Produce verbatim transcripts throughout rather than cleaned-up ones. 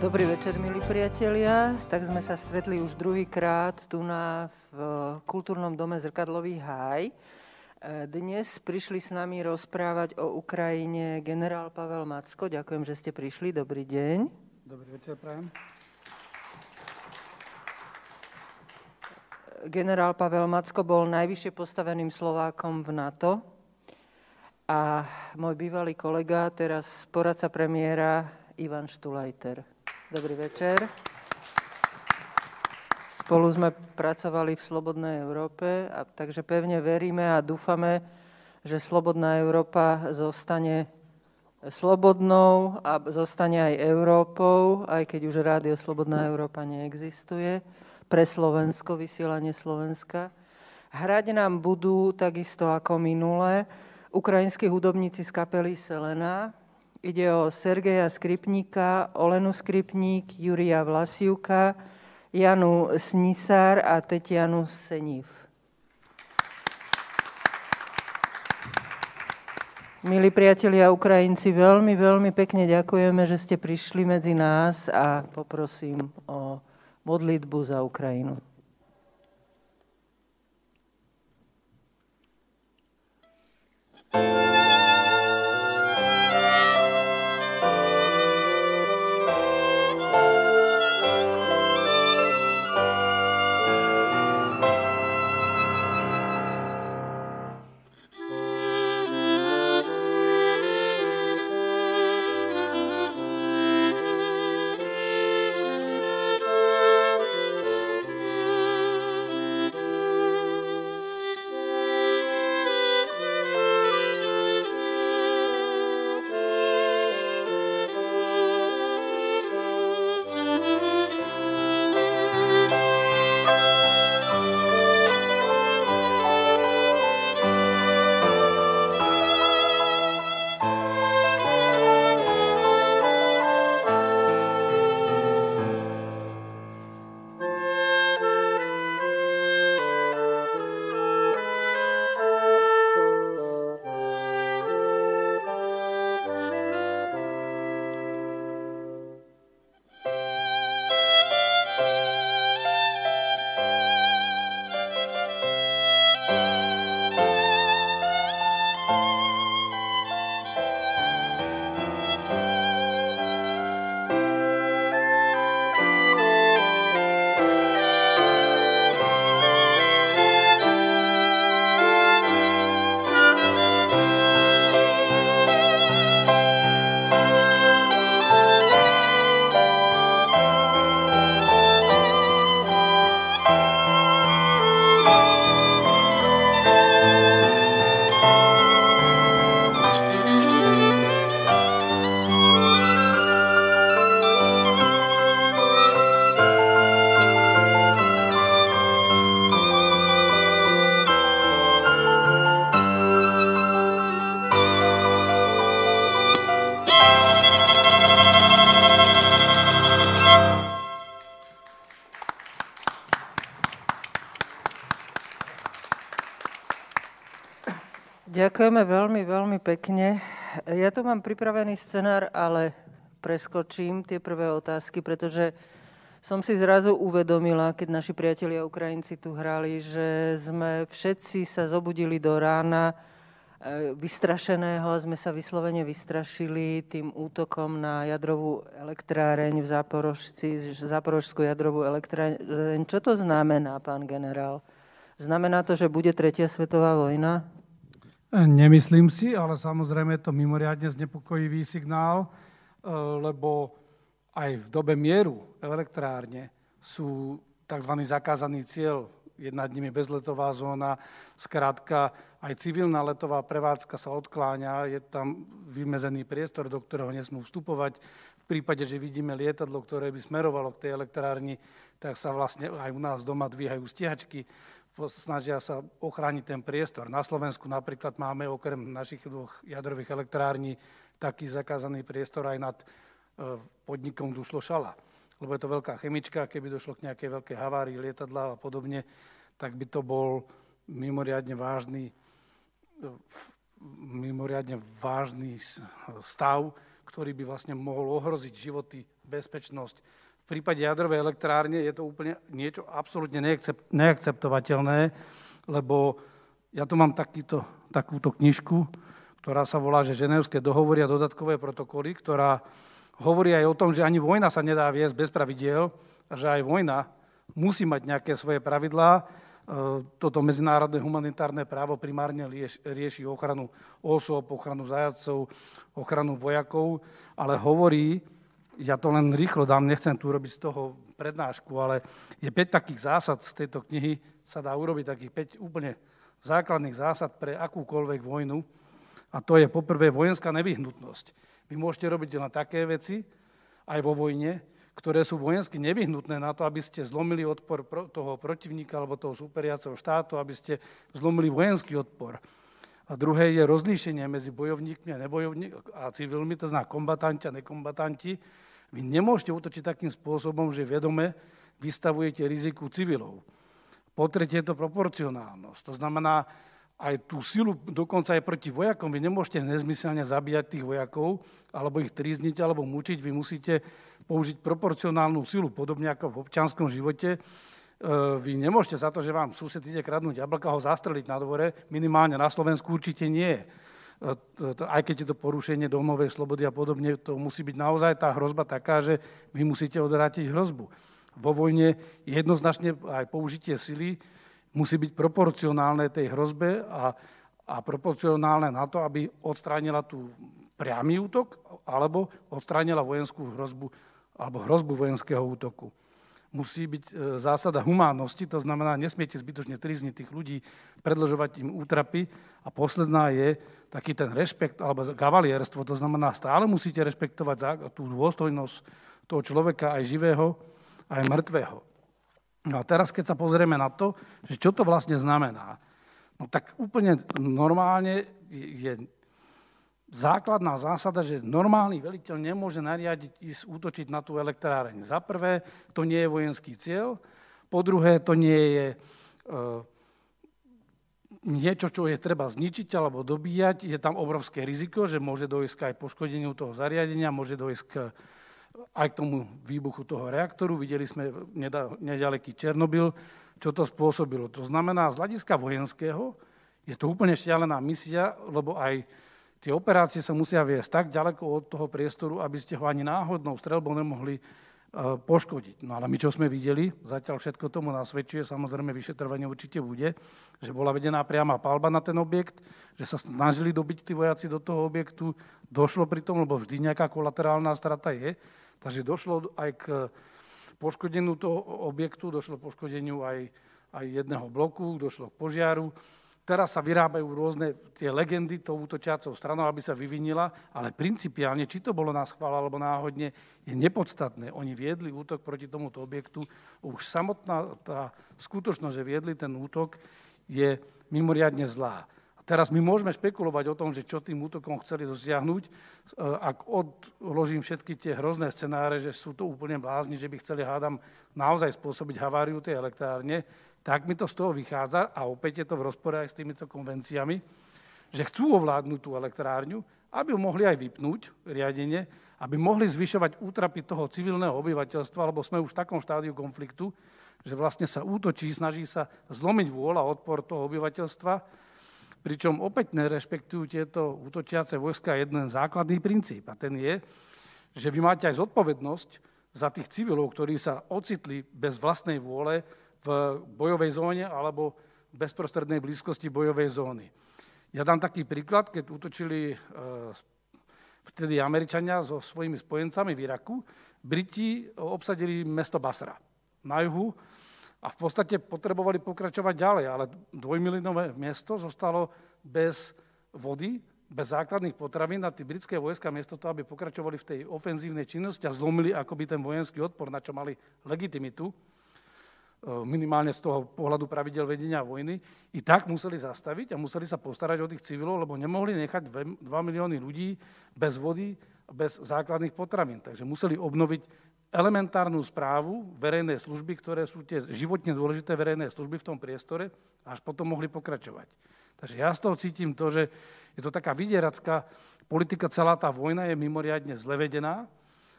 Dobrý večer, milí priatelia. Tak sme sa stretli už druhýkrát tu na v kultúrnom dome Zrkadlový háj. Dnes prišli s nami rozprávať o Ukrajine generál Pavel Macko. Ďakujem, že ste prišli. Dobrý deň. Dobrý večer, prajem. Generál Pavel Macko bol najvyššie postaveným Slovákom v NATO a môj bývalý kolega, teraz poradca premiéra Ivan Štulajter. Dobrý večer. Spolu sme pracovali v Slobodnej Európe, a takže pevne veríme a dúfame, že Slobodná Európa zostane slobodnou a zostane aj Európou, aj keď už Rádio Slobodná Európa neexistuje, pre Slovensko, vysielanie Slovenska. Hrať nám budú takisto ako minule ukrajinskí hudobníci z kapely Selena. Ide o Sergeja Skripníka, Olenu Skripník, Jurija Vlasiuka, Janu Snisár a Tetianu Seniv. Milí priatelia Ukrajinci, veľmi, veľmi pekne ďakujeme, že ste prišli medzi nás a poprosím o modlitbu za Ukrajinu. Ďakujeme veľmi, veľmi pekne. Ja tu mám pripravený scenár, ale preskočím tie prvé otázky, pretože som si zrazu uvedomila, keď naši priatelia Ukrajinci tu hrali, že sme všetci sa zobudili do rána vystrašeného a sme sa vyslovene vystrašili tým útokom na jadrovú elektráreň v Záporožci, Záporožskú jadrovú elektráreň. Čo to znamená, pán generál? Znamená to, že bude tretia svetová vojna? Nemyslím si, ale samozrejme je to mimoriadne znepokojivý signál, lebo aj v dobe mieru elektrárne sú tzv. Zakázaný cieľ. Jedna nimi bezletová zóna, skrátka aj civilná letová prevádzka sa odkláňa, je tam vymedzený priestor, do ktorého nesmú vstupovať. V prípade, že vidíme lietadlo, ktoré by smerovalo k tej elektrárni, tak sa vlastne aj u nás doma dvíhajú stíhačky, snažia sa ochrániť ten priestor. Na Slovensku napríklad máme okrem našich dvoch jadrových elektrární taký zakázaný priestor aj nad podnikom Duslo-Šala. Lebo je to veľká chemička, keby došlo k nejakej veľkej havárii lietadla a podobne, tak by to bol mimoriadne vážny, mimoriadne vážny stav, ktorý by vlastne mohol ohroziť životy bezpečnosť. V prípade jadrovej elektrárne je to úplne niečo absolútne neakceptovateľné, lebo ja tu mám takýto, takúto knižku, ktorá sa volá, že Ženevské dohovory a dodatkové protokoly, ktorá hovorí aj o tom, že ani vojna sa nedá viesť bez pravidiel a že aj vojna musí mať nejaké svoje pravidlá. Toto medzinárodné humanitárne právo primárne rieši ochranu osôb, ochranu zajatcov, ochranu vojakov, ale hovorí, ja to len rýchlo dám, nechcem tu robiť z toho prednášku, ale je päť takých zásad z tejto knihy, sa dá urobiť takých päť úplne základných zásad pre akúkoľvek vojnu. A to je poprvé vojenská nevyhnutnosť. Vy môžete robiť len také veci, aj vo vojne, ktoré sú vojensky nevyhnutné na to, aby ste zlomili odpor toho protivníka alebo toho superiaceho štátu, aby ste zlomili vojenský odpor. A druhé je rozlíšenie medzi bojovníkmi a nebojovníkmi a civilmi, to znamená kombatanti a nekombatanti. Vy nemôžete útočiť takým spôsobom, že vedome vystavujete riziku civilov. Po tretie je to proporcionálnosť. To znamená, aj tú silu, dokonca aj proti vojakom, vy nemôžete nezmyselne zabíjať tých vojakov, alebo ich trízniť, alebo mučiť. Vy musíte použiť proporcionálnu silu, podobne ako v občianskom živote. Vy nemôžete za to, že vám sused ide kradnúť jablka, ho zastreliť na dvore, minimálne na Slovensku určite nie. Aj keď je to porušenie domovej slobody a podobne, to musí byť naozaj tá hrozba taká, že vy musíte odvrátiť hrozbu. Vo vojne jednoznačne aj použitie sily musí byť proporcionálne tej hrozbe a, a proporcionálne na to, aby odstránila tú priamy útok alebo odstránila vojenskú hrozbu alebo hrozbu vojenského útoku. Musí byť zásada humánnosti, to znamená, nesmiete zbytočne trízniť tých ľudí, predĺžovať im útrapy. A posledná je taký ten rešpekt alebo kavalierstvo, to znamená, stále musíte rešpektovať tú dôstojnosť toho človeka, aj živého, aj mŕtvého. No a teraz, keď sa pozrieme na to, že čo to vlastne znamená, no tak úplne normálne je základná zásada, že normálny veliteľ nemôže nariadiť ísť útočiť na tú elektráreň. Za prvé, to nie je vojenský cieľ. Po druhé, to nie je e, niečo, čo je treba zničiť alebo dobíjať. Je tam obrovské riziko, že môže dojsť aj poškodeniu toho zariadenia, môže dojsť k, aj k tomu výbuchu toho reaktoru. Videli sme nedaleký Černobyl, čo to spôsobilo. To znamená, z hľadiska vojenského je to úplne šialená misia, lebo aj tie operácie sa musia viesť tak ďaleko od toho priestoru, aby ste ho ani náhodnou streľbou nemohli uh, poškodiť. No ale my, čo sme videli, zatiaľ všetko tomu nasvedčuje, samozrejme vyšetrovanie určite bude, že bola vedená priama palba na ten objekt, že sa snažili dobiť tí vojaci do toho objektu, došlo pri tom, lebo vždy nejaká kolaterálna strata je, takže došlo aj k poškodeniu toho objektu, došlo k poškodeniu aj, aj jedného bloku, došlo k požiaru. Teraz sa vyrábajú rôzne tie legendy tou útočiacou stranou, aby sa vyvinila, ale principiálne, či to bolo na schvál alebo náhodne, je nepodstatné. Oni viedli útok proti tomuto objektu. Už samotná tá skutočnosť, že viedli ten útok, je mimoriadne zlá. A teraz my môžeme špekulovať o tom, že čo tým útokom chceli dosiahnuť. Ak odložím všetky tie hrozné scenáre, že sú to úplne blázni, že by chceli, hádam, naozaj spôsobiť haváriu tej elektrárne, tak mi to z toho vychádza a opäť je to v rozpore aj s týmito konvenciami, že chcú ovládnuť tú elektrárňu, aby ju mohli aj vypnúť riadenie, aby mohli zvyšovať útrapy toho civilného obyvateľstva, lebo sme už v takom štádiu konfliktu, že vlastne sa útočí, snaží sa zlomiť vôľa a odpor toho obyvateľstva, pričom opäť nerešpektujú tieto útočiace vojska jeden základný princíp. A ten je, že vy máte aj zodpovednosť za tých civilov, ktorí sa ocitli bez vlastnej vôle v bojovej zóne alebo v bezprostrednej blízkosti bojovej zóny. Ja dám taký príklad, keď útočili vtedy Američania so svojimi spojencami v Iraku, Briti obsadili mesto Basra na juhu a v podstate potrebovali pokračovať ďalej, ale dvojmilionové mesto zostalo bez vody, bez základných potravín a tí britské vojska miesto toho, aby pokračovali v tej ofenzívnej činnosti a zlomili akoby ten vojenský odpor, na čo mali legitimitu, minimálne z toho pohľadu pravidel vedenia vojny, i tak museli zastaviť a museli sa postarať o tých civilov, lebo nemohli nechať dva milióny ľudí bez vody, bez základných potravín. Takže museli obnoviť elementárnu správu verejnej služby, ktoré sú tie životne dôležité verejné služby v tom priestore, až potom mohli pokračovať. Takže ja z toho cítim to, že je to taká vydieracká politika, celá tá vojna je mimoriadne zle vedená.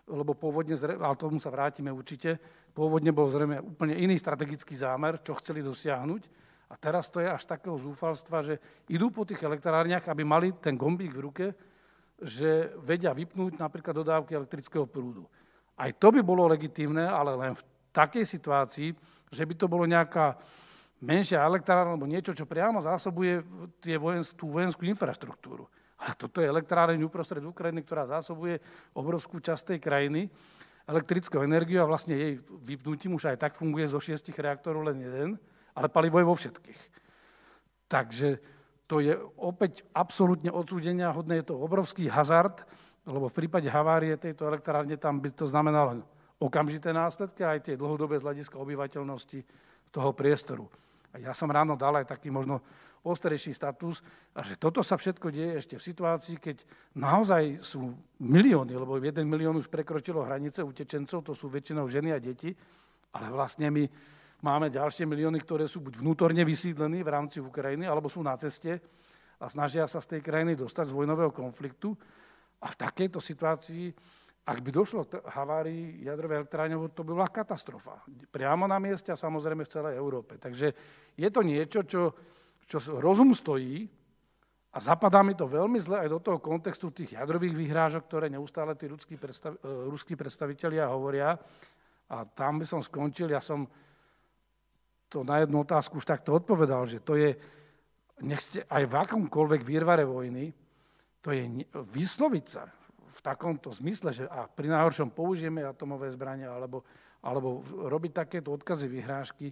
lebo pôvodne, ale tomu sa vrátime určite, pôvodne bol zrejme úplne iný strategický zámer, čo chceli dosiahnuť. A teraz to je až takého zúfalstva, že idú po tých elektrárniach, aby mali ten gombík v ruke, že vedia vypnúť napríklad dodávky elektrického prúdu. Aj to by bolo legitímne, ale len v takej situácii, že by to bolo nejaká menšia elektrárna alebo niečo, čo priamo zásobuje tie vojensk, tú vojenskú infraštruktúru. A toto je elektráreň uprostred Ukrajiny, ktorá zásobuje obrovskú časť tej krajiny elektrickou energiou a vlastne jej vypnutím už aj tak funguje zo šiestich reaktorov len jeden, ale palivo je vo všetkých. Takže to je opäť absolútne odsúdenia hodné, je to obrovský hazard, lebo v prípade havárie tejto elektrárne tam by to znamenalo okamžité následky a aj tie dlhodobé z hľadiska obyvateľnosti toho priestoru. A ja som ráno dal aj taký možno ostrejší status, a že toto sa všetko deje ešte v situácii, keď naozaj sú milióny, lebo jeden milión už prekročilo hranice utečencov, to sú väčšinou ženy a deti, ale vlastne my máme ďalšie milióny, ktoré sú buď vnútorne vysídlení v rámci Ukrajiny, alebo sú na ceste a snažia sa z tej krajiny dostať z vojnového konfliktu. A v takejto situácii, ak by došlo k havárii jadrovej elektrárne, to by bola katastrofa. Priamo na mieste a samozrejme v celej Európe. Takže je to niečo, čo, čo rozum stojí a zapadá mi to veľmi zle aj do toho kontextu tých jadrových vyhrážok, ktoré neustále tí ruskí, predstav, ruskí predstavitelia hovoria. A tam by som skončil, ja som to na jednu otázku už takto odpovedal, že to je, nech ste aj v akomkoľvek výrvare vojny, to je vysloviť sa v takomto zmysle, že a pri najhoršom použijeme atomové zbrania alebo, alebo robiť takéto odkazy, vyhrážky,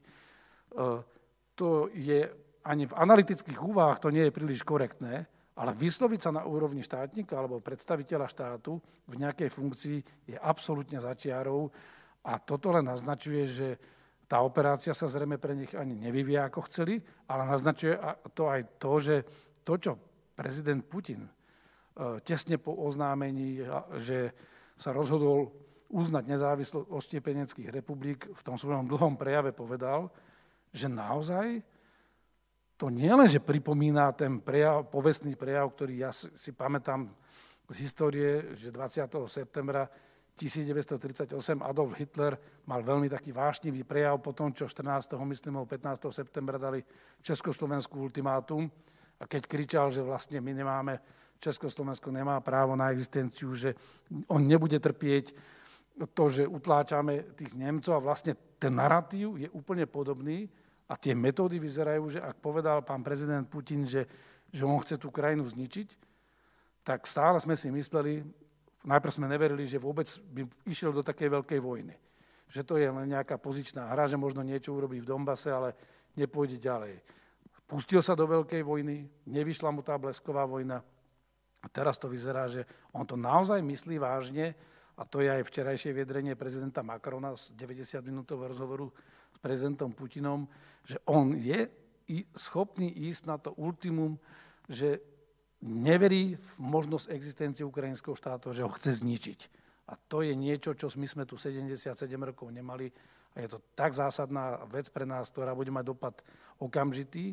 to je ani v analytických úvahách to nie je príliš korektné, ale vysloviť sa na úrovni štátnika alebo predstaviteľa štátu v nejakej funkcii je absolútne za čiarou a toto len naznačuje, že tá operácia sa zrejme pre nich ani nevyvíja, ako chceli, ale naznačuje to aj to, že to, čo prezident Putin tesne po oznámení, že sa rozhodol uznať nezávislosť odštiepeneckých republik, v tom svojom dlhom prejave povedal, že naozaj to nie len, že pripomína ten prejav, povestný prejav, ktorý ja si, si pamätám z histórie, že dvadsiateho septembra tisícdeväťstotridsaťosem Adolf Hitler mal veľmi taký vášnivý prejav po tom, čo štrnásteho myslím, pätnásteho septembra dali Československu ultimátum a keď kričal, že vlastne my nemáme, Československo nemá právo na existenciu, že on nebude trpieť to, že utláčame tých Nemcov a vlastne ten narratív je úplne podobný a tie metódy vyzerajú, že ak povedal pán prezident Putin, že, že on chce tú krajinu zničiť, tak stále sme si mysleli, najprv sme neverili, že vôbec by išiel do takej veľkej vojny. Že to je len nejaká pozičná hra, že možno niečo urobí v Donbase, ale nepôjde ďalej. Pustil sa do veľkej vojny, nevyšla mu tá blesková vojna. A teraz to vyzerá, že on to naozaj myslí vážne a to je aj včerajšie vyjadrenie prezidenta Macrona z deväťdesiatminútového rozhovoru s prezidentom Putinom, že on je schopný ísť na to ultimum, že neverí v možnosť existencie ukrajinského štátu, že ho chce zničiť. A to je niečo, čo my sme tu sedemdesiatsedem rokov nemali a je to tak zásadná vec pre nás, ktorá bude mať dopad okamžitý,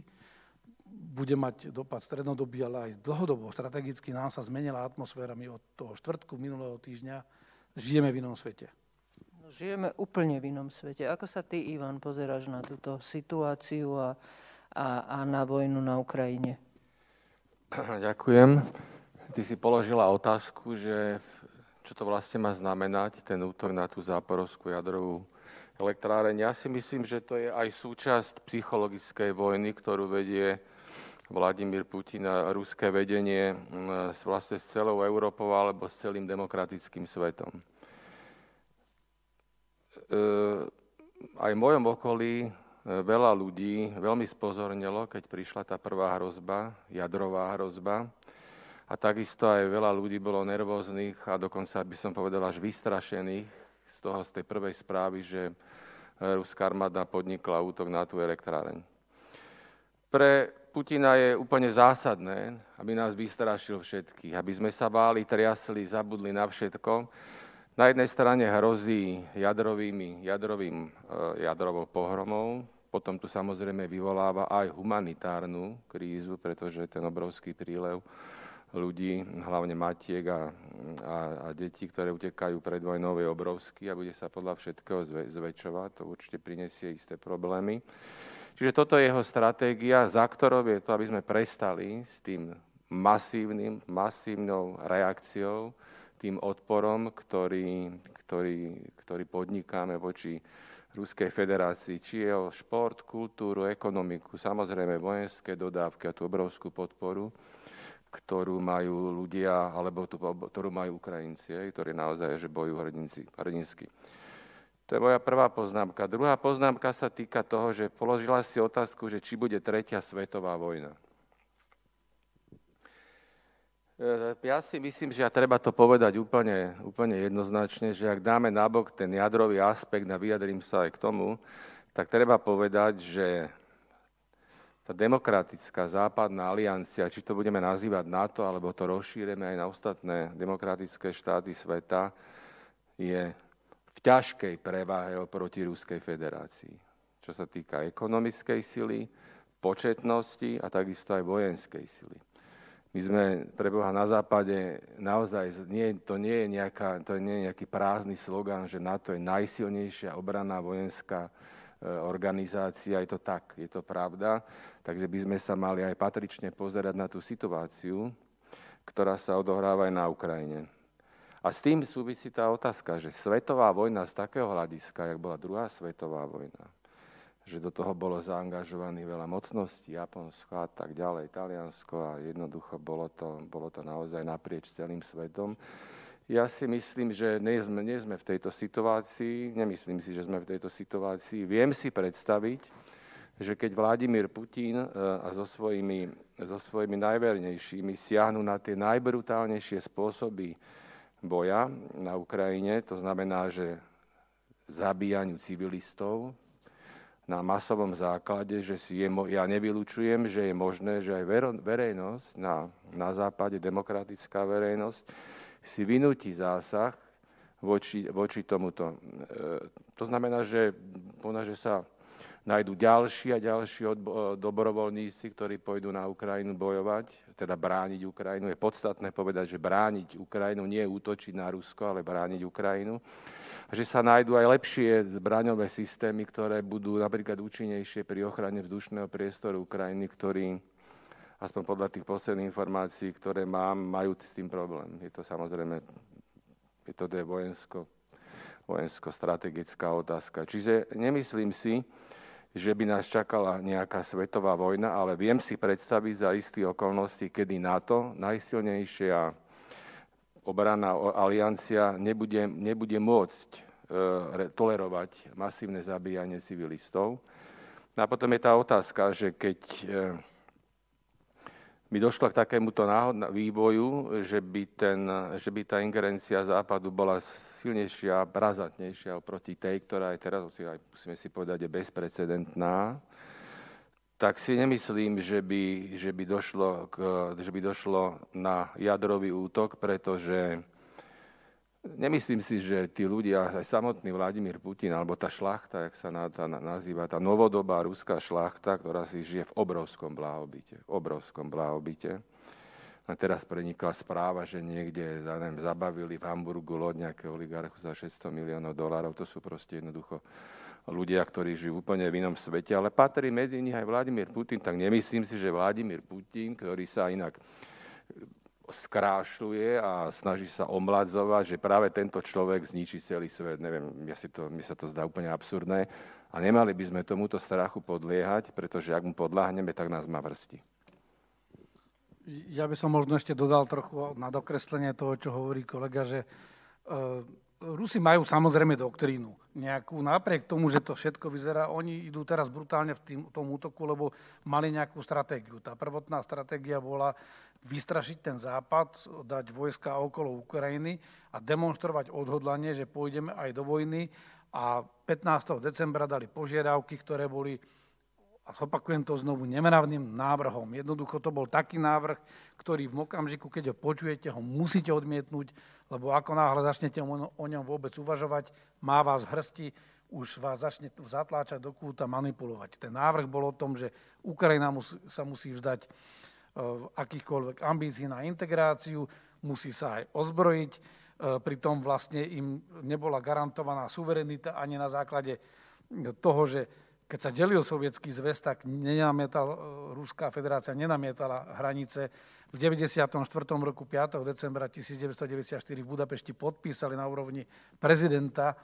bude mať dopad strednodobý, ale aj dlhodobo. Strategicky nám sa zmenila atmosféra. My od toho štvrtku minulého týždňa žijeme v inom svete. No, žijeme úplne v inom svete. Ako sa ty, Ivan, pozeráš na túto situáciu a, a, a na vojnu na Ukrajine? Ďakujem. Ty si položila otázku, že čo to vlastne má znamenať, ten útok na tú záporovskú jadrovú elektráreň. Ja si myslím, že to je aj súčasť psychologickej vojny, ktorú vedie Vladimír Putin a ruské vedenie vlastne s celou Európou alebo s celým demokratickým svetom. Aj v mojom okolí veľa ľudí veľmi spozornilo, keď prišla tá prvá hrozba, jadrová hrozba. A takisto aj veľa ľudí bolo nervóznych a dokonca by som povedal až vystrašených z toho, z tej prvej správy, že ruská armáda podnikla útok na tú elektráreň. Pre Putina je úplne zásadné, aby nás vystrašil všetkých, aby sme sa báli, triasli, zabudli na všetko. Na jednej strane hrozí jadrovými, jadrovým, jadrovou pohromou, potom tu samozrejme vyvoláva aj humanitárnu krízu, pretože ten obrovský prílev ľudí, hlavne matiek a, a, a detí, ktoré utekajú pred vojnou, je obrovský a bude sa podľa všetkého zve, zväčšovať. To určite prinesie isté problémy. Čiže toto je jeho stratégia, za ktorou je to, aby sme prestali s tým masívnym, masívnou reakciou, tým odporom, ktorý, ktorý, ktorý podnikáme voči Ruskej federácii, či je o šport, kultúru, ekonomiku, samozrejme vojenské dodávky a tú obrovskú podporu, ktorú majú ľudia, alebo tú, ktorú majú Ukrajinci, ktorí naozaj že bojujú hrdinsky. To je moja prvá poznámka. Druhá poznámka sa týka toho, že položila si otázku, že či bude tretia svetová vojna. Ja si myslím, že treba to povedať úplne, úplne jednoznačne, že ak dáme nabok ten jadrový aspekt a vyjadrím sa aj k tomu, tak treba povedať, že tá demokratická západná aliancia, či to budeme nazývať NATO, alebo to rozšírime aj na ostatné demokratické štáty sveta, je v ťažkej preváhe oproti Ruskej federácii. Čo sa týka ekonomickej sily, početnosti a takisto aj vojenskej sily. My sme pre Boha na západe naozaj, nie, to, nie je nejaká, to nie je nejaký prázdny slogan, že NATO je najsilnejšia obranná vojenská e, organizácia. Je to tak, je to pravda. Takže by sme sa mali aj patrične pozerať na tú situáciu, ktorá sa odohráva aj na Ukrajine. A s tým súvisí tá otázka, že svetová vojna z takého hľadiska, jak bola druhá svetová vojna, že do toho bolo zaangažovaných veľa mocností, Japonsko a tak ďalej, Taliansko a jednoducho bolo to, bolo to naozaj naprieč celým svetom. Ja si myslím, že nie sme, nie sme v tejto situácii, nemyslím si, že sme v tejto situácii. Viem si predstaviť, že keď Vladimír Putin a so svojimi, so svojimi najvernejšími siahnu na tie najbrutálnejšie spôsoby boja na Ukrajine, to znamená, že zabíjaniu civilistov, na masovom základe, že si je, ja nevylučujem, že je možné, že aj verejnosť, na, na západe demokratická verejnosť, si vynúti zásah voči, voči tomuto. E, to znamená, že, že sa nájdú ďalší a ďalší odbo- dobrovoľníci, ktorí pôjdu na Ukrajinu bojovať, teda brániť Ukrajinu. Je podstatné povedať, že brániť Ukrajinu, nie útočiť na Rusko, ale brániť Ukrajinu. Že sa nájdú aj lepšie zbraňové systémy, ktoré budú napríklad účinnejšie pri ochrane vzdušného priestoru Ukrajiny, ktorí, aspoň podľa tých posledných informácií, ktoré mám, majú s tým problém. Je to samozrejme, je to je vojensko, vojensko-strategická otázka. Čiže nemyslím si, že by nás čakala nejaká svetová vojna, ale viem si predstaviť za istých okolností, kedy NATO, najsilnejšia obranná aliancia, nebude, nebude môcť e, tolerovať masívne zabíjanie civilistov. A potom je tá otázka, že keď e, by došlo k takémuto náhodnému vývoju, že by, ten, že by tá ingerencia Západu bola silnejšia, razantnejšia oproti tej, ktorá aj teraz, musíme si povedať, je bezprecedentná, tak si nemyslím, že by, že by, došlo, k, že by došlo na jadrový útok, pretože nemyslím si, že tí ľudia, aj samotný Vladimír Putin, alebo tá šlachta, jak sa na, tá nazýva, tá novodobá ruská šlachta, ktorá si žije v obrovskom blahobite, v obrovskom blahobite. A teraz prenikla správa, že niekde neviem, zabavili v Hamburgu loď nejakého oligarchu za šesťsto miliónov dolárov. To sú proste jednoducho ľudia, ktorí žijú úplne v inom svete, ale patrí medzi nich aj Vladimír Putin, tak nemyslím si, že Vladimír Putin, ktorý sa inak skrášľuje a snaží sa omladzovať, že práve tento človek zničí celý svet. Neviem, ja si to, mi sa to zdá úplne absurdné a nemali by sme tomuto strachu podliehať, pretože ak mu podľahneme, tak nás má vrsti. Ja by som možno ešte dodal trochu na dokreslenie toho, čo hovorí kolega, že uh, Rusi majú samozrejme doktrínu nejakú, napriek tomu, že to všetko vyzerá, oni idú teraz brutálne v tým, tom útoku, lebo mali nejakú stratégiu. Tá prvotná stratégia bola vystrašiť ten západ, dať vojska okolo Ukrajiny a demonštrovať odhodlanie, že pôjdeme aj do vojny a pätnásteho decembra dali požiadavky, ktoré boli, a zopakujem to znovu, nemravným návrhom. Jednoducho to bol taký návrh, ktorý v okamžiku, keď ho počujete, ho musíte odmietnúť, lebo ako náhle začnete o ňom vôbec uvažovať, má vás v hrsti, už vás začne zatláčať do kúta, manipulovať. Ten návrh bol o tom, že Ukrajina musí, sa musí vzdať akýchkoľvek ambícií na integráciu, musí sa aj ozbrojiť, pritom vlastne im nebola garantovaná suverenita ani na základe toho, že keď sa delil Sovietský zväz, tak nenamietal, Ruská federácia nenamietala hranice. V deväťdesiatom štvrtom roku piateho decembra tisícdeväťstodeväťdesiatštyri v Budapešti podpísali na úrovni prezidenta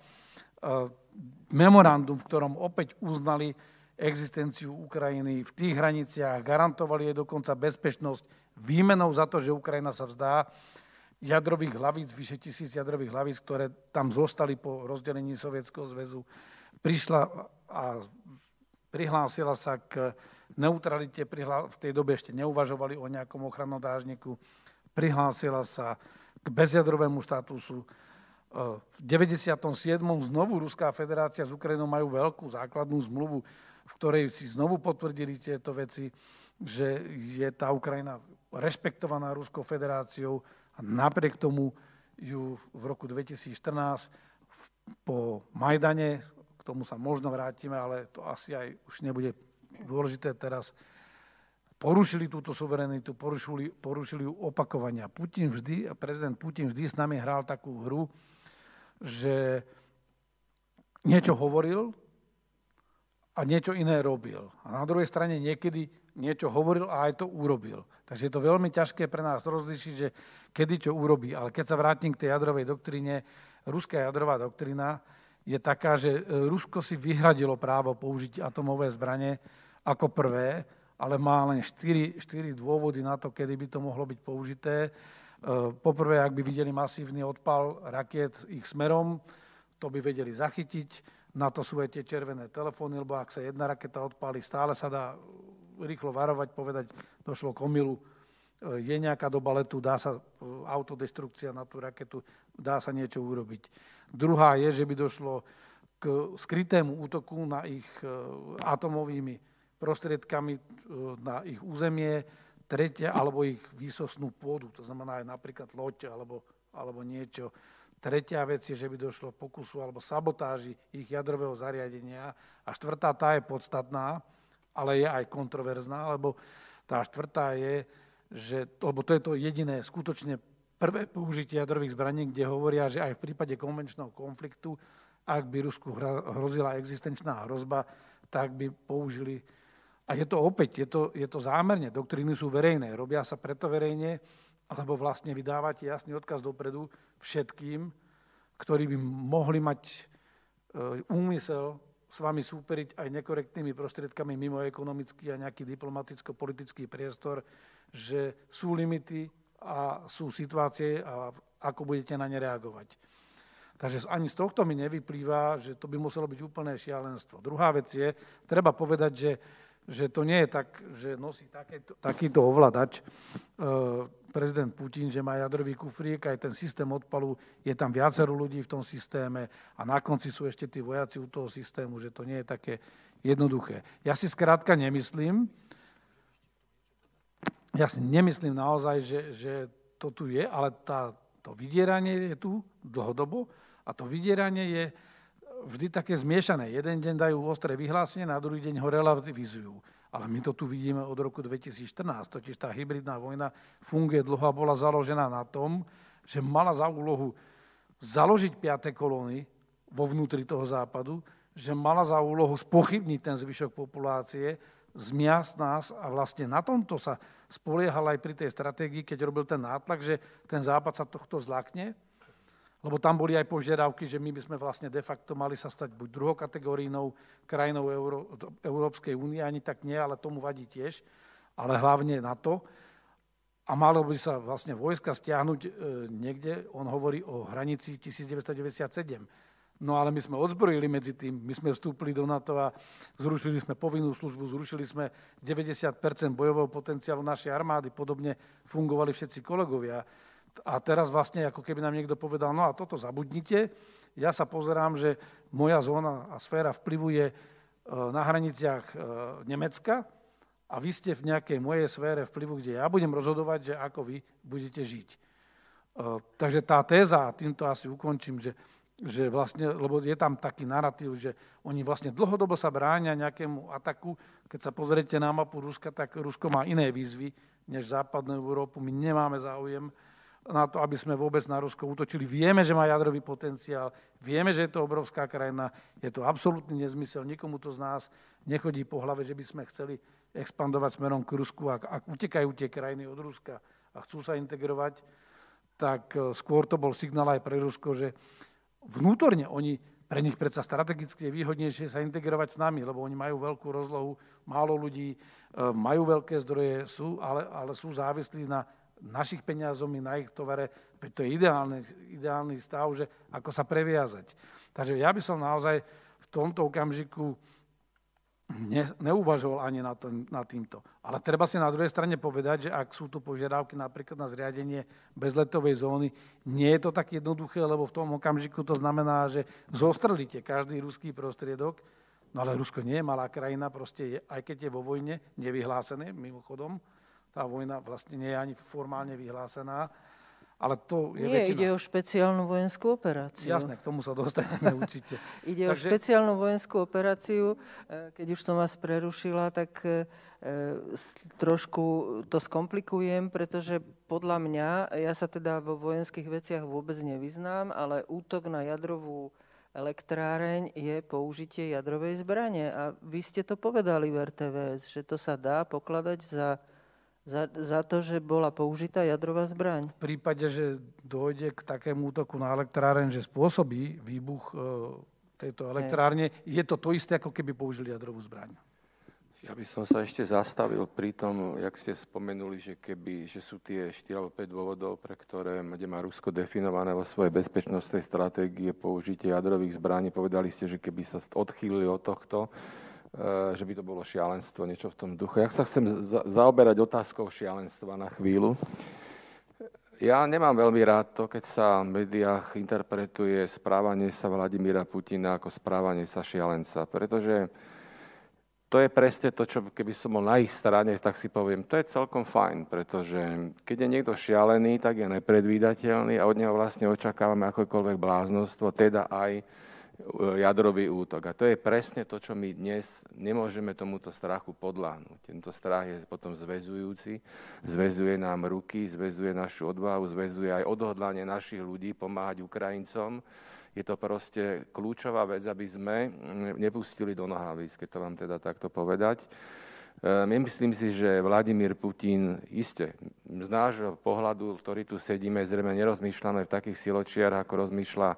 memorandum, v ktorom opäť uznali existenciu Ukrajiny v tých hraniciach, garantovali jej dokonca bezpečnosť výmenou za to, že Ukrajina sa vzdá jadrových hlavíc, vyše tisíc jadrových hlavíc, ktoré tam zostali po rozdelení Sovietskeho zväzu. Prišla a prihlásila sa k neutralite, v tej dobe ešte neuvažovali o nejakom ochrannom dážniku, prihlásila sa k bezjadrovému statusu. V deväťdesiatom siedmom znovu Ruská federácia s Ukrajinou majú veľkú základnú zmluvu, v ktorej si znovu potvrdili tieto veci, že je tá Ukrajina rešpektovaná Ruskou federáciou a napriek tomu ju v roku dvetisícštrnásť po Majdane, k tomu sa možno vrátime, ale to asi aj už nebude dôležité teraz, porušili túto suverenitu, porušili, porušili ju opakovania. Putin vždy, prezident Putin vždy s nami hral takú hru, že niečo hovoril a niečo iné robil. A na druhej strane niekedy niečo hovoril a aj to urobil. Takže je to veľmi ťažké pre nás rozlíšiť, že kedy čo urobí. Ale keď sa vrátim k tej jadrovej doktríne, ruská jadrová doktrína je taká, že Rusko si vyhradilo právo použiť atomové zbrane ako prvé, ale má len štyri, štyri dôvody na to, kedy by to mohlo byť použité. Poprvé, ak by videli masívny odpal rakiet ich smerom, to by vedeli zachytiť. Na to sú aj tie červené telefóny, lebo ak sa jedna raketa odpáli, stále sa dá rýchlo varovať, povedať, došlo k omylu, je nejaká doba letu, dá sa autodeštrukcia na tú raketu, dá sa niečo urobiť. Druhá je, že by došlo k skrytému útoku na ich atomovými prostriedkami na ich územie, tretia, alebo ich výsostnú pôdu, to znamená aj napríklad loď alebo, alebo niečo. Tretia vec je, že by došlo k pokusu alebo sabotáži ich jadrového zariadenia. A štvrtá, tá je podstatná, ale je aj kontroverzná, lebo tá štvrtá je, že, lebo to je to jediné skutočne prvé použitie jadrových zbraní, kde hovoria, že aj v prípade konvenčného konfliktu, ak by Rusku hrozila existenčná hrozba, tak by použili. A je to opäť, je to, je to zámerne, doktríny sú verejné, robia sa preto verejne, alebo vlastne vydávate jasný odkaz dopredu všetkým, ktorí by mohli mať úmysel s vami súperiť aj nekorektnými prostriedkami mimo ekonomický a nejaký diplomaticko-politický priestor, že sú limity a sú situácie a ako budete na ne reagovať. Takže ani z tohto mi nevyplýva, že to by muselo byť úplné šialenstvo. Druhá vec je, treba povedať, že že to nie je tak, že nosí takéto, takýto ovládač e, prezident Putin, že má jadrový kufrík, aj ten systém odpalu, je tam viacero ľudí v tom systéme a na konci sú ešte tí vojaci u toho systému, že to nie je také jednoduché. Ja si skrátka nemyslím, ja si nemyslím naozaj, že, že to tu je, ale tá, to vydieranie je tu dlhodobo a to vydieranie je vždy také zmiešané. Jeden deň dajú ostré vyhlásenie, na druhý deň ho relativizujú. Ale my to tu vidíme od roku dvetisícštrnásť, totiž tá hybridná vojna funguje dlho a bola založená na tom, že mala za úlohu založiť piate kolóny vo vnútri toho západu, že mala za úlohu spochybniť ten zvyšok populácie, zmiasť nás a vlastne na tomto sa spoliehal aj pri tej stratégii, keď robil ten nátlak, že ten západ sa tohto zlakne, lebo tam boli aj požiadavky, že my by sme vlastne de facto mali sa stať buď druhokategórijnou krajinou Euró- Európskej únie, ani tak nie, ale tomu vadí tiež, ale hlavne NATO. A malo by sa vlastne vojska stiahnuť e, niekde, on hovorí o hranici devätnásťstodeväťdesiatsedem. No ale my sme odzbrojili medzi tým, my sme vstúpili do NATO a zrušili sme povinnú službu, zrušili sme deväťdesiat percent bojového potenciálu našej armády, podobne fungovali všetci kolegovia. A teraz vlastne, ako keby nám niekto povedal, no a toto zabudnite, ja sa pozerám, že moja zóna a sféra vplyvu je na hraniciach Nemecka a vy ste v nejakej mojej sfére vplyvu, kde ja budem rozhodovať, že ako vy budete žiť. Takže tá téza, a týmto asi ukončím, že že vlastne, lebo je tam taký narratív, že oni vlastne dlhodobo sa bránia nejakému ataku. Keď sa pozriete na mapu Ruska, tak Rusko má iné výzvy než západnú Európu. My nemáme záujem na to, aby sme vôbec na Rusko útočili. Vieme, že má jadrový potenciál, vieme, že je to obrovská krajina, je to absolútny nezmysel, nikomu to z nás nechodí po hlave, že by sme chceli expandovať smerom k Rusku. Ak, ak utekajú tie krajiny od Ruska a chcú sa integrovať, tak skôr to bol signál aj pre Rusko, že vnútorne oni, pre nich predsa strategicky je výhodnejšie sa integrovať s nami, lebo oni majú veľkú rozlohu, málo ľudí, majú veľké zdroje, sú, ale, ale sú závislí na našich peniazom i na ich tovare. To je ideálny, ideálny stav, že ako sa previazať. Takže ja by som naozaj v tomto okamžiku Ne, neuvažoval ani na to, nad týmto. Ale treba si na druhej strane povedať, že ak sú tu požiadavky napríklad na zriadenie bezletovej zóny, nie je to tak jednoduché, lebo v tom okamžiku to znamená, že zostrelíte každý ruský prostriedok, no ale Rusko nie je malá krajina, proste je, aj keď je vo vojne, nevyhlásené, mimochodom, tá vojna vlastne nie je ani formálne vyhlásená, ale to je Nie, väčšina. ide o špeciálnu vojenskú operáciu. Jasné, k tomu sa dostaneme určite. Ide Takže... o špeciálnu vojenskú operáciu. Keď už som vás prerušila, tak trošku to skomplikujem, pretože podľa mňa, ja sa teda vo vojenských veciach vôbec nevyznám, ale útok na jadrovú elektráreň je použitie jadrovej zbrane. A vy ste to povedali v er té vé es, že to sa dá pokladať za Za, za to, že bola použitá jadrová zbraň. V prípade, že dojde k takému útoku na elektráreň, že spôsobí výbuch e, tejto elektrárne, Hej. je to to isté, ako keby použili jadrovú zbraň. Ja by som sa ešte zastavil pri tom, jak ste spomenuli, že, keby, že sú tie štyri alebo päť dôvodov, pre ktoré kde má Rusko definované vo svojej bezpečnostnej stratégie použitie jadrových zbraní. Povedali ste, že keby sa odchýlili od tohto, že by to bolo šialenstvo, niečo v tom duchu. Ja sa chcem za- zaoberať otázkou šialenstva na chvíľu. Ja nemám veľmi rád to, keď sa v médiách interpretuje správanie sa Vladimíra Putina ako správanie sa šialenca, pretože to je presne to, čo keby som bol na ich strane, tak si poviem, to je celkom fajn, pretože keď je niekto šialený, tak je nepredvídateľný a od neho vlastne očakávame akokoľvek bláznostvo, teda aj jadrový útok. A to je presne to, čo my dnes nemôžeme tomuto strachu podľahnúť. Tento strach je potom zväzujúci, zväzuje nám ruky, zväzuje našu odvahu, zväzuje aj odhodlanie našich ľudí pomáhať Ukrajincom. Je to proste kľúčová vec, aby sme nepustili do nohavíc, keď to vám teda takto povedať. Myslím si, že Vladimír Putin, iste, z nášho pohľadu, ktorý tu sedíme, zrejme nerozmýšľame v takých siločiarach, ako rozmýšľa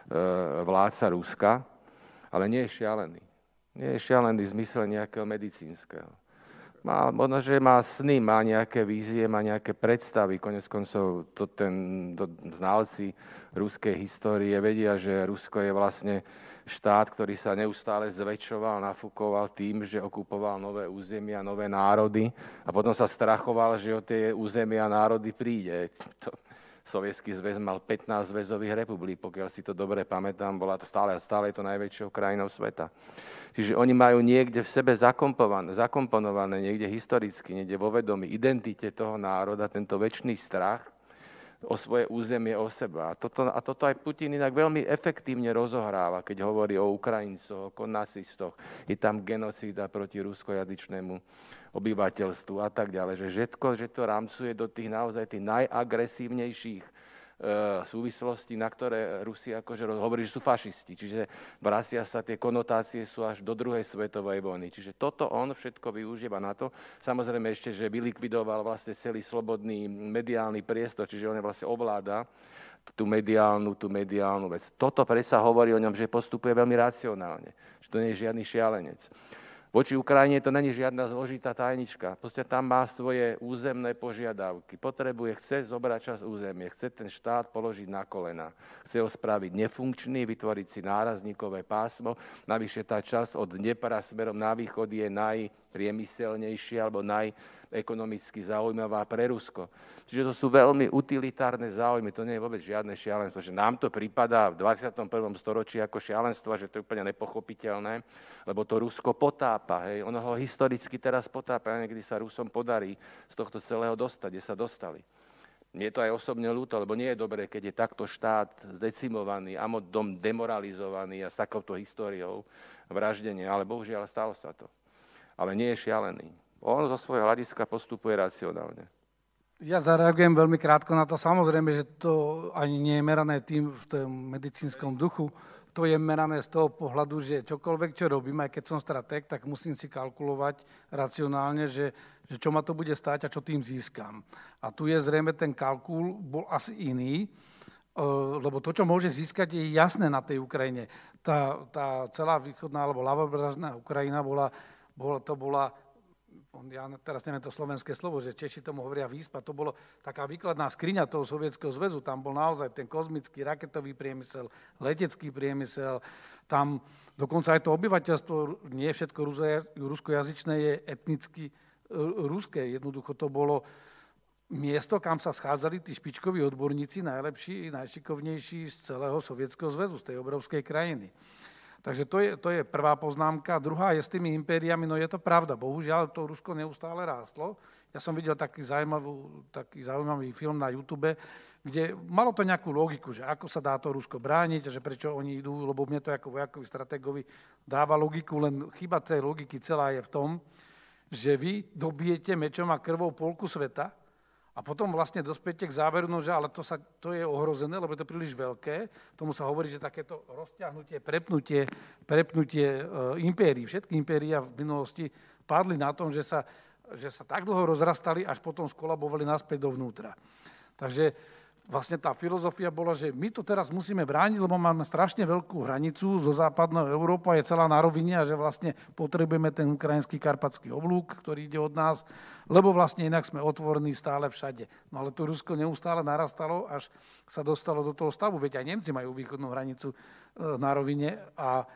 vládca Ruska, ale nie je šialený. Nie je šialený v zmysle nejakého medicínskeho. Má, možno, že má sny, má nejaké vízie, má nejaké predstavy. Konec koncov to ten, to znalci ruskej histórie vedia, že Rusko je vlastne štát, ktorý sa neustále zväčšoval, nafúkoval tým, že okupoval nové územia, nové národy a potom sa strachoval, že o tie územia a národy príde. To, Sovietský zväz mal pätnásť zväzových republik, pokiaľ si to dobre pamätám, bola to stále a stále je to najväčšou krajinou sveta. Čiže oni majú niekde v sebe zakomponované, zakomponované niekde historicky, niekde vo vedomí, identite toho národa, tento večný strach o svoje územie, o seba. A toto, a toto aj Putin inak veľmi efektívne rozohráva, keď hovorí o Ukrajincoch, o nacistoch. Je tam genocída proti ruskojazyčnému obyvateľstvu a tak ďalej. Že všetko, že to rámcuje do tých naozaj tých najagresívnejších e, súvislostí, na ktoré Rusi akože hovorí, že sú fašisti. Čiže vracia sa, tie konotácie sú až do druhej svetovej vojny. Čiže toto on všetko využíva na to. Samozrejme ešte, že vylikvidoval vlastne celý slobodný mediálny priestor, čiže on vlastne ovláda tú mediálnu, tú mediálnu vec. Toto predsa hovorí o ňom, že postupuje veľmi racionálne, že to nie je žiadny šialenec. Voči Ukrajine to není žiadna zložitá tajnička. Proste tam má svoje územné požiadavky. Potrebuje, chce zobrať časť územie, chce ten štát položiť na kolena. Chce ho spraviť nefunkčný, vytvoriť si nárazníkové pásmo. Navyše tá časť od Dnepra smerom na východ je najpriemyselnejšia alebo najekonomicky zaujímavá pre Rusko. Čiže to sú veľmi utilitárne záujmy. To nie je vôbec žiadne šialenstvo. Že nám to prípada v dvadsiatom prvom storočí ako šialenstvo, že to je úplne nepochopiteľné, lebo to Rusko potápa. Hej. Ono ho historicky teraz potápa. Niekedy sa Rusom podarí z tohto celého dostať, kde sa dostali. Mne je to aj osobne ľúto, lebo nie je dobré, keď je takto štát zdecimovaný, amodom demoralizovaný a s takouto históriou vraždenia, ale bohužiaľ stalo sa to. Ale nie je šialený. On zo svojho hľadiska postupuje racionálne. Ja zareagujem veľmi krátko na to. Samozrejme, že to ani nie je merané tým v tom medicínskom duchu. To je merané z toho pohľadu, že čokoľvek, čo robím, aj keď som stratég, tak musím si kalkulovať racionálne, že, že čo ma to bude stáť a čo tým získam. A tu je zrejme ten kalkul bol asi iný, lebo to, čo môže získať, je jasné na tej Ukrajine. Tá, tá celá východná alebo ľavobrežná Ukrajina bola, bola, to bola, ja teraz neviem to slovenské slovo, že Češi tomu hovoria výspa, to bolo taká výkladná skriňa toho Sovietskeho zväzu, tam bol naozaj ten kozmický raketový priemysel, letecký priemysel, tam dokonca aj to obyvateľstvo, nie všetko ruskojazyčné, je etnicky ruské, jednoducho to bolo miesto, kam sa schádzali tí špičkoví odborníci, najlepší, najšikovnejší z celého Sovietskeho zväzu, z tej obrovskej krajiny. Takže to je, to je prvá poznámka. Druhá je s tými impériami, no je to pravda. Bohužiaľ, to Rusko neustále rástlo. Ja som videl taký zaujímavý, taký zaujímavý film na YouTube, kde malo to nejakú logiku, že ako sa dá to Rusko brániť, že prečo oni idú, lebo mne to ako vojakovi stratégovi dáva logiku, len chyba tej logiky celá je v tom, že vy dobijete mečom a krvou polku sveta, a potom vlastne dospiete k záveru, no, že ale to, sa, to je ohrozené, lebo je to príliš veľké. Tomu sa hovorí, že takéto rozťahnutie, prepnutie, prepnutie e, impérií, všetky impéria v minulosti padli na tom, že sa, že sa tak dlho rozrastali, až potom skolabovali naspäť dovnútra. Takže vlastne tá filozofia bola, že my to teraz musíme brániť, lebo máme strašne veľkú hranicu zo západnou Európou, je celá na rovine a že vlastne potrebujeme ten ukrajinský karpatský oblúk, ktorý ide od nás, lebo vlastne inak sme otvorení stále všade. No ale to Rusko neustále narastalo, až sa dostalo do toho stavu. Veď aj Nemci majú východnú hranicu na rovine a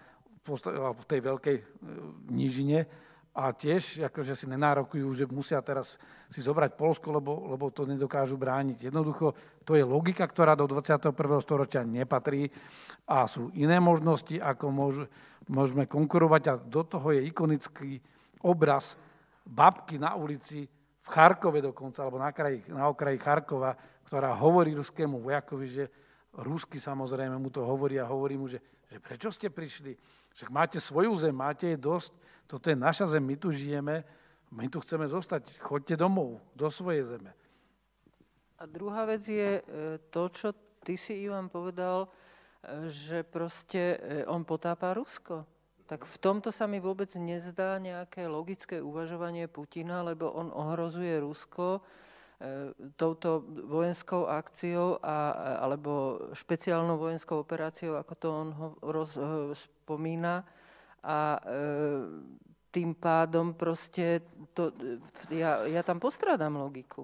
v tej veľkej nížine. A tiež akože si nenárokujú, že musia teraz si zobrať Poľsko, lebo, lebo to nedokážu brániť. Jednoducho, to je logika, ktorá do dvadsiateho prvého storočia nepatrí a sú iné možnosti, ako môž, môžeme konkurovať. A do toho je ikonický obraz babky na ulici v Charkove dokonca, alebo na, kraji, na okraji Charkova, ktorá hovorí ruskému vojakovi, že rusky samozrejme mu to hovorí a hovorí mu, že, že prečo ste prišli? Však máte svoju zem, máte jej dosť, toto je naša zem, my tu žijeme, my tu chceme zostať, choďte domov, do svojej zeme. A druhá vec je to, čo ty si, Ivan, povedal, že proste on potápa Rusko. Tak v tomto sa mi vôbec nezdá nejaké logické uvažovanie Putina, lebo on ohrozuje Rusko touto vojenskou akciou a, alebo špeciálnou vojenskou operáciou, ako to on ho roz, spomína. A e, tým pádom proste to, ja, ja tam postrádam logiku.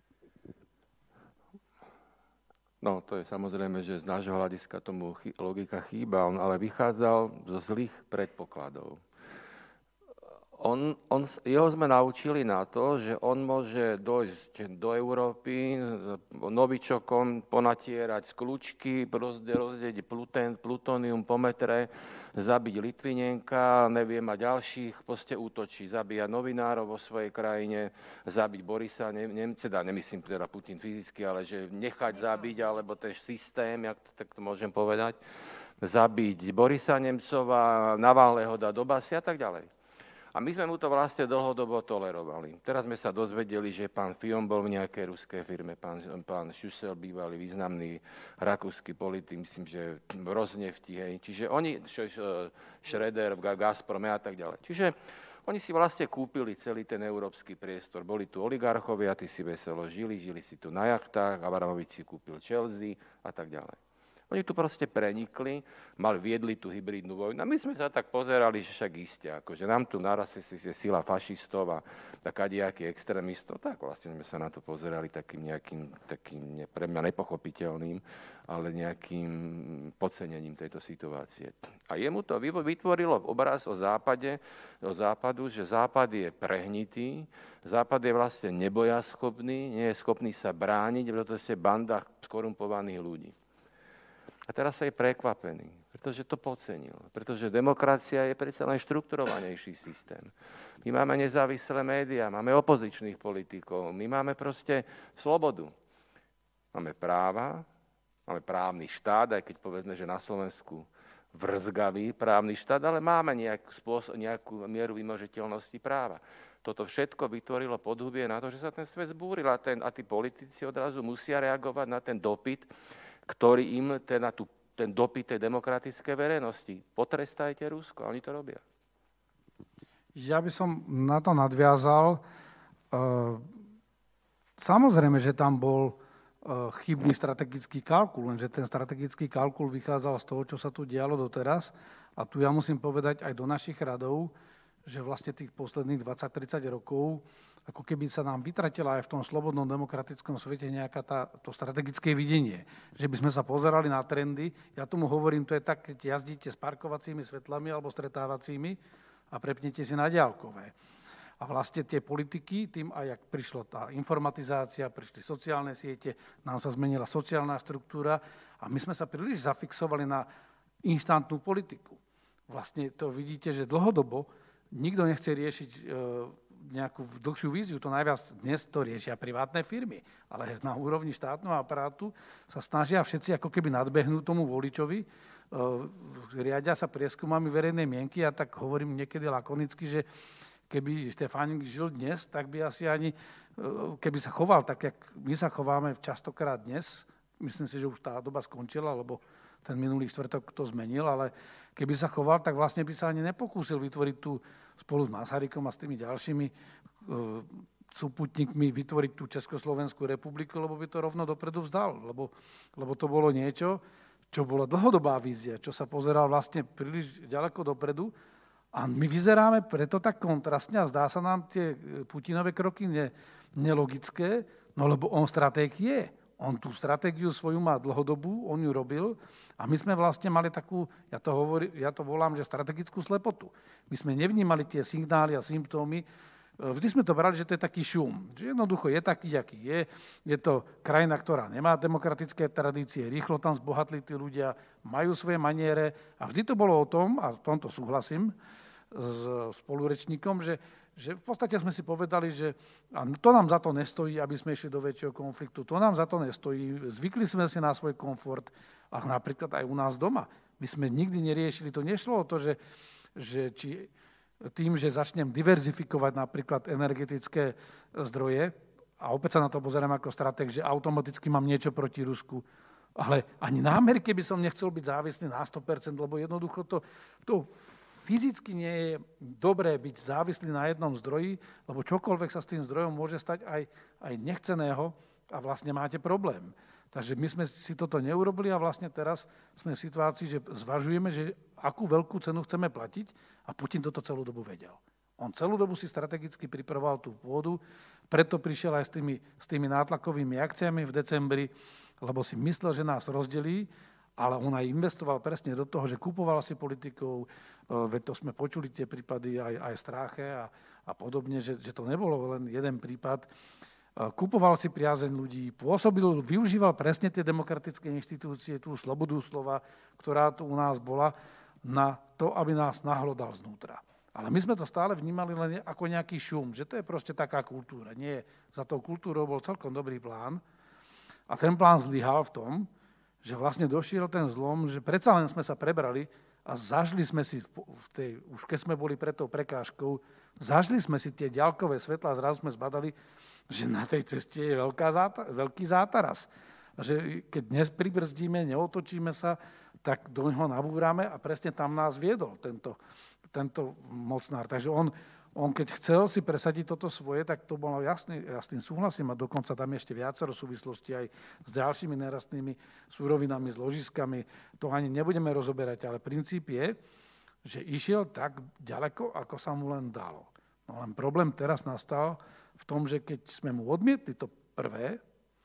No, to je samozrejme, že z nášho hľadiska tomu chy, logika chýba, on ale vychádzal zo zlých predpokladov. On, on, jeho sme naučili na to, že on môže dojsť do Európy novičokom, ponatierať skľúčky, rozdeliť pluten, plutónium po metre, zabiť Litvinenka, neviem, a ďalších, proste útočí, zabíja novinárov vo svojej krajine, zabiť Borisa, ne, ne, teda nemyslím teda Putin fyzicky, ale že nechať zabiť, alebo ten systém, jak to, tak to môžem povedať, zabiť Borisa Nemcova, Navalného dať do basy a tak ďalej. A my sme mu to vlastne dlhodobo tolerovali. Teraz sme sa dozvedeli, že pán Fion bol v nejakej ruskej firme, pán, pán Šusel, bývalý významný rakúsky politik, myslím, že v Roznefti, hej. Čiže oni, Schröder, Gazprome a tak ďalej. Čiže oni si vlastne kúpili celý ten európsky priestor. Boli tu oligarchovia, tí si veselo žili, žili si tu na jachtách, Abramovič si kúpil Chelsea a tak ďalej. Oni tu proste prenikli, mali, viedli tú hybridnú vojnu. A my sme sa tak pozerali, že však iste, akože nám tu naraz je sila fašistov a kadejakých extrémistov, tak vlastne sme sa na to pozerali takým nejakým, takým pre mňa nepochopiteľným, ale nejakým podcenením tejto situácie. A jemu to vytvorilo obraz o západe, o západu, že západ je prehnitý, západ je vlastne nebojaschopný, nie je schopný sa brániť, pretože je banda skorumpovaných ľudí. A teraz sa je prekvapený, pretože to podcenil. Pretože demokracia je predsa len štrukturovanejší systém. My máme nezávislé médiá, máme opozičných politikov, my máme proste slobodu. máme práva, máme právny štát, aj keď povedzme, že na Slovensku vrzgavý právny štát, ale máme nejakú, spôsob, nejakú mieru vymožiteľnosti práva. Toto všetko vytvorilo podhubie na to, že sa ten svet zbúril a, ten, a tí politici odrazu musia reagovať na ten dopyt, ktorý im, ten, na tú, ten dopyt tej demokratickej verejnosti. Potrestajte Rusko, a oni to robia. Ja by som na to nadviazal. Samozrejme, že tam bol chybný strategický kalkul, lenže ten strategický kalkul vychádzal z toho, čo sa tu dialo doteraz. A tu ja musím povedať aj do našich radov, že vlastne tých posledných dvadsať tridsať rokov, ako keby sa nám vytratila aj v tom slobodnom demokratickom svete nejaká tá, to strategické videnie. Že by sme sa pozerali na trendy. Ja tomu hovorím, to je tak, keď jazdíte s parkovacími svetlami alebo stretávacími a prepnete si na diaľkové. A vlastne tie politiky, tým aj jak prišla tá informatizácia, prišli sociálne siete, nám sa zmenila sociálna štruktúra a my sme sa príliš zafixovali na inštantnú politiku. Vlastne to vidíte, že dlhodobo nikto nechce riešiť e, nejakú dlhšiu víziu, to najviac dnes to riešia privátne firmy, ale na úrovni štátneho aparátu sa snažia všetci ako keby nadbehnúť tomu voličovi, e, riadia sa prieskumami verejnej mienky a tak hovorím niekedy lakonicky, že keby Štefánik žil dnes, tak by asi ani, keby sa choval tak, jak my sa chováme častokrát dnes, myslím si, že už tá doba skončila, lebo ten minulý štvrtok to zmenil, ale keby sa choval, tak vlastne by sa ani nepokúsil vytvoriť tu spolu s Masarykom a s tými ďalšími e, súputníkmi vytvoriť tú Československú republiku, lebo by to rovno dopredu vzdal, lebo, lebo to bolo niečo, čo bola dlhodobá vízia, čo sa pozeral vlastne príliš ďaleko dopredu. A my vyzeráme preto tak kontrastne a zdá sa nám tie Putinové kroky ne, nelogické, no lebo on stratég je. On tú stratégiu svoju má dlhodobú, on ju robil a my sme vlastne mali takú, ja to, hovorím, ja to volám, že strategickú slepotu. My sme nevnímali tie signály a symptómy, vždy sme to brali, že to je taký šum. Že jednoducho je taký, aký je. Je to krajina, ktorá nemá demokratické tradície, rýchlo tam zbohatli tí ľudia, majú svoje maniere a vždy to bolo o tom, a v tomto súhlasím s spolurečníkom, že, že v podstate sme si povedali, že a to nám za to nestojí, aby sme išli do väčšieho konfliktu, to nám za to nestojí, zvykli sme si na svoj komfort, ale napríklad aj u nás doma. My sme nikdy neriešili, to nešlo o to, že, že či tým, že začnem diverzifikovať napríklad energetické zdroje, a opäť sa na to pozerám ako stratég, že automaticky mám niečo proti Rusku, ale ani na Amerike by som nechcel byť závislý na sto percent, lebo jednoducho to, to fyzicky nie je dobré byť závislý na jednom zdroji, lebo čokoľvek sa s tým zdrojom môže stať aj, aj nechceného a vlastne máte problém. Takže my sme si toto neurobili a vlastne teraz sme v situácii, že zvažujeme, že akú veľkú cenu chceme platiť a Putin toto celú dobu vedel. On celú dobu si strategicky pripravoval tú pôdu, preto prišiel aj s tými, s tými nátlakovými akciami v decembri, lebo si myslel, že nás rozdelí, ale on aj investoval presne do toho, že kupoval si politikov, veď to sme počuli tie prípady aj, aj Stráche a, a podobne, že, že to nebolo len jeden prípad. Kupoval si priazeň ľudí, pôsobil, využíval presne tie demokratické inštitúcie, tú slobodu slova, ktorá tu u nás bola, na to, aby nás nahlodal znútra. Ale my sme to stále vnímali len ako nejaký šum, že to je proste taká kultúra. Nie, za tou kultúrou bol celkom dobrý plán a ten plán zlyhal v tom, že vlastne došiel ten zlom, že predsa len sme sa prebrali a zažili sme si, v tej, už keď sme boli pred tou prekážkou, zažili sme si tie ďalkové svetlá a zrazu sme zbadali, že na tej ceste je veľká záta, veľký zátaras. A že keď dnes pribrzdíme, neotočíme sa, tak do neho nabúrame a presne tam nás viedol tento, tento mocnár. Takže on, on keď chcel si presadiť toto svoje, tak to bolo jasný, ja s tým súhlasím a dokonca tam ešte viacero súvislosti aj s ďalšími nerastnými súrovinami, s ložiskami. To ani nebudeme rozoberať, ale princíp je, že išiel tak ďaleko, ako sa mu len dalo. No len problém teraz nastal v tom, že keď sme mu odmietli to prvé,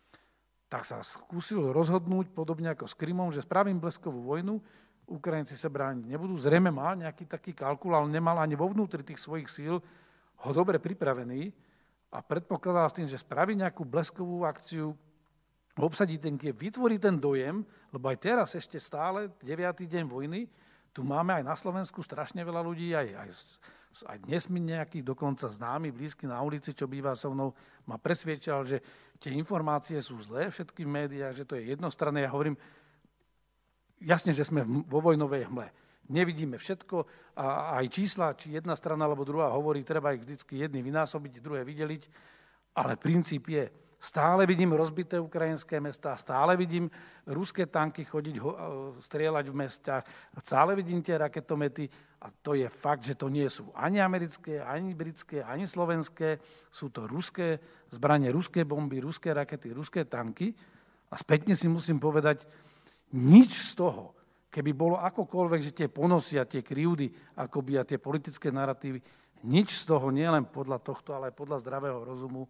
tak sa skúsil rozhodnúť podobne ako s Krymom, že spravím bleskovú vojnu, Ukrajinci sa brániť nebudú. Zrejme mal nejaký taký kalkul, ale nemal ani vo vnútri tých svojich síl ho dobre pripravený a predpokladal s tým, že spraví nejakú bleskovú akciu, obsadí ten Kiev, vytvorí ten dojem, lebo aj teraz ešte stále deviaty deň vojny, tu máme aj na Slovensku strašne veľa ľudí, aj, aj z aj dnes mi nejaký dokonca známy, blízky na ulici, čo býva so mnou, ma presviečal, že tie informácie sú zlé, všetky v médiách, že to je jednostranné. Ja hovorím, jasne, že sme vo vojnovej hmle. Nevidíme všetko a aj čísla, či jedna strana alebo druhá hovorí, treba ich vždycky jedny vynásobiť, druhé vydeliť, ale princíp je, stále vidím rozbité ukrajinské mestá, stále vidím ruské tanky chodiť, strieľať v mestách, stále vidím tie raketomety a to je fakt, že to nie sú ani americké, ani britské, ani slovenské, sú to ruské zbranie, ruské bomby, ruské rakety, ruské tanky a spätne si musím povedať, nič z toho, keby bolo akokoľvek, že tie ponosy a tie krivdy, akoby a tie politické narratívy, nič z toho, nie len podľa tohto, ale aj podľa zdravého rozumu,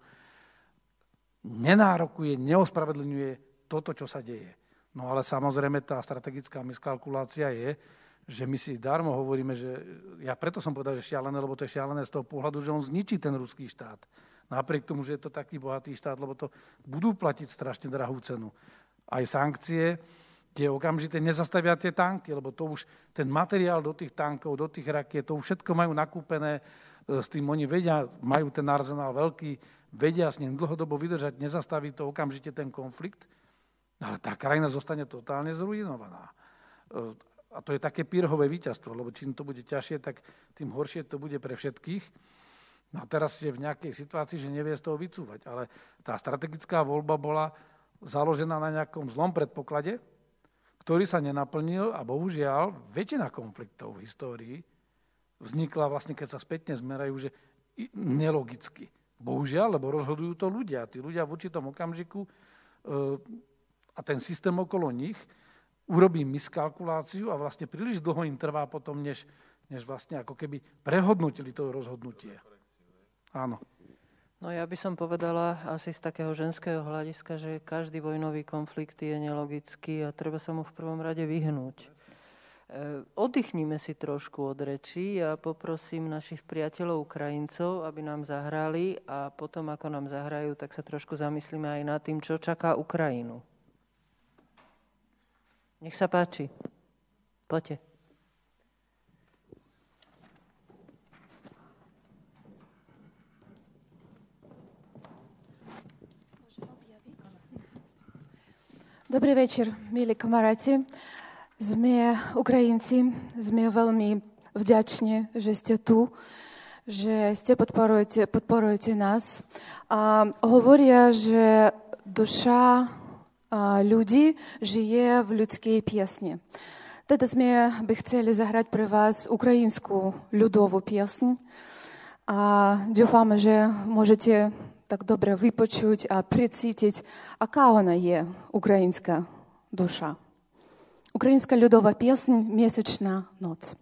nenárokuje, neospravedlňuje toto, čo sa deje. No ale samozrejme tá strategická miskalkulácia je, že my si darmo hovoríme, že ja preto som povedal, že šialené, lebo to je šialené z toho pohľadu, že on zničí ten ruský štát. Napriek tomu, že je to taký bohatý štát, lebo to budú platiť strašne drahú cenu. Aj sankcie, tie okamžite nezastavia tie tanky, lebo to už ten materiál do tých tankov, do tých rakiet, to už všetko majú nakúpené, s tým oni vedia, majú ten arzenál veľký, vedia s ním dlhodobo vydržať, nezastaví to okamžite ten konflikt, ale tá krajina zostane totálne zruinovaná. A to je také pyrhové víťazstvo, lebo čím to bude ťažšie, tak tým horšie to bude pre všetkých. No a teraz je v nejakej situácii, že nevie z toho vycúvať, ale tá strategická voľba bola založená na nejakom zlom predpoklade, ktorý sa nenaplnil a bohužiaľ väčšina konfliktov v histórii vznikla vlastne, keď sa spätne zmerajú, že nelogicky. Bohužiaľ, lebo rozhodujú to ľudia. Tí ľudia v určitom okamžiku e, a ten systém okolo nich urobí miskalkuláciu a vlastne príliš dlho im trvá potom, než, než vlastne ako keby prehodnotili to rozhodnutie. Áno. No ja by som povedala asi z takého ženského hľadiska, že každý vojnový konflikt je nelogický a treba sa mu v prvom rade vyhnúť. E, oddychnime si trošku od rečí a poprosím našich priateľov Ukrajincov, aby nám zahrali a potom, ako nám zahrajú, tak sa trošku zamyslíme aj nad tým, čo čaká Ukrajinu. Nech sa páči. Poďte. Добрий вечір, милі камараті. Ми, українці, ми вельми вдячні, що сте тут, що сте підтримуєте, підтримуєте нас. А, говорю, що душа а, людей живе в людській пісні. Teraz ми би хотіли заграти при вас українську людову пісню. А, дякуємо, що можете так добре випочуть, а прицітить, яка вона є, українська душа. Українська людова пісня «Місячна ноць».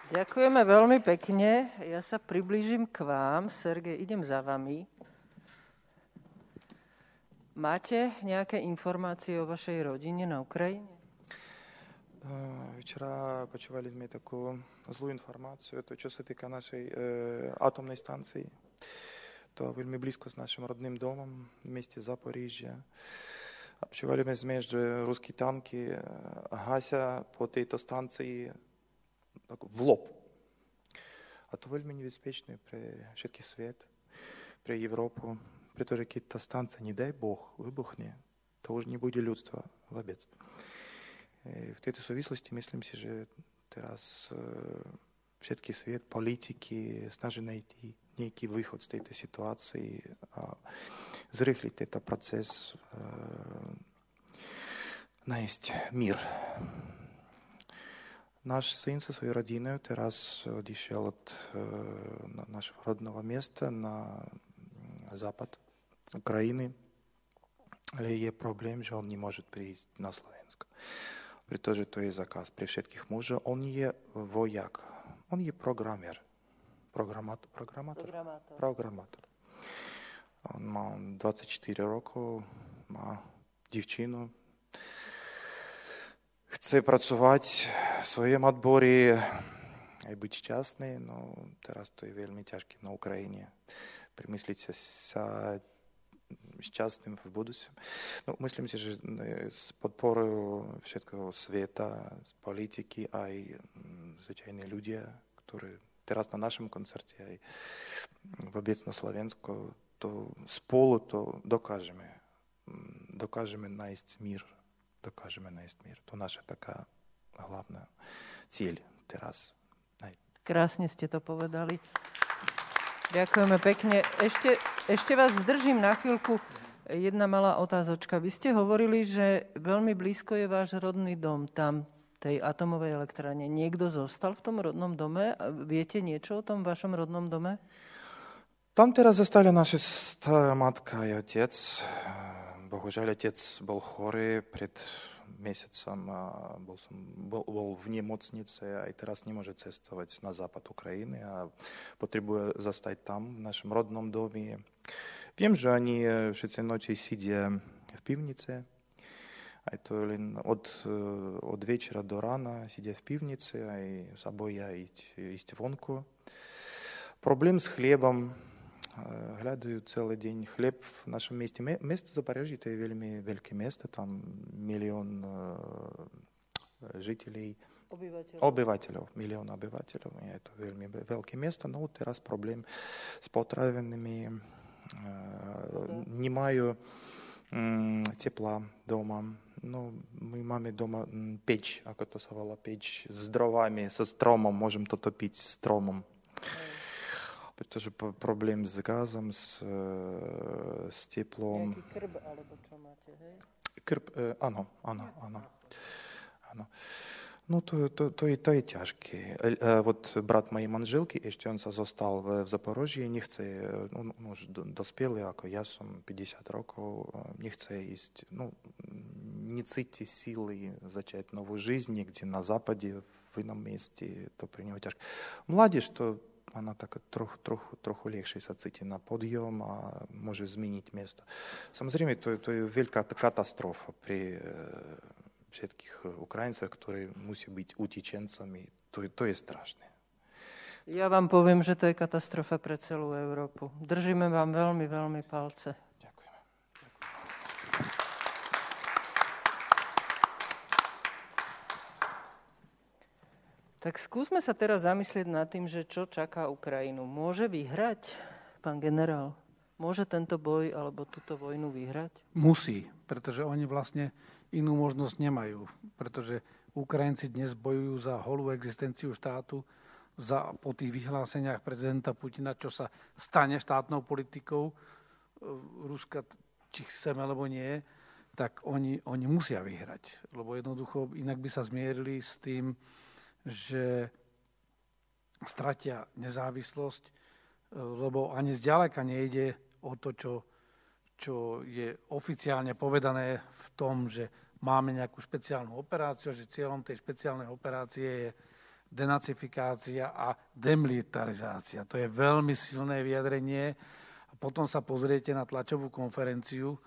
Ďakujeme veľmi pekne. Ja sa priblížim k vám. Sergej, idem za vami. Máte nejaké informácie o vašej rodine na Ukrajine? Вчора почували ми таку злу інформацію, то що се тика нашої е, атомної станції, то вельми близько з нашим родним домом в місті Запоріжжя. Почували ми змі, що русські танки гася по тій станції так, в лоб. А то вельми небезпечно при všetký світ, при Європу, при то, що та станція, не дай Бог, вибухне, то už nebude ľudstva vôbec. V tejto súvislosti myslím si, že teraz všetký svet, politiky snaží nájsť nejaký východ z tejto situácii a zrýchliť tento proces, nájsť mír. Náš syn so svojou rodinou teraz odišiel od našeho rodného miesta na západ Ukrajiny, ale je problém, že on nemôže prísť na Slovensko. Pretože to je zákaz pre všetkých mužov. On je vojak. On je programér. Programátor. Programátor. Programátor. Programátor. On má dvadsaťštyri rokov, má dívčinu. Chce pracovať v svojom odbore, aj byť šťastný, no teraz to je veľmi ťažké na Ukrajine. Primyslíte sa šťastným v budúcom. No, myslím si, že s podporou všetkého sveta, politiky, aj zvyčajní ľudia, ktorí teraz na našom koncerte, aj vôbec na Slovensku, to spolu to dokážeme. Dokážeme nájsť mír. Dokážeme nájsť mír. To naša taká hlavná cieľ teraz. Aj. Krásne ste to povedali. Ďakujeme pekne. Ešte, ešte vás zdržím na chvíľku. Jedna malá otázočka. Vy ste hovorili, že veľmi blízko je váš rodný dom, tam tej atomovej elektrárne. Niekto zostal v tom rodnom dome? Viete niečo o tom vašom rodnom dome? Tam teraz zostali naši stará matka a otec. Bohužiaľ, otec bol chorý pred месяцем, был, был, был в немocnice, aj teraz nemôže cestovať na západ Ukrajiny a potrebuje zostať tam, v našom rodnom doме. Viem, že oni všetci noči sedia v pivnici, aj to len od, od večera do rána sedia v pivnici, aj sa boja ísť, ísť vonku. Problém s chlebom. Hľadajú celý deň chleb v našom meste. Место Запорожье, to je veľmi veľké место, tam milión žiteľov, Obyvateľov. obyvateľov, milión obyvateľov. Je to veľmi veľké место, no teraz problém s potravinami, nemajú tepla doma. No, my máme doma peč, ako to sa volá, peč s drovami, so stromom, môžem to topiť stromom. Pretože problém s gázom, s, s teplom. Nejaký krb, alebo čo máte, hej? Krb, e, áno, áno, áno. áno. No to, to, to, je, to je ťažké. E, e, вот брат моей манželky, ešte on sa zostal v, v Запорожье, nechce, on, on už dospelý, ako ja som, päťdesiat rokov, nechce ísť, no, necíti síly začať novú жизнь niekde na západe, v inom mieste, to pre neho ťažké. Mládež to она так троху, троху, троху легше sa cíti na podjom a môže zmeniť miesto. Samozrejme, to, to je veľká katastrofa pri všetkých Ukrajincov, ktorí musí byť utečencami. To, to je strašné. Ja vám poviem, že to je katastrofa pre celú Európu. Držíme vám veľmi, veľmi palce. Ďakujeme. Tak skúsme sa teraz zamyslieť nad tým, že čo čaká Ukrajinu. Môže vyhrať, pán generál? Môže tento boj alebo túto vojnu vyhrať? Musí, pretože oni vlastne inú možnosť nemajú. Pretože Ukrajinci dnes bojujú za holú existenciu štátu, za, po tých vyhláseniach prezidenta Putina, čo sa stane štátnou politikou Ruska, či chceme alebo nie, tak oni, oni musia vyhrať. Lebo jednoducho inak by sa zmierili s tým, že stratia nezávislosť, lebo ani zďaleka nejde o to, čo, čo je oficiálne povedané v tom, že máme nejakú špeciálnu operáciu, že cieľom tej špeciálnej operácie je denacifikácia a demilitarizácia. To je veľmi silné vyjadrenie. A potom sa pozriete na tlačovú konferenciu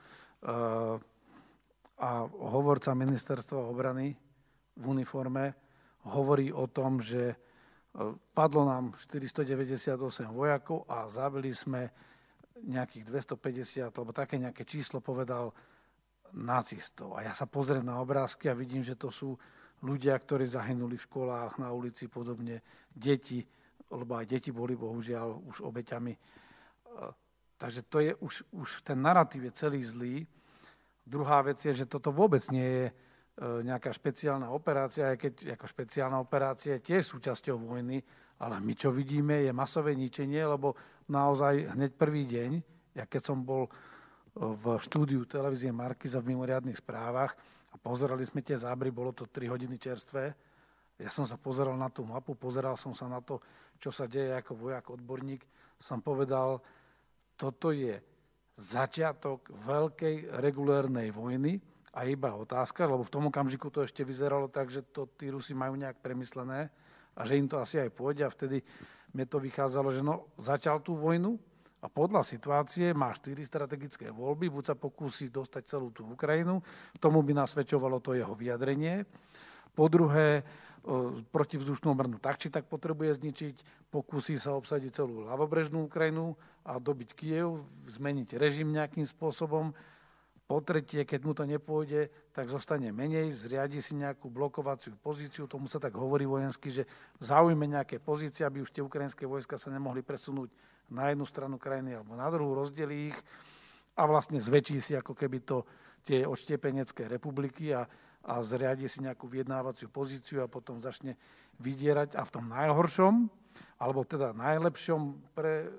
a hovorca ministerstva obrany v uniforme hovorí o tom, že padlo nám štyristodeväťdesiatosem vojakov a zabili sme nejakých dvestopäťdesiat, alebo také nejaké číslo povedal nacistov. A ja sa pozriem na obrázky a vidím, že to sú ľudia, ktorí zahynuli v školách, na ulici, podobne, deti, lebo aj deti boli bohužiaľ už obeťami. Takže to je už, už ten narratív je celý zlý. Druhá vec je, že toto vôbec nie je nejaká špeciálna operácia, aj keď ako špeciálna operácia je tiež súčasťou vojny, ale my čo vidíme je masové ničenie, lebo naozaj hneď prvý deň, ja keď som bol v štúdiu televízie Markíza v mimoriadnych správach a pozerali sme tie zábery, bolo to tri hodiny čerstvé, ja som sa pozeral na tú mapu, pozeral som sa na to, čo sa deje ako vojak, odborník, som povedal, toto je začiatok veľkej regulérnej vojny a iba otázka, lebo v tom okamžiku to ešte vyzeralo tak, že to tí Rusi majú nejak premyslené a že im to asi aj pôjde a vtedy mne to vychádzalo, že no, začal tú vojnu a podľa situácie má štyri strategické voľby, buď sa pokúsi dostať celú tú Ukrajinu, tomu by nasvedčovalo to jeho vyjadrenie. Po druhé, protivzdušnú obranu tak či tak potrebuje zničiť, pokúsi sa obsadiť celú ľavobrežnú Ukrajinu a dobiť Kyjev, zmeniť režim nejakým spôsobom. Po tretie, keď mu to nepôjde, tak zostane menej, zriadi si nejakú blokovaciu pozíciu, tomu sa tak hovorí vojensky, že zaujme nejaké pozície, aby už tie ukrajinské vojska sa nemohli presunúť na jednu stranu krajiny alebo na druhú, rozdelí ich a vlastne zväčší si ako keby to tie odštiepenecké republiky a, a zriadi si nejakú vyjednávaciu pozíciu a potom začne vydierať a v tom najhoršom, alebo teda najlepšom pre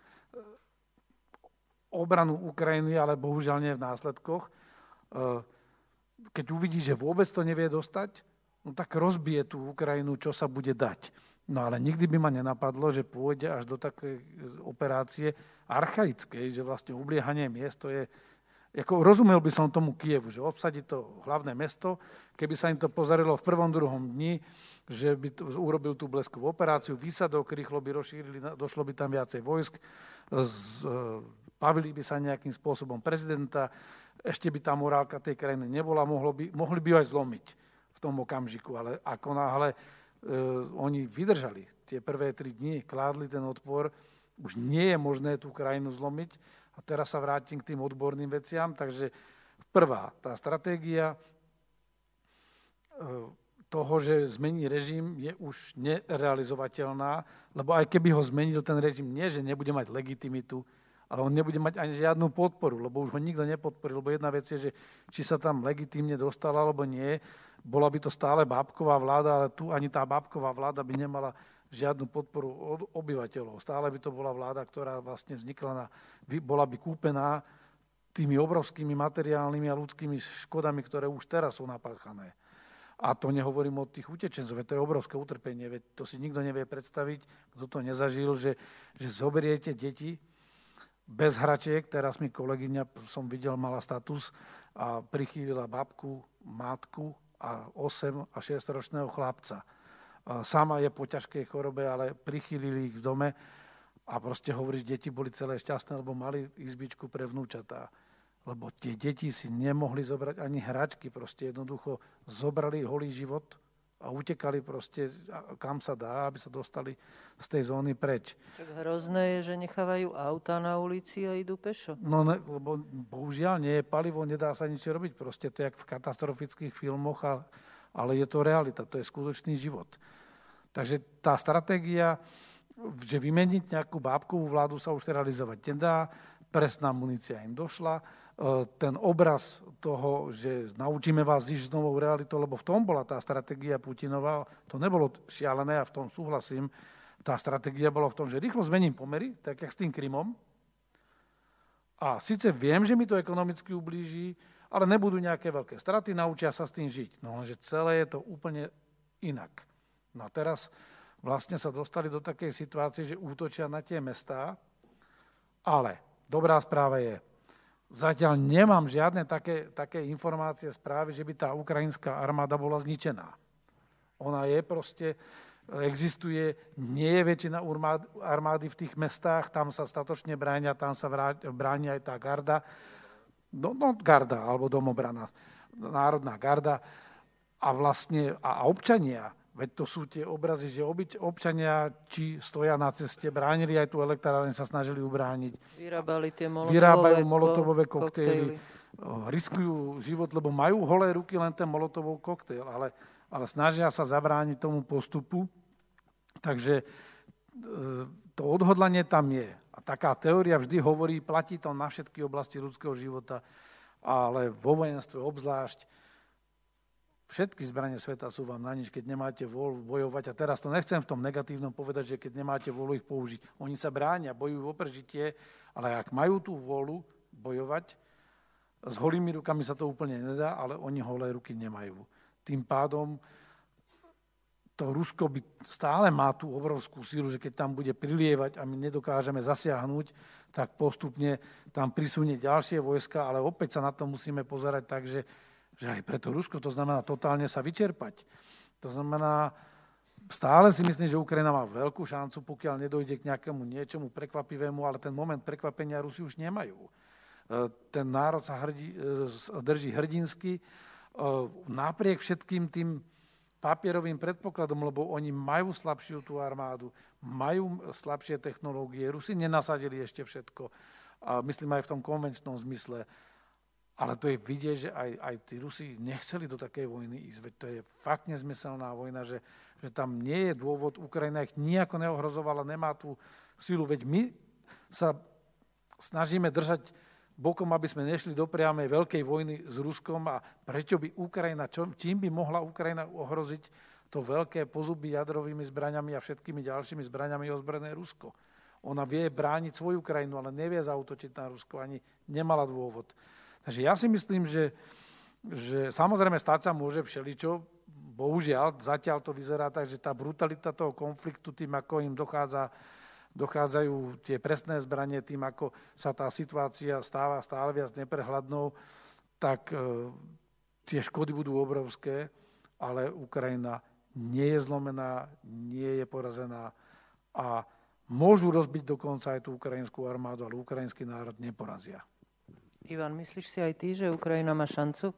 obranu Ukrajiny, ale bohužiaľ nie v následkoch. Keď uvidí, že vôbec to nevie dostať, no tak rozbije tú Ukrajinu, čo sa bude dať. No ale nikdy by ma nenapadlo, že pôjde až do takej operácie archaickej, že vlastne obliehanie miest, to je, ako rozumel by som tomu Kyjevu, že obsadí to hlavné mesto, keby sa im to pozarilo v prvom, druhom dni, že by to, urobil tú bleskovú operáciu, výsadok, rýchlo by rozšírili, došlo by tam viacej vojsk, z, bavili by sa nejakým spôsobom prezidenta, ešte by tá morálka tej krajiny nebola, mohlo by, mohli by ju aj zlomiť v tom okamžiku, ale ako náhle e, oni vydržali tie prvé tri dni, kládli ten odpor, už nie je možné tú krajinu zlomiť. A teraz sa vrátim k tým odborným veciam. Takže prvá, tá stratégia e, toho, že zmení režim, je už nerealizovateľná, lebo aj keby ho zmenil ten režim, nie, že nebude mať legitimitu, ale on nebude mať ani žiadnu podporu, lebo už ho nikto nepodporí, lebo jedna vec je, že či sa tam legitímne dostala, alebo nie, bola by to stále bábková vláda, ale tu ani tá bábková vláda by nemala žiadnu podporu od obyvateľov. Stále by to bola vláda, ktorá vlastne vznikla, na, bola by kúpená tými obrovskými materiálnymi a ľudskými škodami, ktoré už teraz sú napáchané. A to nehovorím od tých utečencov, to je obrovské utrpenie, veď to si nikto nevie predstaviť, kto to nezažil, že, že zoberiete deti bez hračiek, teraz mi kolegyňa, som videl, mala status a prichýlila babku, matku a osem a šesťročného chlapca. Sama je po ťažkej chorobe, ale prichýlili ich v dome a proste hovorí, že deti boli celé šťastné, lebo mali izbičku pre vnúčatá. Lebo tie deti si nemohli zobrať ani hračky, proste jednoducho zobrali holý život a utekali proste, kam sa dá, aby sa dostali z tej zóny preč. Tak hrozné je, že nechávajú auta na ulici a idú pešo. No, ne, lebo bohužiaľ nie je palivo, nedá sa nič robiť. Proste to je jak v katastrofických filmoch, ale, ale je to realita, to je skutočný život. Takže tá stratégia, že vymeniť nejakú bábkovú vládu sa už realizovať nedá, presná munícia im došla, ten obraz toho, že naučíme vás žiť s novou realitou, lebo v tom bola tá stratégia Putinová, to nebolo šialené a v tom súhlasím, tá stratégia bola v tom, že rýchlo zmením pomery, tak jak s tým Krymom, a síce viem, že mi to ekonomicky ublíži, ale nebudú nejaké veľké straty, naučia sa s tým žiť. No lenže celé je to úplne inak. No a teraz vlastne sa dostali do takej situácie, že útočia na tie mestá, ale dobrá správa je, zatiaľ nemám žiadne také, také informácie, správy, že by tá ukrajinská armáda bola zničená. Ona je proste existuje, nie je väčšina armády v tých mestách, tam sa statočne bránia, tam sa bráni aj tá garda, no, no garda, alebo domobrana, národná garda a vlastne a občania, veď to sú tie obrazy, že obyč, občania, či stoja na ceste, bránili aj tú elektráreň, sa snažili ubrániť. Vyrábali tie molotovové, Vyrábajú molotovové koktejly. koktejly. Riskujú život, lebo majú holé ruky len ten molotový koktejl, ale, ale snažia sa zabrániť tomu postupu. Takže to odhodlanie tam je. A taká teória vždy hovorí, platí to na všetky oblasti ľudského života, ale vo vojenstve obzvlášť všetky zbrane sveta sú vám na nič, keď nemáte vôľu bojovať. A teraz to nechcem v tom negatívnom povedať, že keď nemáte vôľu ich použiť. Oni sa bránia, bojujú o prežitie, ale ak majú tú vôľu bojovať, s holými rukami sa to úplne nedá, ale oni holé ruky nemajú. Tým pádom to Rusko by stále má tú obrovskú sílu, že keď tam bude prilievať a my nedokážeme zasiahnuť, tak postupne tam prisunie ďalšie vojska, ale opäť sa na to musíme pozerať tak, že, že aj preto Rusko to znamená totálne sa vyčerpať. To znamená, stále si myslím, že Ukrajina má veľkú šancu, pokiaľ nedojde k nejakému niečomu prekvapivému, ale ten moment prekvapenia Rusi už nemajú. Ten národ sa hrdí, drží hrdinsky, napriek všetkým tým papierovým predpokladom, lebo oni majú slabšiu tú armádu, majú slabšie technológie, Rusi nenasadili ešte všetko, a myslím aj v tom konvenčnom zmysle, ale to je vidieť, že aj, aj tí Rusi nechceli do takej vojny ísť, veď to je fakt nezmyselná vojna, že, že tam nie je dôvod, Ukrajina ich nijako neohrozovala, nemá tú silu, veď my sa snažíme držať bokom, aby sme nešli do priamej veľkej vojny s Ruskom a prečo by Ukrajina, čo, čím by mohla Ukrajina ohroziť to veľké pozuby jadrovými zbraňami a všetkými ďalšími zbraňami ozbrojené Rusko. Ona vie brániť svoju krajinu, ale nevie zaútočiť na Rusko, ani nemala dôvod. Takže ja si myslím, že, že samozrejme stať sa môže všeličo, bohužiaľ, zatiaľ to vyzerá tak, že tá brutalita toho konfliktu, tým ako im dochádza dochádzajú tie presné zbranie, tým ako sa tá situácia stáva stále viac neprehľadnou, tak e, tie škody budú obrovské, ale Ukrajina nie je zlomená, nie je porazená a môžu rozbiť dokonca aj tú ukrajinskú armádu, ale ukrajinský národ neporazia. Ivan, myslíš si aj ty, že Ukrajina má šancu?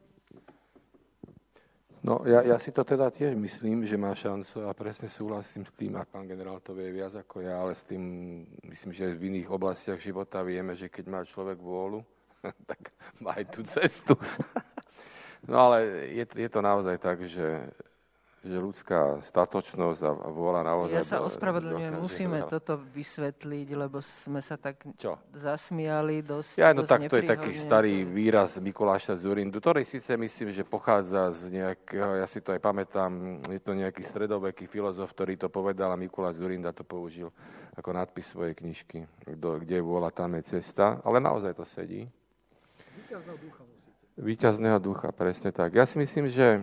No, ja, ja si to teda tiež myslím, že má šancu a presne súhlasím s tým, a pán generál to vie viac ako ja, ale s tým, myslím, že v iných oblastiach života vieme, že keď má človek vôľu, tak má aj tú cestu. No ale je, je to naozaj tak, že, že ľudská statočnosť a vôľa naozaj... Ja sa ospravedlňujem, musíme to toto vysvetliť, lebo sme sa tak Čo? zasmiali dosť. Ja, no dosť tak to je taký starý výraz Mikuláša Dzurindu, ktorý síce myslím, že pochádza z nejakého, ja si to aj pamätám, je to nejaký stredoveký filozof, ktorý to povedal a Mikuláš Dzurinda to použil ako nadpis svojej knižky, kde je vôľa, tam je cesta, ale naozaj to sedí. Víťazného ducha musíte. Víťazného ducha, presne tak. Ja si myslím, že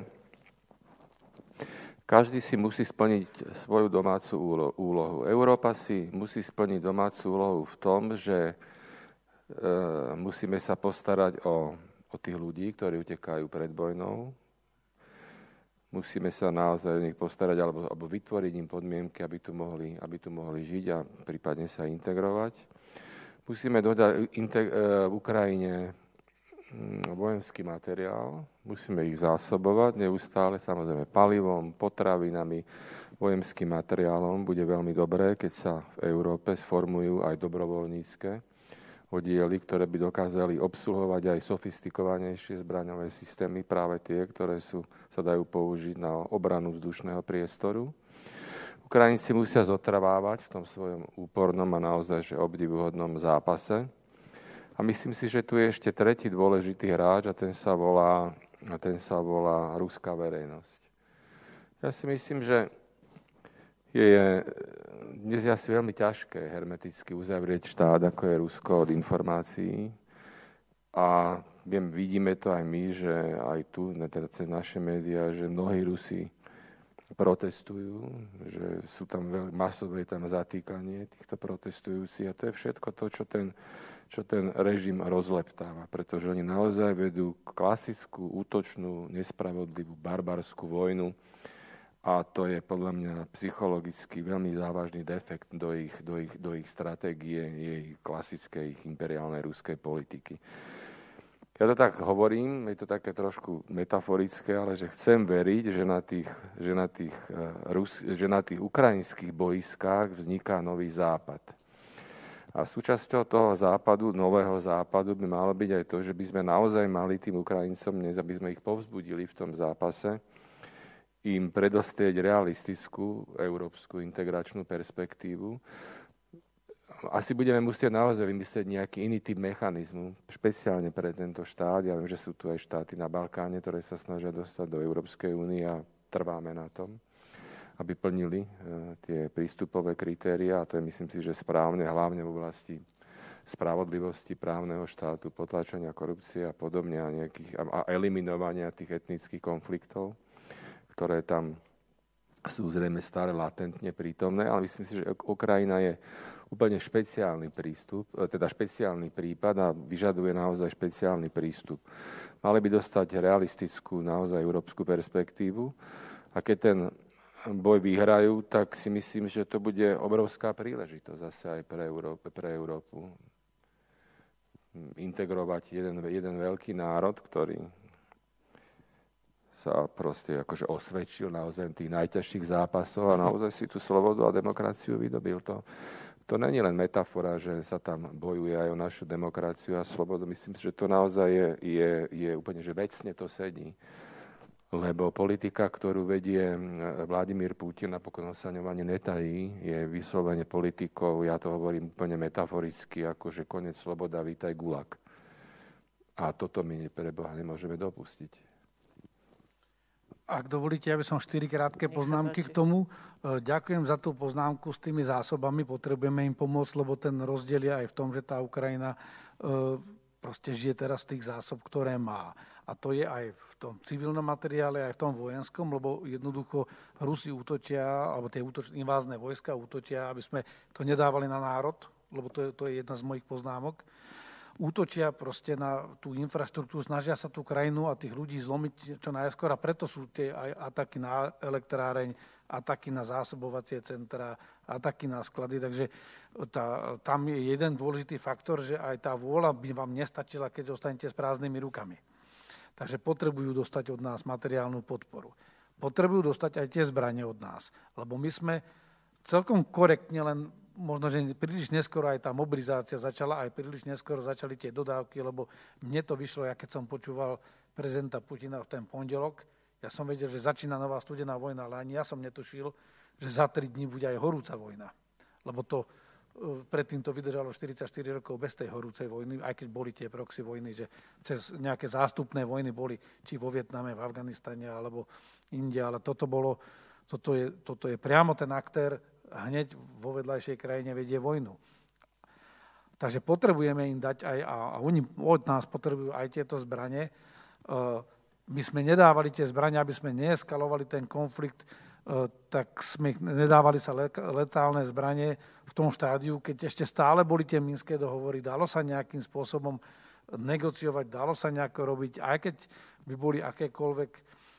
každý si musí splniť svoju domácu úlohu. Európa si musí splniť domácu úlohu v tom, že e, musíme sa postarať o, o tých ľudí, ktorí utekajú pred vojnou. Musíme sa naozaj o nich postarať alebo, alebo vytvoriť im podmienky, aby tu mohli, aby tu mohli žiť a prípadne sa integrovať. Musíme dodať integ- e, v Ukrajine vojenský materiál, musíme ich zásobovať neustále, samozrejme palivom, potravinami, vojenským materiálom. Bude veľmi dobré, keď sa v Európe sformujú aj dobrovoľnícke oddiely, ktoré by dokázali obsluhovať aj sofistikovanejšie zbraňové systémy, práve tie, ktoré sú, sa dajú použiť na obranu vzdušného priestoru. Ukrajinci musia zotrvávať v tom svojom úpornom a naozaj že obdivuhodnom zápase. A myslím si, že tu je ešte tretí dôležitý hráč a ten sa volá, a ten sa volá ruská verejnosť. Ja si myslím, že je dnes je asi veľmi ťažké hermeticky uzavrieť štát, ako je Rusko, od informácií. A viem, vidíme to aj my, že aj tu, teda cez naše médiá, že mnohí Rusi protestujú, že sú tam veľmi masové tam zatýkanie týchto protestujúcich. A to je všetko to, čo ten čo ten režim rozleptáva, pretože oni naozaj vedú klasickú, útočnú, nespravodlivú, barbarskú vojnu A to je podľa mňa psychologicky veľmi závažný defekt do ich, do ich, do ich stratégie, jej klasickej, ich imperiálnej ruskej politiky. Ja to tak hovorím, je to také trošku metaforické, ale že chcem veriť, že na tých, že na tých, Rus, že na tých ukrajinských boiskách vzniká nový západ. A súčasťou toho západu, nového západu by malo byť aj to, že by sme naozaj mali tým Ukrajincom, dnes aby sme ich povzbudili v tom zápase, im predostrieť realistickú európsku integračnú perspektívu. Asi budeme musieť naozaj vymyslieť nejaký iný typ mechanizmu, špeciálne pre tento štát. Ja viem, že sú tu aj štáty na Balkáne, ktoré sa snažia dostať do Európskej únie a trváme na tom, aby plnili tie prístupové kritériá. A to je, myslím si, že správne, hlavne v oblasti spravodlivosti, právneho štátu, potlačenia korupcie a podobne a, nejakých, a eliminovania tých etnických konfliktov, ktoré tam sú zrejme stále latentne prítomné, ale myslím si, že Ukrajina je úplne špeciálny prístup, teda špeciálny prípad a vyžaduje naozaj špeciálny prístup. Mali by dostať realistickú, naozaj európsku perspektívu a keď ten boj vyhrajú, tak si myslím, že to bude obrovská príležitosť zase aj pre Európu. Pre Európu. Integrovať jeden, jeden veľký národ, ktorý sa proste akože osvedčil naozaj tých najťažších zápasov a naozaj si tú slobodu a demokraciu vydobil. To, to není len metafora, že sa tam bojuje aj o našu demokraciu a slobodu. Myslím si, že to naozaj je, je, je úplne, že vecne to sedí. Lebo politika, ktorú vedie Vladimír Putin, napokon sa ňou ani netají, je vyslovene politikou, ja to hovorím úplne metaforicky, akože koniec sloboda, vítaj gulag. A toto my pre Boha nemôžeme dopustiť. Ak dovolíte, aby som štyri krátke poznámky k tomu. Ďakujem za tú poznámku s tými zásobami. Potrebujeme im pomôcť, lebo ten rozdiel je aj v tom, že tá Ukrajina proste žije teraz z tých zásob, ktoré má. A to je aj v tom civilnom materiále, aj v tom vojenskom, lebo jednoducho Rusi útočia, alebo tie útoč, invázne vojska útočia, aby sme to nedávali na národ, lebo to je, to je jedna z mojich poznámok. Útočia proste na tú infraštruktúru, snažia sa tú krajinu a tých ľudí zlomiť čo najskôr a preto sú tie aj ataky na elektráreň, ataky na zásobovacie centra, ataky na sklady. Takže tá, tam je jeden dôležitý faktor, že aj tá vôľa by vám nestačila, keď ostanete s prázdnymi rukami. Takže potrebujú dostať od nás materiálnu podporu. Potrebujú dostať aj tie zbranie od nás, lebo my sme celkom korektne len možno, že príliš neskoro aj tá mobilizácia začala, aj príliš neskoro začali tie dodávky, lebo mne to vyšlo, ja keď som počúval prezidenta Putina v ten pondelok, ja som vedel, že začína nová studená vojna, ale ani ja som netušil, že za tri dní bude aj horúca vojna. Lebo to predtým to vydržalo štyridsaťštyri rokov bez tej horúcej vojny, aj keď boli tie proxy vojny, že cez nejaké zástupné vojny boli či vo Vietname, v Afganistane, alebo inde, ale toto bolo, toto je, toto je priamo ten aktér, hneď vo vedľajšej krajine vedie vojnu. Takže potrebujeme im dať aj, a, a oni od nás potrebujú aj tieto zbranie. My sme nedávali tie zbranie, aby sme neeskalovali ten konflikt, tak sme nedávali sa letálne zbranie v tom štádiu, keď ešte stále boli tie minské dohovory, dalo sa nejakým spôsobom negociovať, dalo sa nejako robiť, aj keď by boli akékoľvek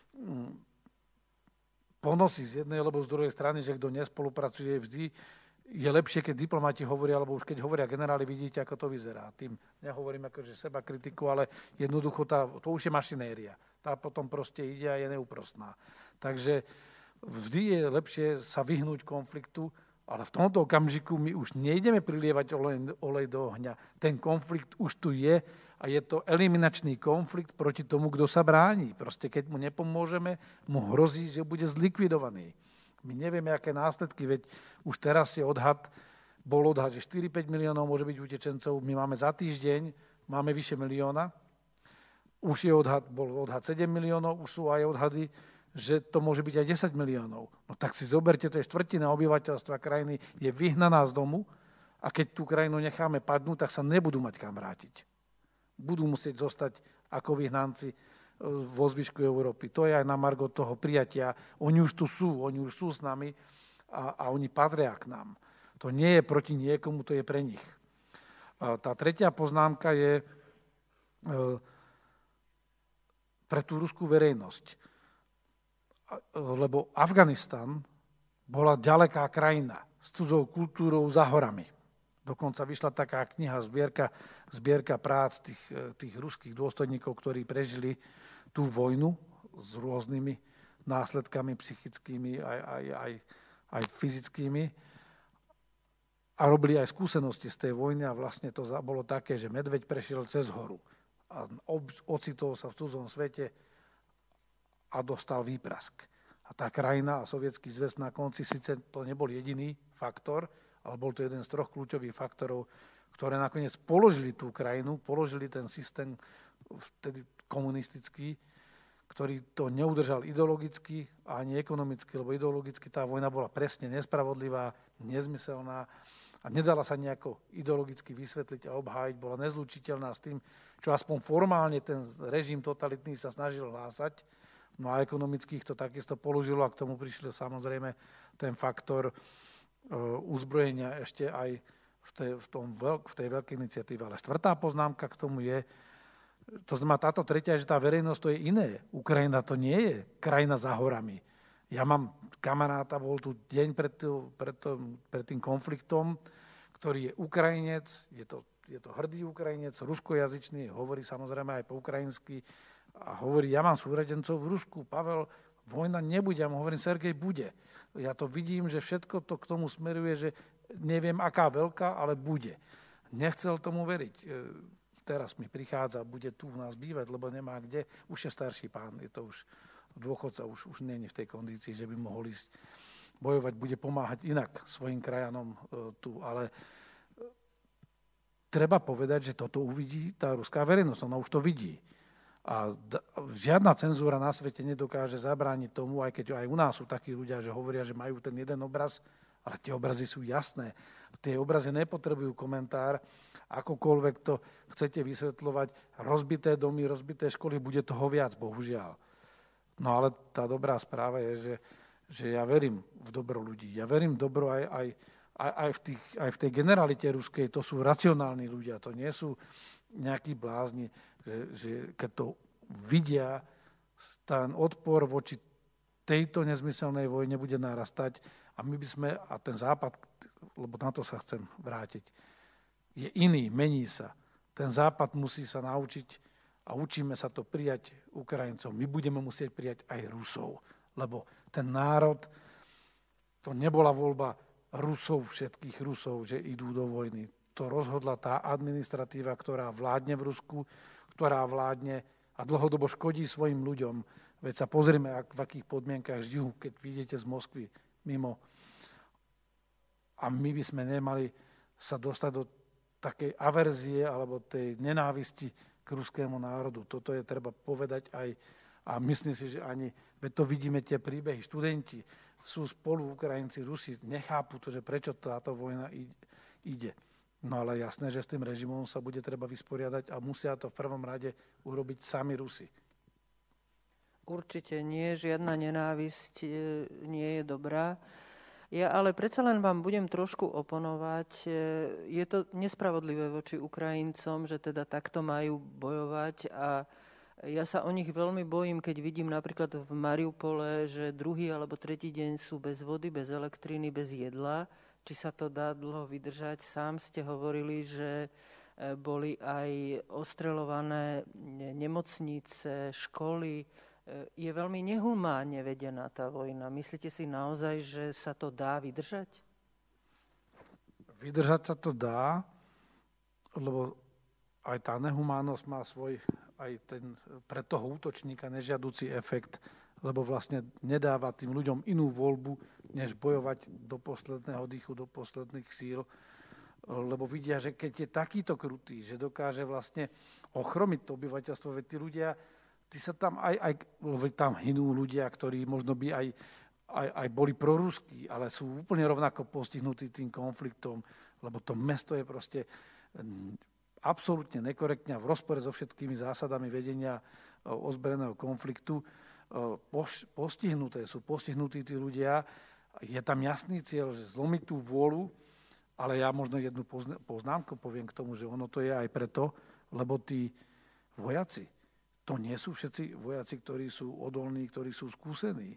ponosy z jednej alebo z druhej strany, že kto nespolupracuje vždy, je lepšie, keď diplomati hovoria, alebo už keď hovoria generáli, vidíte, ako to vyzerá. Tým nehovorím akože seba kritiku, ale jednoducho tá, to už je mašinéria. Tá potom proste ide a je neúprostná. Takže vždy je lepšie sa vyhnúť konfliktu, ale v tomto okamžiku my už nejdeme prilievať olej, olej do ohňa. Ten konflikt už tu je a je to eliminačný konflikt proti tomu, kto sa bráni. Proste keď mu nepomôžeme, mu hrozí, že bude zlikvidovaný. My nevieme, aké následky, veď už teraz je odhad, bol odhad, že štyri päť miliónov môže byť utečencov, my máme za týždeň, máme vyše milióna, už je odhad, bol odhad sedem miliónov, už sú aj odhady, že to môže byť aj desať miliónov. No tak si zoberte, to je štvrtina obyvateľstva krajiny, je vyhnaná z domu a keď tú krajinu necháme padnúť, tak sa nebudú mať kam vrátiť. Budú musieť zostať ako vyhnanci vo zvyšku Európy. To je aj na margo toho prijatia. Oni už tu sú, oni už sú s nami a, a oni patria k nám. To nie je proti niekomu, to je pre nich. A tá tretia poznámka je e, pre tú ruskú verejnosť. lebo Afganistan bola ďaleká krajina s cudzou kultúrou za horami. Dokonca vyšla taká kniha, zbierka, zbierka prác tých, tých ruských dôstojníkov, ktorí prežili tú vojnu s rôznymi následkami psychickými aj, aj, aj, aj fyzickými. A robili aj skúsenosti z tej vojny a vlastne to bolo také, že medveď prešiel cez horu a ocitol sa v cudzom svete a dostal výprask. A tá krajina a Sovietský zväz na konci, síce to nebol jediný faktor, ale bol to jeden z troch kľúčových faktorov, ktoré nakoniec položili tú krajinu, položili ten systém vtedy komunistický, ktorý to neudržal ideologicky a ani ekonomicky, lebo ideologicky tá vojna bola presne nespravodlivá, nezmyselná a nedala sa nejako ideologicky vysvetliť a obhájiť, bola nezlučiteľná s tým, čo aspoň formálne ten režim totalitný sa snažil hlásať. No a ekonomických to takisto položilo a k tomu prišiel samozrejme ten faktor uzbrojenia ešte aj v tej, v tom veľk, v tej veľkej iniciatíve. Ale štvrtá poznámka k tomu je, to znamená táto tretia, že tá verejnosť to je iné. Ukrajina to nie je krajina za horami. Ja mám kamaráta, bol tu deň pred, tým, pred, tým, pred tým konfliktom, ktorý je Ukrajinec, je to, je to hrdý Ukrajinec, ruskojazyčný, hovorí samozrejme aj po ukrajinsky a hovorí, ja mám súrodencov v Rusku, Pavel, vojna nebude. Ja mu hovorím, Sergej, bude. Ja to vidím, že všetko to k tomu smeruje, že neviem, aká veľká, ale bude. Nechcel tomu veriť. Teraz mi prichádza, bude tu u nás bývať, lebo nemá kde. Už je starší pán, je to už dôchodca, už, už nie je v tej kondícii, že by mohol ísť bojovať, bude pomáhať inak svojim krajanom tu. Ale treba povedať, že toto uvidí tá ruská verejnosť, ona už to vidí. A žiadna cenzúra na svete nedokáže zabrániť tomu, aj keď aj u nás sú takí ľudia, že hovoria, že majú ten jeden obraz, ale tie obrazy sú jasné. Tie obrazy nepotrebujú komentár, akokoľvek to chcete vysvetľovať. Rozbité domy, rozbité školy, bude toho viac, bohužiaľ. No ale tá dobrá správa je, že, že ja verím v dobro ľudí. Ja verím v dobro aj, aj, aj, aj, v tých, aj v tej generalite ruskej. To sú racionálni ľudia, to nie sú nejakí blázni, že, že keď to vidia, ten odpor voči tejto nezmyselnej vojne bude narastať a my by sme, a ten Západ, lebo na to sa chcem vrátiť, je iný, mení sa. Ten Západ musí sa naučiť a učíme sa to prijať Ukrajincov. My budeme musieť prijať aj Rusov, lebo ten národ, to nebola voľba Rusov, všetkých Rusov, že idú do vojny. To rozhodla tá administratíva, ktorá vládne v Rusku, ktorá vládne a dlhodobo škodí svojim ľuďom. Veď sa pozrime, ak, v akých podmienkach žijú, keď vidíte z Moskvy mimo. A my by sme nemali sa dostať do takej averzie alebo tej nenávisti k ruskému národu. Toto je treba povedať aj, a myslím si, že ani, veď to vidíme tie príbehy, študenti sú spolu Ukrajinci, Rusi, nechápu to, že prečo táto vojna ide. No ale jasné, že s tým režimom sa bude treba vysporiadať a musia to v prvom rade urobiť sami Rusi. Určite nie, žiadna nenávisť nie je dobrá. Ja ale predsa len vám budem trošku oponovať. Je to nespravodlivé voči Ukrajincom, že teda takto majú bojovať a ja sa o nich veľmi bojím, keď vidím napríklad v Mariupole, že druhý alebo tretí deň sú bez vody, bez elektriny, bez jedla. Či sa to dá dlho vydržať. Sám ste hovorili, že boli aj ostreľované nemocnice, školy. Je veľmi nehumánne vedená tá vojna. Myslíte si naozaj, že sa to dá vydržať? Vydržať sa to dá, lebo aj tá nehumánnosť má svoj, aj ten pre toho útočníka nežiaducí efekt, lebo vlastne nedáva tým ľuďom inú voľbu, než bojovať do posledného dýchu, do posledných síl, lebo vidia, že keď je takýto krutý, že dokáže vlastne ochromiť to obyvateľstvo, veď tí ľudia, tí sa tam aj, aj tam hynú ľudia, ktorí možno by aj, aj, aj boli proruskí, ale sú úplne rovnako postihnutí tým konfliktom, lebo to mesto je proste absolútne nekorektne a v rozpore so všetkými zásadami vedenia ozbrojeného konfliktu. Postihnuté sú, postihnutí tí ľudia. Je tam jasný cieľ, že zlomiť tú vôľu, ale ja možno jednu poznámku poviem k tomu, že ono to je aj preto, lebo tí vojaci, to nie sú všetci vojaci, ktorí sú odolní, ktorí sú skúsení.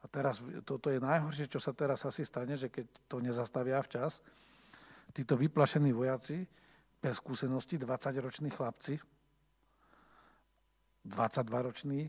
A teraz toto je najhoršie, čo sa teraz asi stane, že keď to nezastavia včas, títo vyplašení vojaci, bez skúsenosti, dvadsaťroční chlapci, dvadsaťdvaroční,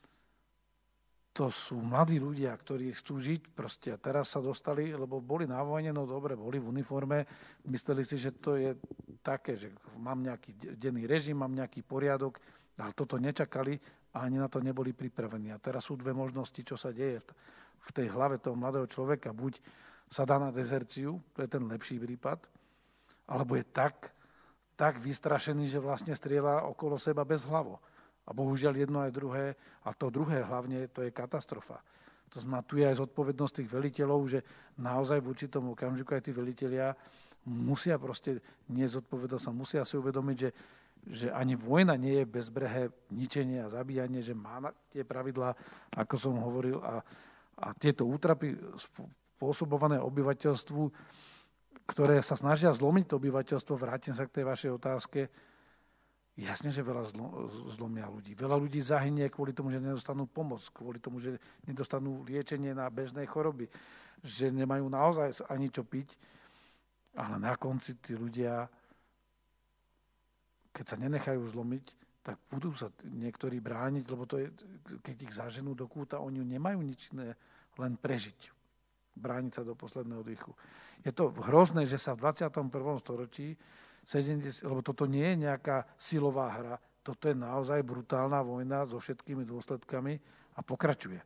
to sú mladí ľudia, ktorí chcú žiť proste a teraz sa dostali, lebo boli na vojne, no dobre, boli v uniforme, mysleli si, že to je také, že mám nejaký denný režim, mám nejaký poriadok, ale toto nečakali a ani na to neboli pripravení. A teraz sú dve možnosti, čo sa deje v tej hlave toho mladého človeka. Buď sa dá na dezerciu, to je ten lepší prípad, alebo je tak, tak vystrašený, že vlastne strieľa okolo seba bez hlavo. A bohužiaľ jedno aj druhé, a to druhé hlavne, to je katastrofa. To znamená, tu je aj zodpovednosť tých veliteľov, že naozaj v určitom okamžiku aj tí velitelia musia proste nie zodpovednosť a musia si uvedomiť, že, že ani vojna nie je bezbrehé ničenie a zabíjanie, že má tie pravidlá, ako som hovoril, a, a tieto útrapy spôsobované obyvateľstvu, ktoré sa snažia zlomiť to obyvateľstvo, vrátim sa k tej vašej otázke, jasne, že veľa zlo, zlomia ľudí. Veľa ľudí zahynie kvôli tomu, že nedostanú pomoc, kvôli tomu, že nedostanú liečenie na bežné choroby, že nemajú naozaj ani čo piť, ale na konci tí ľudia, keď sa nenechajú zlomiť, tak budú sa niektorí brániť, lebo to je, keď ich zaženú do kúta, oni nemajú nič iné, len prežiť. Brániť sa do posledného dýchu. Je to hrozné, že sa v dvadsiatom prvom storočí sedemdesiat, lebo toto nie je nejaká silová hra, toto je naozaj brutálna vojna so všetkými dôsledkami a pokračuje.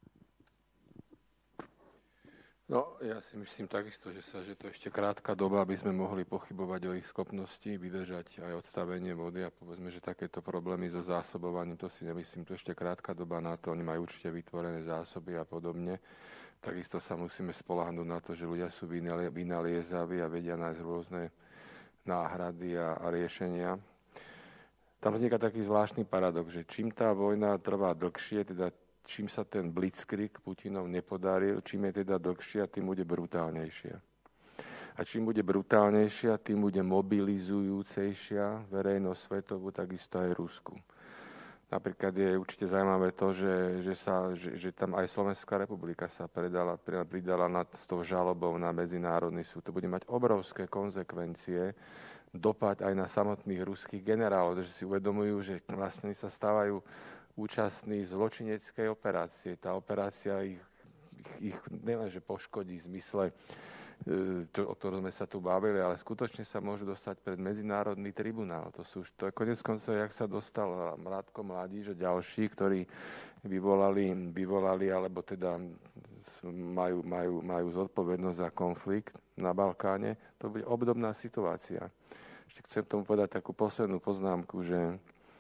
No, ja si myslím takisto, že sa, že to ešte krátka doba, aby sme mohli pochybovať o ich schopnosti, vydržať aj odstavenie vody a povedzme, že takéto problémy so zásobovaním, to si nemyslím, to ešte krátka doba na to, oni majú určite vytvorené zásoby a podobne. Takisto sa musíme spoľahnúť na to, že ľudia sú vynaliezaví a vedia nájsť rôzne náhrady a, a riešenia. Tam vzniká taký zvláštny paradox, že čím tá vojna trvá dlhšie, teda čím sa ten blitzkrieg Putinov nepodaril, čím je teda dlhšia, tým bude brutálnejšia. A čím bude brutálnejšia, tým bude mobilizujúcejšia verejnosť svetovú, takisto aj Rusku. Napríklad je určite zaujímavé to, že, že, sa, že, že tam aj Slovenská republika sa predala, pridala nad s tou žalobou na medzinárodný súd. To bude mať obrovské konzekvencie, dopad aj na samotných ruských generálov, že si uvedomujú, že vlastne sa stávajú účastní zločineckej operácie. Tá operácia ich, ich, ich nielenže poškodí v zmysle, to, o ktorom sme sa tu bavili, ale skutočne sa môžu dostať pred medzinárodný tribunál. To sú to je konec koncov, jak sa dostal Mládko Mladíč a ďalší, ktorí vyvolali, vyvolali alebo teda majú, majú, majú zodpovednosť za konflikt na Balkáne. To bude obdobná situácia. Ešte chcem tomu povedať takú poslednú poznámku, že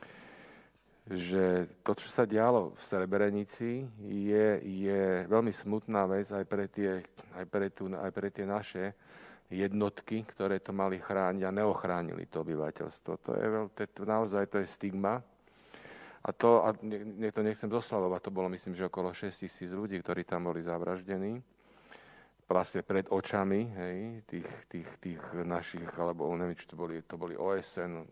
že to, čo sa dialo v Srebrenici, je, je veľmi smutná vec aj pre, tie, aj, pre tú, aj pre tie naše jednotky, ktoré to mali chrániť a neochránili to obyvateľstvo. To je, veľ, to, naozaj to je stigma. A to, a ne, to nechcem doslavovať, to bolo myslím, že okolo šesť tisíc ľudí, ktorí tam boli zavraždení. Vlastne pred očami, hej, tých, tých, tých našich, alebo neviem, či to boli, to boli O S N.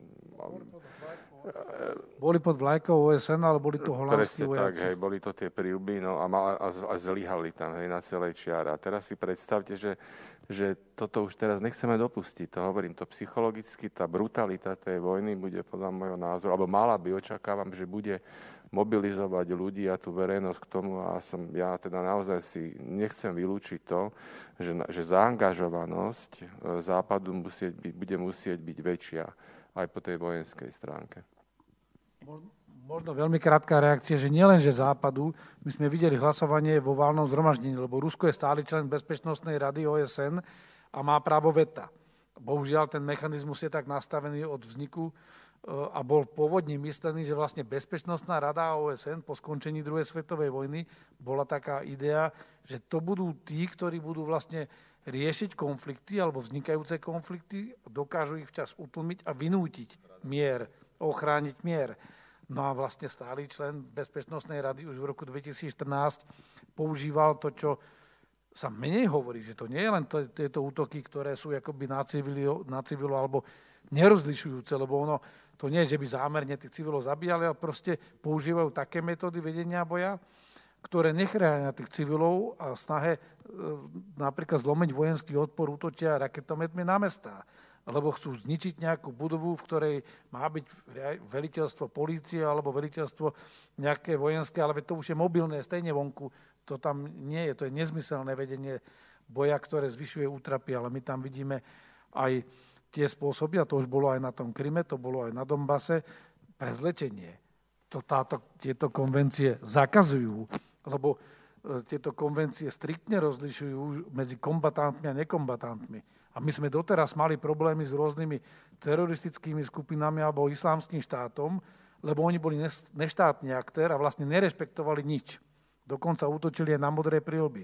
Boli pod vlajkou O S N, ale boli to holandskí vojaci. Tak, hej, boli to tie príľuby, no a, a, a zlyhali tam, hej, na celej čiare. A teraz si predstavte, že, že toto už teraz nechceme dopustiť. To hovorím, to psychologicky, tá brutalita tej vojny bude podľa môjho názoru, alebo mala by, očakávam, že bude mobilizovať ľudí a tú verejnosť k tomu a som, ja teda naozaj si nechcem vylúčiť to, že, že zaangažovanosť Západu musieť byť, bude musieť byť väčšia aj po tej vojenskej stránke. Možno veľmi krátka reakcia, že nielen, že Západu, my sme videli hlasovanie vo valnom zhromaždení, lebo Rusko je stály člen Bezpečnostnej rady O S N a má právo veta. Bohužiaľ, ten mechanizmus je tak nastavený od vzniku a bol pôvodne myslený, že vlastne Bezpečnostná rada O S N po skončení druhej svetovej vojny bola taká idea, že to budú tí, ktorí budú vlastne riešiť konflikty alebo vznikajúce konflikty, dokážu ich včas utlmiť a vynútiť mier, ochrániť mier. No a vlastne stály člen Bezpečnostnej rady už v roku dvetisícštrnásť používal to, čo sa menej hovorí, že to nie je len to, tieto útoky, ktoré sú akoby na civilu, na civilu alebo nerozlišujúce, lebo ono, to nie je, že by zámerne tých civilov zabíjali, ale proste používajú také metódy vedenia boja, ktoré nechránia tých civilov a snahe e, napríklad zlomiť vojenský odpor, útočia raketometmi na mestá. Lebo chcú zničiť nejakú budovu, v ktorej má byť veliteľstvo polície alebo veliteľstvo nejaké vojenské, ale to už je mobilné, stejne vonku. To tam nie je, to je nezmyselné vedenie boja, ktoré zvyšuje útrapy, ale my tam vidíme aj tie spôsoby, a to už bolo aj na tom Kryme, to bolo aj na Donbase, prezlečenie. To táto, tieto konvencie zakazujú, lebo tieto konvencie striktne rozlišujú medzi kombatantmi a nekombatantmi. A my sme doteraz mali problémy s rôznymi teroristickými skupinami alebo islámskym štátom, lebo oni boli neštátny aktér a vlastne nerešpektovali nič. Dokonca útočili aj na modré príľby.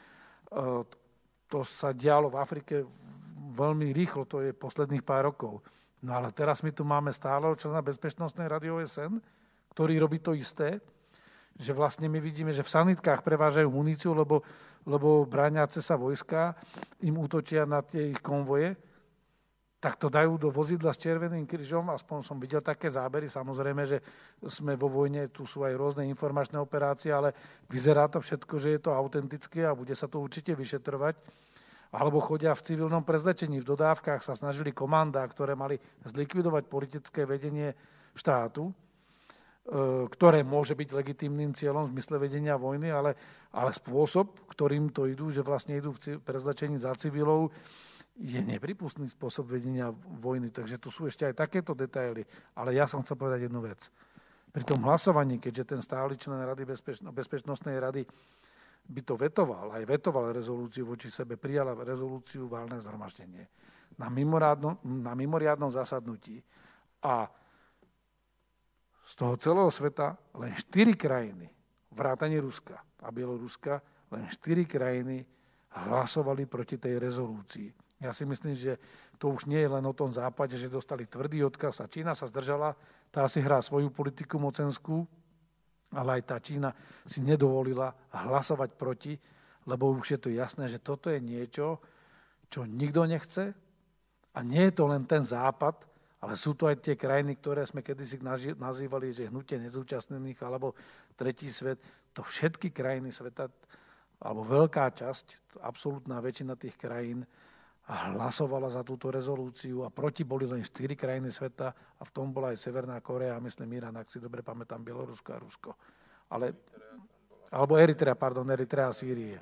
To sa dialo v Afrike veľmi rýchlo, to je posledných pár rokov. No ale teraz my tu máme stáleho člena Bezpečnostnej rady O S N, ktorý robí to isté, že vlastne my vidíme, že v sanitkách prevážajú muníciu, lebo, lebo bráňace sa vojska im útočia na tie ich konvoje, tak to dajú do vozidla s Červeným krížom, aspoň som videl také zábery, samozrejme, že sme vo vojne, tu sú aj rôzne informačné operácie, ale vyzerá to všetko, že je to autentické a bude sa to určite vyšetrovať. Alebo chodia v civilnom prezlečení, v dodávkach sa snažili komandá, ktoré mali zlikvidovať politické vedenie štátu, ktoré môže byť legitímnym cieľom v zmysle vedenia vojny, ale, ale spôsob, ktorým to idú, že vlastne idú v prezlečení za civilov, je nepripustný spôsob vedenia vojny. Takže tu sú ešte aj takéto detaily. Ale ja som chcel povedať jednu vec. Pri tom hlasovaní, keďže ten stály člen Rady bezpečno, Bezpečnostnej rady by to vetoval, aj vetoval rezolúciu voči sebe, prijala rezolúciu valné zhromaždenie na mimoriadnom, na mimoriadnom zasadnutí. A z toho celého sveta len štyri krajiny, vrátane Ruska a Bieloruska, len štyri krajiny hlasovali proti tej rezolúcii. Ja si myslím, že to už nie je len o tom západe, že dostali tvrdý odkaz a Čína sa zdržala, tá si hrá svoju politiku mocenskú, ale aj tá Čína si nedovolila hlasovať proti, lebo už je to jasné, že toto je niečo, čo nikto nechce a nie je to len ten západ, ale sú to aj tie krajiny, ktoré sme kedysi nazývali, že hnutie nezúčastnených alebo tretí svet. To všetky krajiny sveta, alebo veľká časť, absolútna väčšina tých krajín hlasovala za túto rezolúciu a proti boli len štyri krajiny sveta a v tom bola aj Severná Kórea a myslím Irán, ak si dobre pamätám, Bielorusko a Rusko. Ale, alebo Eritrea, pardon, Eritrea a Sýrie.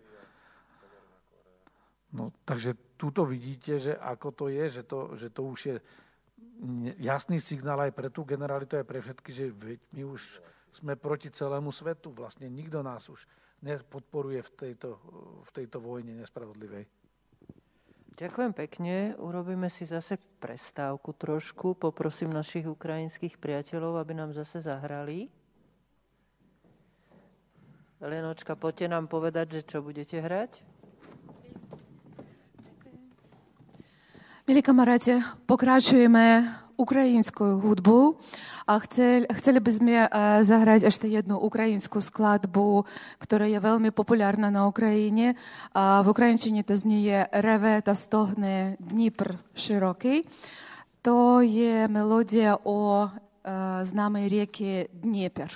No, takže tuto vidíte, že ako to je, že to, že to už je jasný signál aj pre tú generalitu, aj pre všetky, že my už sme proti celému svetu. Vlastne nikto nás už nepodporuje v tejto, v tejto vojne nespravodlivej. Ďakujem pekne. Urobíme si zase prestávku trošku. Poprosím našich ukrajinských priateľov, aby nám zase zahrali. Lenočka, poďte nám povedať, že čo budete hrať. Milí kamaráti, pokračujeme українською hudbu. А хотіли, хотіли б ми заграти ще одну українську складбу, яка є вельми популярна на Україні. В українщині то зніє «Реве та стогне Дніпр широкий». То є мелодія о знамій ріки Дніпр.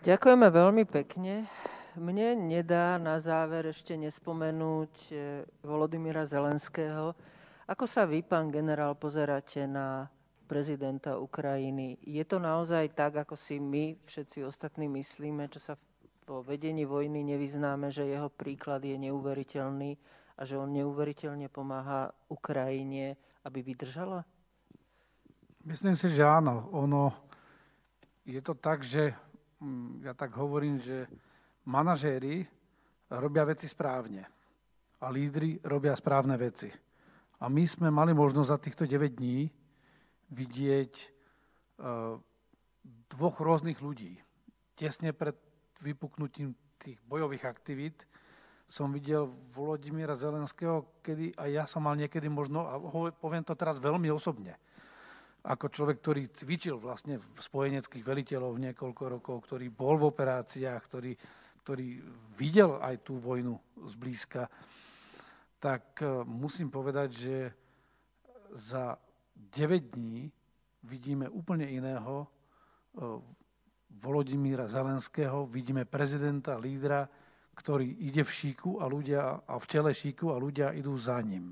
Ďakujeme veľmi pekne. Mne nedá na záver ešte nespomenúť Volodymyra Zelenského. Ako sa vy, pán generál, pozeráte na prezidenta Ukrajiny? Je to naozaj tak, ako si my všetci ostatní myslíme, čo sa po vedení vojny nevyznáme, že jeho príklad je neuveriteľný a že on neuveriteľne pomáha Ukrajine, aby vydržala? Myslím si, že áno. Ono, je to tak, že ja tak hovorím, že manažéri robia veci správne a lídri robia správne veci. A my sme mali možnosť za týchto deväť dní vidieť uh, dvoch rôznych ľudí. Tesne pred vypuknutím tých bojových aktivít som videl Volodymyra Zelenského, kedy aj ja som mal niekedy možno, a poviem to teraz veľmi osobne, ako človek, ktorý cvičil vlastne v spojeneckých veliteľov niekoľko rokov, ktorý bol v operáciách, ktorý, ktorý videl aj tú vojnu zblízka, tak musím povedať, že za deväť dní vidíme úplne iného Volodymyra Zelenského, vidíme prezidenta, lídra, ktorý ide v šíku a ľudia a v čele šíku a ľudia idú za ním.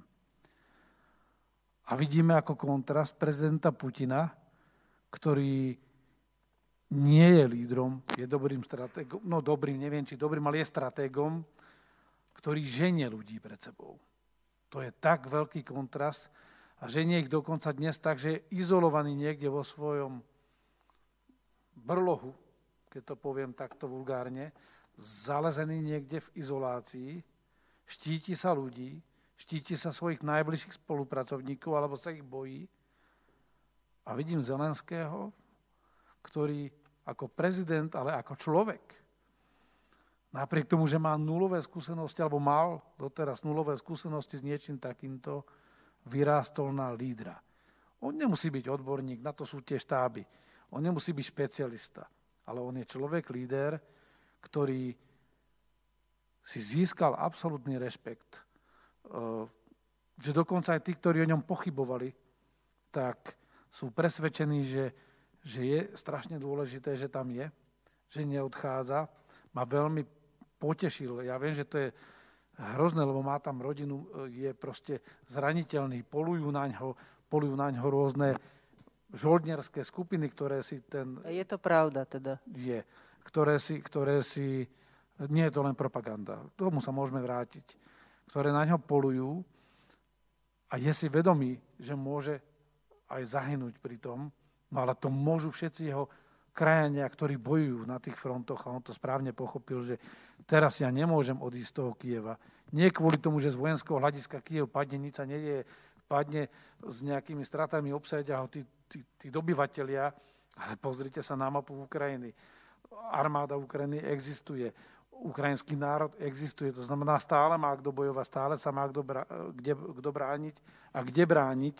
A vidíme ako kontrast prezidenta Putina, ktorý nie je lídrom, je dobrým stratégom, no dobrým, neviem či dobrým, ale je stratégom, ktorý ženie ľudí pred sebou. To je tak veľký kontrast a ženie ich dokonca dnes tak, že je izolovaný niekde vo svojom brlohu, keď to poviem takto vulgárne, zalezený niekde v izolácii, štíti sa ľudí, štíti sa svojich najbližších spolupracovníkov alebo sa ich bojí. A vidím Zelenského, ktorý ako prezident, ale ako človek, napriek tomu, že má nulové skúsenosti, alebo mal doteraz nulové skúsenosti s niečím takýmto, vyrástol na lídra. On nemusí byť odborník, na to sú tie štáby. On nemusí byť špecialista, ale on je človek, líder, ktorý si získal absolútny rešpekt. Že dokonca aj tí, ktorí o ňom pochybovali, tak sú presvedčení, že, že je strašne dôležité, že tam je, že neodchádza. Ma veľmi potešil. Ja viem, že to je hrozné, lebo má tam rodinu, je proste zraniteľný, polujú na ňo, polujú na ňo rôzne žoldnierské skupiny, ktoré si ten... Je to pravda teda? Je. Ktoré si, ktoré si... Nie je to len propaganda. K tomu sa môžeme vrátiť. Ktoré na ňo polujú a je si vedomý, že môže aj zahynúť pri tom, no ale to môžu všetci jeho krajania, ktorí bojujú na tých frontoch a on to správne pochopil, že teraz ja nemôžem odísť z toho Kieva. Nie kvôli tomu, že z vojenského hľadiska Kiev padne, nič sa nedieje, padne s nejakými stratami, obsadia ho tí, tí, tí dobyvatelia, ale pozrite sa na mapu Ukrajiny. Armáda Ukrajiny existuje, ukrajinský národ existuje, to znamená stále má kto bojovať, stále sa má kto, brá, kde, kto brániť a kde brániť.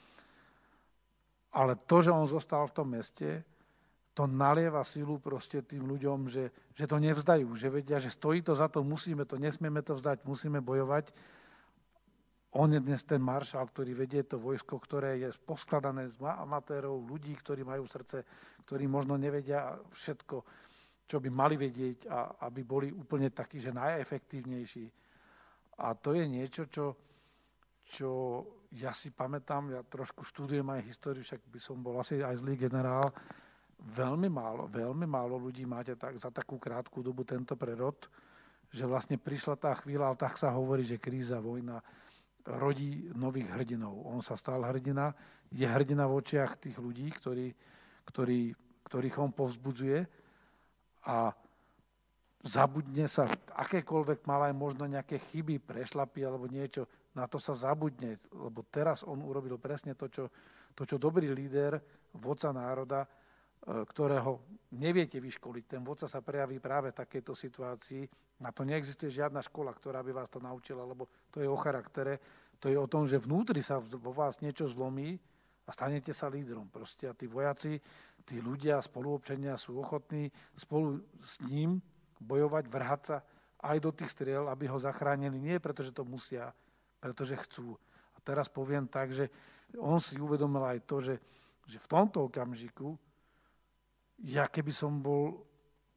Ale to, že on zostal v tom meste, to nalieva silu proste tým ľuďom, že, že to nevzdajú, že vedia, že stojí to za to, musíme to, nesmieme to vzdať, musíme bojovať. On je dnes ten maršál, ktorý vedie to vojsko, ktoré je poskladané z amatérov, ľudí, ktorí majú srdce, ktorí možno nevedia všetko, čo by mali vedieť, a aby boli úplne takí, že najefektívnejší. A to je niečo, čo, čo ja si pamätám, ja trošku študujem aj históriu, však by som bol asi aj zlý generál. Veľmi málo, veľmi málo ľudí máte tak, za takú krátku dobu tento prerod, že vlastne prišla tá chvíľa, ale tak sa hovorí, že kríza, vojna rodí nových hrdinov. On sa stal hrdina, je hrdina v očiach tých ľudí, ktorí, ktorí, ktorých on povzbudzuje a zabudne sa, akékoľvek mal aj možno nejaké chyby, prešlapy alebo niečo, na to sa zabudne, lebo teraz on urobil presne to, čo, to, čo dobrý líder, vodca národa, ktorého neviete vyškoliť. Ten vodca sa prejaví práve v takejto situácii. Na to neexistuje žiadna škola, ktorá by vás to naučila, lebo to je o charaktere. To je o tom, že vnútri sa vo vás niečo zlomí a stanete sa lídrom. Proste a tí vojaci, tí ľudia, spoluobčania sú ochotní spolu s ním bojovať, vrhať sa aj do tých striel, aby ho zachránili. Nie preto, že to musia, pretože chcú. A teraz poviem tak, že on si uvedomil aj to, že, že v tomto okamžiku ja keby som bol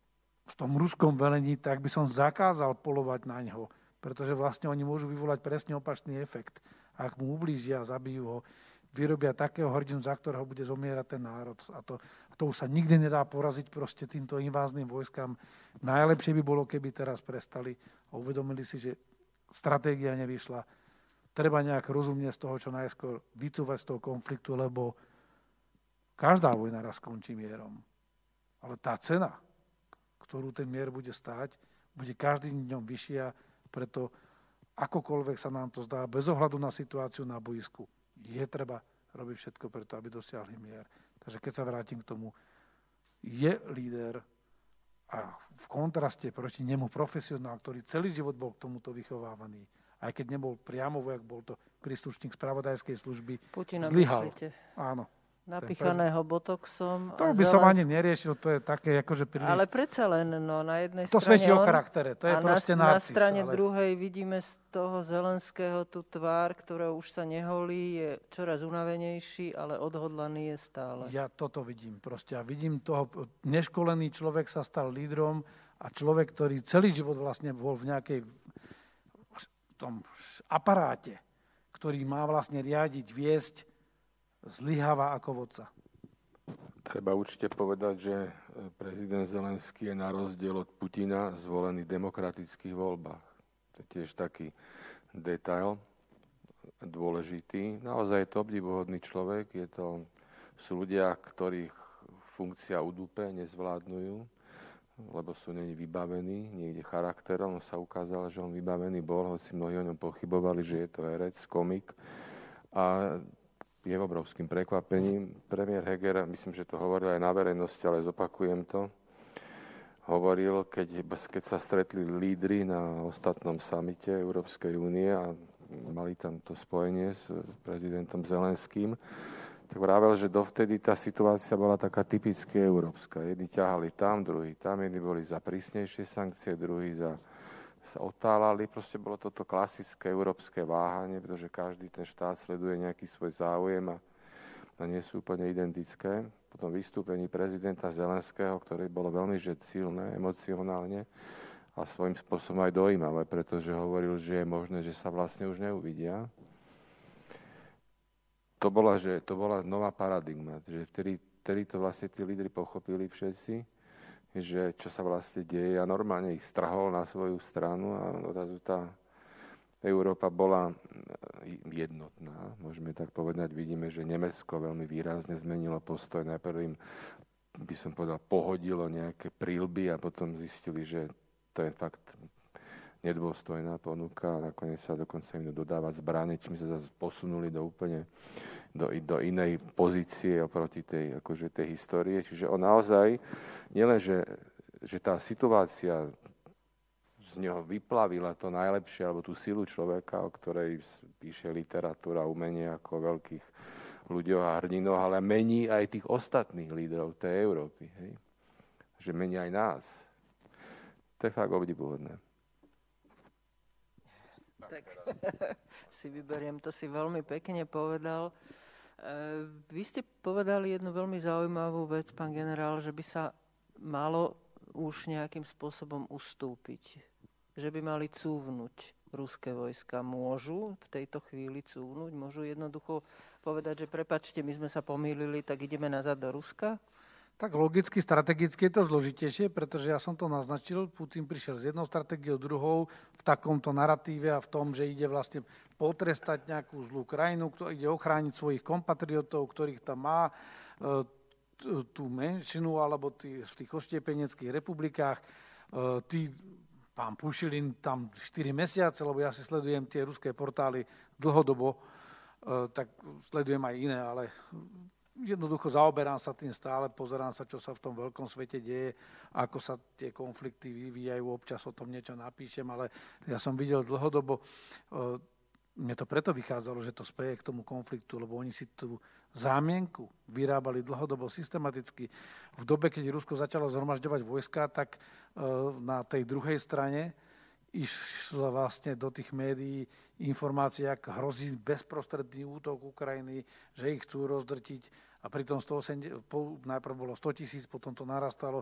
v tom ruskom velení, tak by som zakázal polovať na ňo, pretože vlastne oni môžu vyvolať presne opačný efekt. Ak mu ublížia, zabijú ho, vyrobia takého hrdinu, za ktorého bude zomierať ten národ. A to, to už sa nikdy nedá poraziť proste týmto invázným vojskám. Najlepšie by bolo, keby teraz prestali a uvedomili si, že stratégia nevyšla. Treba nejak rozumne z toho, čo najskôr vycúvať z toho konfliktu, lebo každá vojna raz skončí mierom. Ale tá cena, ktorú ten mier bude stáť, bude každým dňom vyššia, preto akokoľvek sa nám to zdá, bez ohľadu na situáciu na boisku, je treba robiť všetko preto, aby dosiahli mier. Takže keď sa vrátim k tomu, je líder a v kontraste proti nemu profesionál, ktorý celý život bol k tomuto vychovávaný, aj keď nebol priamo vojak, bol to príslušník spravodajskej služby, Putina zlyhal. myslíte? Áno. Napichaného botoxom. To by som ani neriešil, to je také akože príliš... Ale predsa len, no na jednej to strane svedčí o on, charaktere, to je a proste na, narcis. na strane ale... druhej vidíme z toho Zelenského tú tvár, ktorá už sa neholí, je čoraz unavenejší, ale odhodlaný je stále. Ja toto vidím proste. Ja vidím toho, neškolený človek sa stal lídrom a človek, ktorý celý život vlastne bol v nejakej v tom aparáte, ktorý má vlastne riadiť, viesť, zlyháva ako vodca. Treba určite povedať, že prezident Zelenský je na rozdiel od Putina zvolený v demokratických voľbách. To je tiež taký detail dôležitý. Naozaj je to obdivuhodný človek. Je to, sú ľudia, ktorých funkcia udúpe, nezvládnujú, lebo sú není vybavení, niekde charakterom. Sa ukázalo, že on vybavený bol, hoci mnohí o ňom pochybovali, že je to herec, komik. A je obrovským prekvapením. Premiér Heger, myslím, že to hovoril aj na verejnosti, ale zopakujem to, hovoril, keď, keď sa stretli lídri na ostatnom samite Európskej únie a mali tam to spojenie s prezidentom Zelenským, tak vravel, že dovtedy tá situácia bola taká typicky európska. Jedni ťahali tam, druhí tam, jedni boli za prísnejšie sankcie, druhí za sa otálali. Proste bolo toto klasické európske váhanie, pretože každý ten štát sleduje nejaký svoj záujem a, a nie sú úplne identické. Potom vystúpení prezidenta Zelenského, ktoré bolo veľmi že silné, emocionálne a svojím spôsobom aj dojímavé, pretože hovoril, že je možné, že sa vlastne už neuvidia. To bola, že, to bola nová paradigma, že vtedy, vtedy to vlastne tí lídri pochopili všetci, že čo sa vlastne deje a normálne ich strhol na svoju stranu a odrazu tá Európa bola jednotná, môžeme tak povedať. Vidíme, že Nemecko veľmi výrazne zmenilo postoj. Najprv im, by som povedal, pohodilo nejaké príľby a potom zistili, že to je fakt nedôstojná ponuka a nakoniec sa dokonca im dodávať zbrane, čím sa zase posunuli do úplne do, do inej pozície oproti tej, akože tej histórie. Čiže on naozaj, nielen, že, že tá situácia z neho vyplavila to najlepšie, alebo tú silu človeka, o ktorej píše literatúra, umenie ako o veľkých ľuďoch a hrdinoch, ale mení aj tých ostatných lídrov tej Európy. Hej? Že mení aj nás. To je fakt obdivuhodné. Tak si vyberiem, to si veľmi pekne povedal. E, vy ste povedali jednu veľmi zaujímavú vec, pán generál, že by sa malo už nejakým spôsobom ustúpiť. Že by mali cúvnuť ruské vojska. Môžu v tejto chvíli cúvnuť? Môžu jednoducho povedať, že prepáčte, my sme sa pomýlili, tak ideme nazad do Ruska? Tak logicky, strategicky je to zložitejšie, pretože ja som to naznačil, Putin prišiel s jednou stratégiou, druhou, v takomto naratíve a v tom, že ide vlastne potrestať nejakú zlú krajinu, kto ide ochrániť svojich kompatriotov, ktorých tam má, tú menšinu, alebo tí, v tých oštiepeneckých republikách. Tí, pán Pušilin tam štyri mesiace, lebo ja si sledujem tie ruské portály dlhodobo, tak sledujem aj iné, ale jednoducho zaoberám sa tým stále, pozerám sa, čo sa v tom veľkom svete deje, ako sa tie konflikty vyvíjajú, občas o tom niečo napíšem, ale ja som videl dlhodobo, mne to preto vychádzalo, že to speje k tomu konfliktu, lebo oni si tú zámienku vyrábali dlhodobo systematicky. V dobe, keď Rusko začalo zhromažďovať vojska, tak na tej druhej strane išla vlastne do tých médií informácia, ak hrozí bezprostredný útok Ukrajiny, že ich chcú rozdrtiť a pritom sto osemdesiat, najprv bolo sto tisíc, potom to narastalo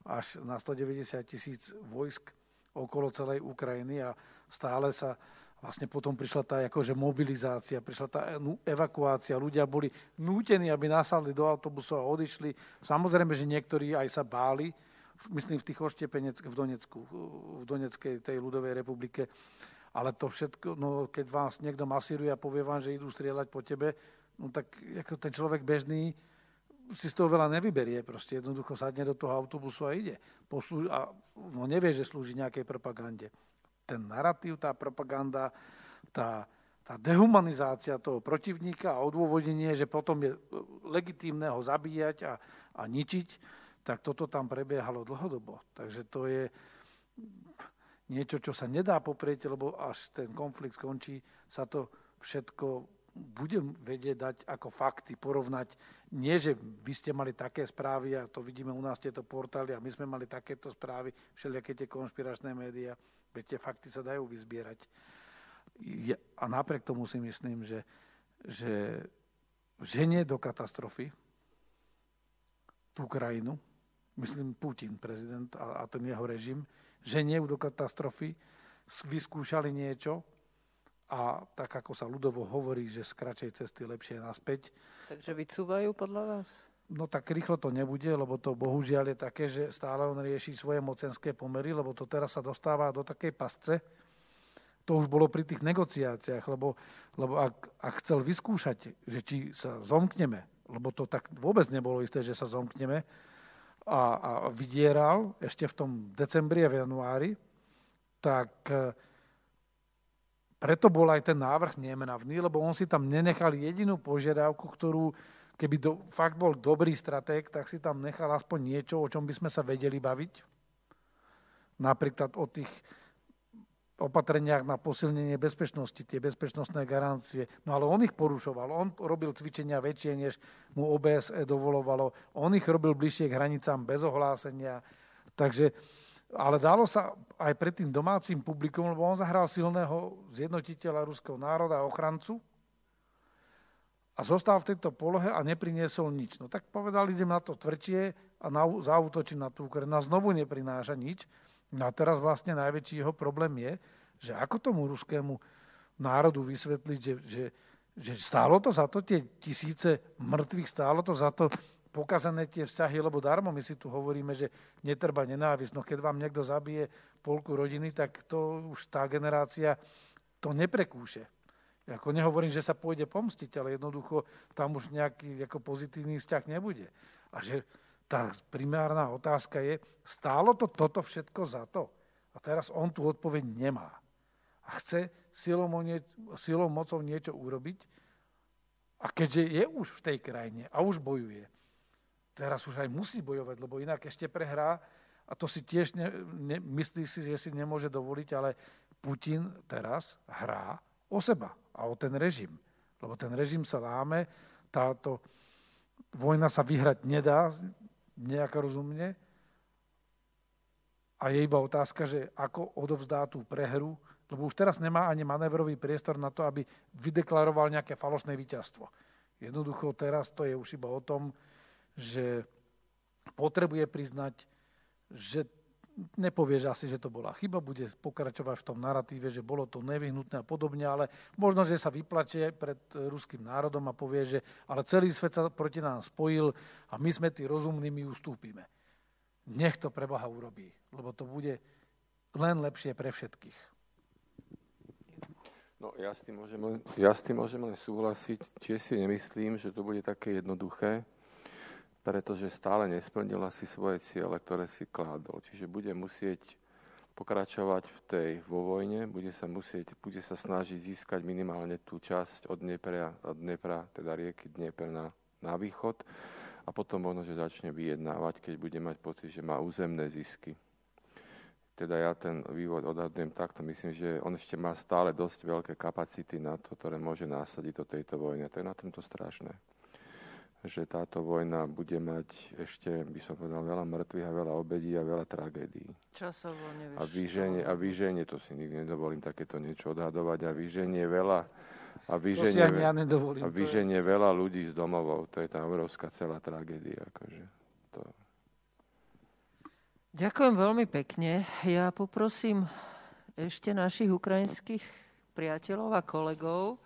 až na stodeväťdesiat tisíc vojsk okolo celej Ukrajiny a stále sa vlastne potom prišla tá akože mobilizácia, prišla tá evakuácia, ľudia boli nútení, aby nasadli do autobusov a odišli. Samozrejme, že niektorí aj sa báli, myslím v tých Oštiepenec, v Donecku, v Doneckej tej ľudovej republike, ale to všetko, no keď vás niekto masíruje a povie vám, že idú strieľať po tebe, no tak ako ten človek bežný si z toho veľa nevyberie, proste jednoducho sadne do toho autobusu a ide. Poslú, a no nevie, že slúži nejakej propagande. Ten narratív, tá propaganda, tá, tá dehumanizácia toho protivníka a odôvodnenie, že potom je legitímne ho zabíjať a, a ničiť, tak toto tam prebiehalo dlhodobo. Takže to je niečo, čo sa nedá poprieť, lebo až ten konflikt skončí, sa to všetko budem vedieť dať ako fakty, porovnať. Nie, že vy ste mali také správy a to vidíme u nás tieto portály a my sme mali takéto správy, všelijaké tie konšpiračné médiá, veď tie fakty sa dajú vyzbierať. A napriek tomu si myslím, že, že ženie do katastrofy tú krajinu, myslím Putin, prezident a, a ten jeho režim, ženie do katastrofy, vyskúšali niečo, a tak, ako sa ľudovo hovorí, že z kratšej cesty lepšie naspäť. Takže vycúvajú podľa vás? No tak rýchlo to nebude, lebo to bohužiaľ je také, že stále on rieši svoje mocenské pomery, lebo to teraz sa dostáva do takej pasce. To už bolo pri tých negociáciách, lebo, lebo ak, ak chcel vyskúšať, že či sa zomkneme, lebo to tak vôbec nebolo isté, že sa zomkneme, a, a vydieral ešte v tom decembri a v januári, tak preto bol aj ten návrh nemravný, lebo on si tam nenechal jedinú požiadavku, ktorú, keby do, fakt bol dobrý stratég, tak si tam nechal aspoň niečo, o čom by sme sa vedeli baviť. Napríklad o tých opatreniach na posilnenie bezpečnosti, tie bezpečnostné garancie. No ale on ich porušoval, on robil cvičenia väčšie, než mu ó bé es é dovolovalo, on ich robil bližšie k hranicám bez ohlásenia. Takže ale dalo sa aj pred tým domácim publikom, lebo on zahral silného zjednotiteľa ruského národa a ochrancu a zostal v tejto polohe a nepriniesol nič. No tak povedal, idem na to tvrdšie a na, zaútočím na tú Ukrajinu. A znovu neprináša nič. No a teraz vlastne najväčší jeho problém je, že ako tomu ruskému národu vysvetliť, že, že, že stálo to za to, tie tisíce mŕtvych, stálo to za to, pokazané tie vzťahy, lebo darmo my si tu hovoríme, že netreba nenávisť. No keď vám niekto zabije polku rodiny, tak to už tá generácia to neprekúše. Ja ako nehovorím, že sa pôjde pomstiť, ale jednoducho tam už nejaký ako pozitívny vzťah nebude. A že tá primárna otázka je, stálo to toto všetko za to? A teraz on tú odpoveď nemá. A chce silou, silou mocou niečo urobiť. A keďže je už v tej krajine a už bojuje, teraz už aj musí bojovať, lebo inak ešte prehrá a to si tiež ne, ne, myslí si, že si nemôže dovoliť, ale Putin teraz hrá o seba a o ten režim. Lebo ten režim sa láme, táto vojna sa vyhrať nedá nejako rozumne a je iba otázka, že ako odovzdá tú prehru, lebo už teraz nemá ani manévrový priestor na to, aby vydeklaroval nejaké falošné víťazstvo. Jednoducho teraz to je už iba o tom, že potrebuje priznať, že nepovie, že asi, že to bola chyba, bude pokračovať v tom naratíve, že bolo to nevyhnutné a podobne, ale možno, že sa vyplače pred ruským národom a povie, že ale celý svet sa proti nám spojil a my sme tí rozumní, my ustúpime. Nech to pre Boha urobí, lebo to bude len lepšie pre všetkých. No, ja s tým môžem, ja s tým môžem len súhlasiť. Tiež si nemyslím, že to bude také jednoduché, pretože stále nesplnil asi svoje ciele, ktoré si kládol. Čiže bude musieť pokračovať v tej vo vojne, bude sa musieť, bude sa snažiť získať minimálne tú časť od Dnepra, od Dnepra teda rieky Dnieper na, na východ a potom možno, že začne vyjednávať, keď bude mať pocit, že má územné zisky. Teda ja ten vývoj odhadujem takto. Myslím, že on ešte má stále dosť veľké kapacity na to, ktoré môže násadiť do tejto vojny. A to je na tomto strašné. Že táto vojna bude mať ešte, by som povedal, veľa mŕtvych a veľa obedí a veľa tragédií. Časovo nevieš. A vyženie, a vyženie, to si nikdy nedovolím takéto niečo odhadovať, a vyženie veľa, a vyženie, ja nedovolím, a vyženie je... veľa ľudí z domovov. To je tá obrovská celá tragédia. Akože to... Ďakujem veľmi pekne. Ja poprosím ešte našich ukrajinských priateľov a kolegov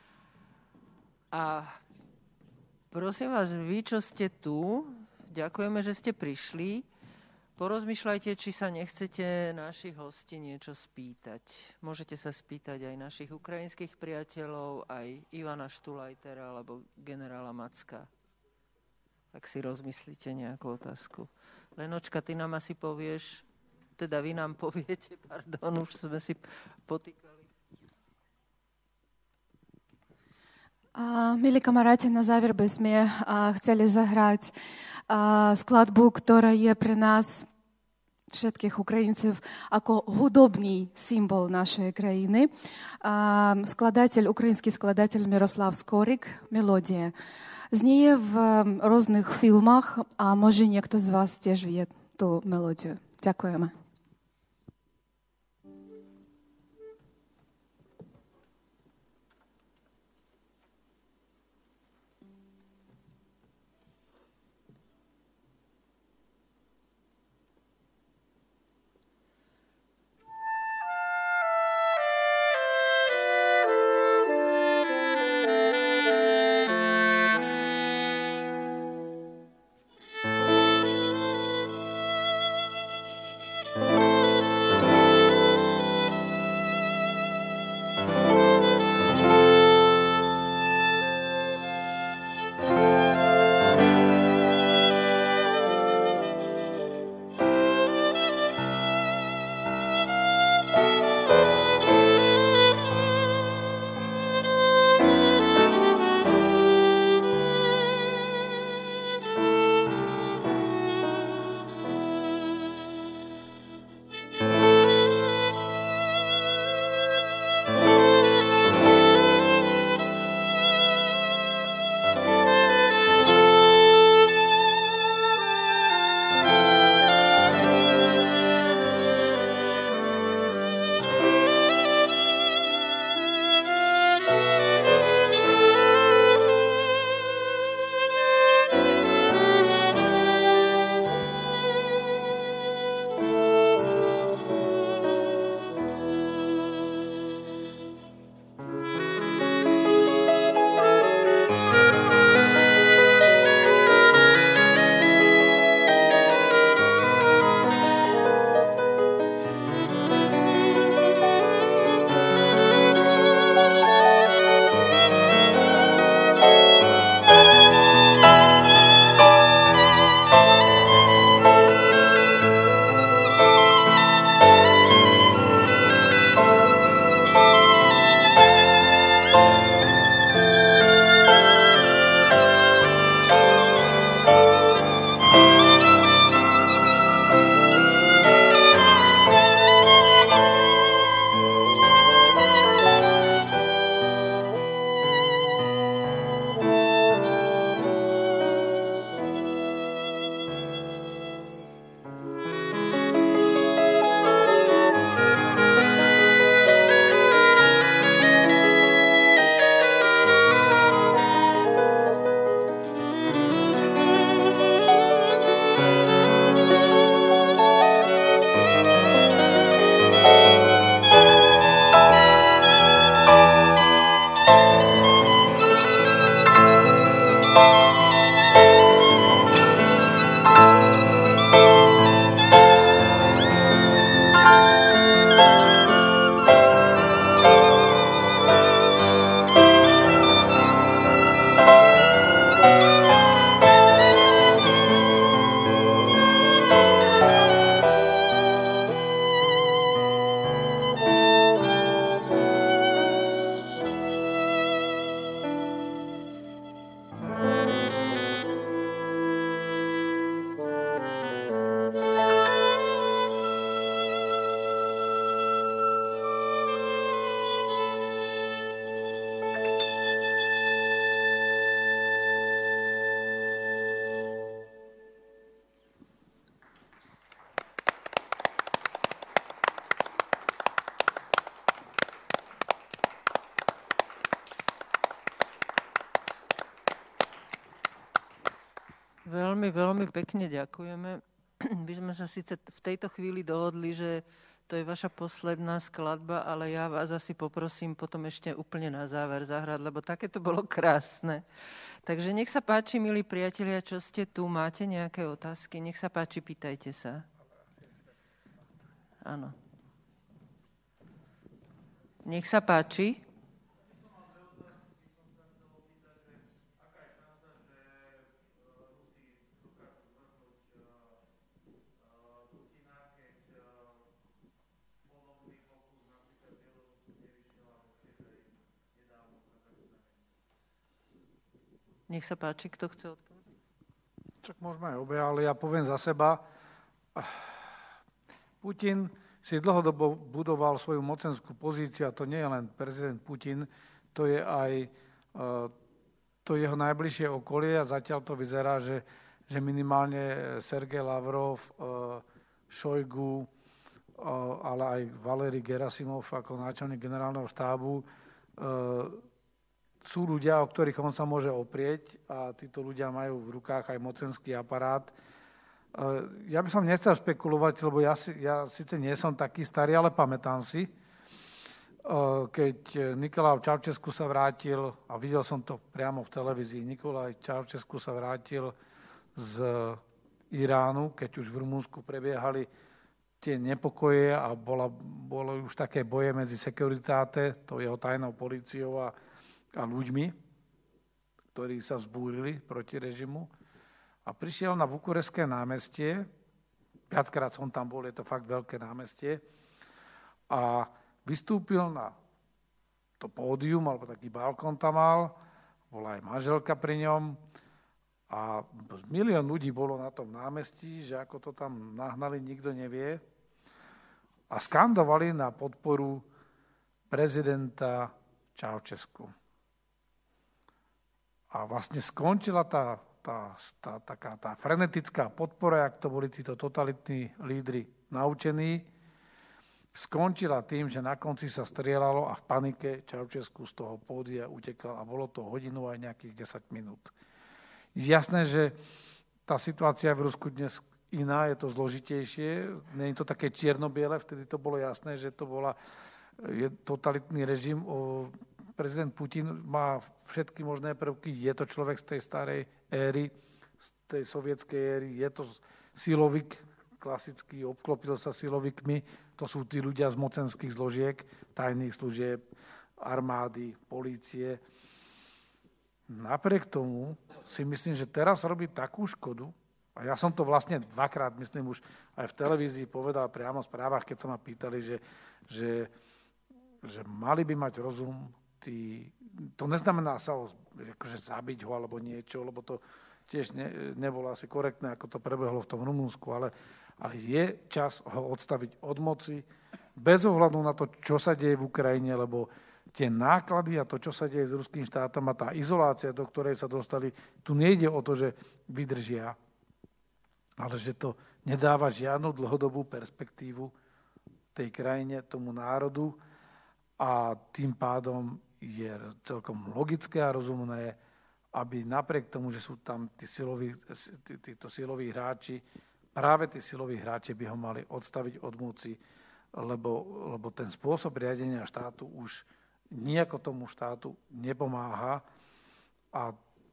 a prosím vás, vy, čo ste tu, ďakujeme, že ste prišli. Porozmýšľajte, či sa nechcete našich hostí niečo spýtať. Môžete sa spýtať aj našich ukrajinských priateľov, aj Ivana Štulajtera alebo generála Macka. Tak si rozmyslíte nejakú otázku. Lenočka, ty nám asi povieš, teda vy nám poviete, pardon, už sme si potýkali. А, Милі камараті, на завір би ми а, хотіли заграти а, складбу, яка є при нас, всіх українців, як гудобний символ нашої країни. А, складатель, український складатель Мирослав Скорик, мелодія. З неї в різних фільмах, а може ніхто з вас теж є ту мелодію. Дякуємо. Veľmi, veľmi pekne ďakujeme. by sme sa síce v tejto chvíli dohodli, že to je vaša posledná skladba, ale ja vás asi poprosím potom ešte úplne na záver zahrať, lebo také to bolo krásne. Takže nech sa páči, milí priatelia, čo ste tu, máte nejaké otázky? Nech sa páči, pýtajte sa. Áno. Nech sa páči. Nech sa páči, kto chce odpovedať? Čak môžeme aj obe, ale ja poviem za seba. Putin si dlhodobo budoval svoju mocenskú pozíciu a to nie je len prezident Putin, to je aj to jeho najbližšie okolie a zatiaľ to vyzerá, že, že minimálne Sergej Lavrov, Šojgu, ale aj Valerij Gerasimov ako náčelník generálneho štábu sú ľudia, o ktorých on sa môže oprieť a títo ľudia majú v rukách aj mocenský aparát. Ja by som nechcel špekulovať, lebo ja, si, ja síce nie som taký starý, ale pamätám si, keď Nikolaj Čaučesku sa vrátil, a videl som to priamo v televízii, Nikolaj Čaučesku sa vrátil z Iránu, keď už v Rumunsku prebiehali tie nepokoje a bola, bolo už také boje medzi Securitate, to jeho tajnou políciou a a ľuďmi, ktorí sa vzbúrili proti režimu. A prišiel na Bukurešťské námestie, viackrát som tam bol, je to fakt veľké námestie, a vystúpil na to pódium, alebo taký balkón tam mal, bola aj manželka pri ňom a milión ľudí bolo na tom námestí, že ako to tam nahnali, nikto nevie. A skandovali na podporu prezidenta Čaučesku. A vlastne skončila tá, tá, tá, taká, tá frenetická podpora, jak to boli títo totalitní lídri naučení, skončila tým, že na konci sa strieľalo a v panike Čaučesku z toho pódia utekal a bolo to hodinu aj nejakých desať minút. Je jasné, že tá situácia v Rusku dnes iná, je to zložitejšie, nie je to také čierno-biele, vtedy to bolo jasné, že to bola je totalitný režim. Prezident Putin má všetky možné prvky, je to človek z tej starej éry, z tej sovietskej éry, je to silovik, klasický, obklopil sa silovikmi, to sú tí ľudia z mocenských zložiek, tajných služieb, armády, polície. Napriek tomu si myslím, že teraz robí takú škodu, a ja som to vlastne dvakrát, myslím, už aj v televízii povedal priamo v správach, keď sa ma pýtali, že, že, že mali by mať rozum. Tí, to neznamená sa ho, akože zabiť ho alebo niečo, lebo to tiež ne, nebolo asi korektné, ako to prebehlo v tom Rumunsku, ale, ale je čas ho odstaviť od moci, bez ohľadu na to, čo sa deje v Ukrajine, lebo tie náklady a to, čo sa deje s ruským štátom a tá izolácia, do ktorej sa dostali, tu nejde o to, že vydržia, ale že to nedáva žiadnu dlhodobú perspektívu tej krajine, tomu národu a tým pádom je celkom logické a rozumné, aby napriek tomu, že sú tam tí siloví, tí, títo siloví hráči, práve tí siloví hráči by ho mali odstaviť od moci, lebo, lebo ten spôsob riadenia štátu už nijako tomu štátu nepomáha a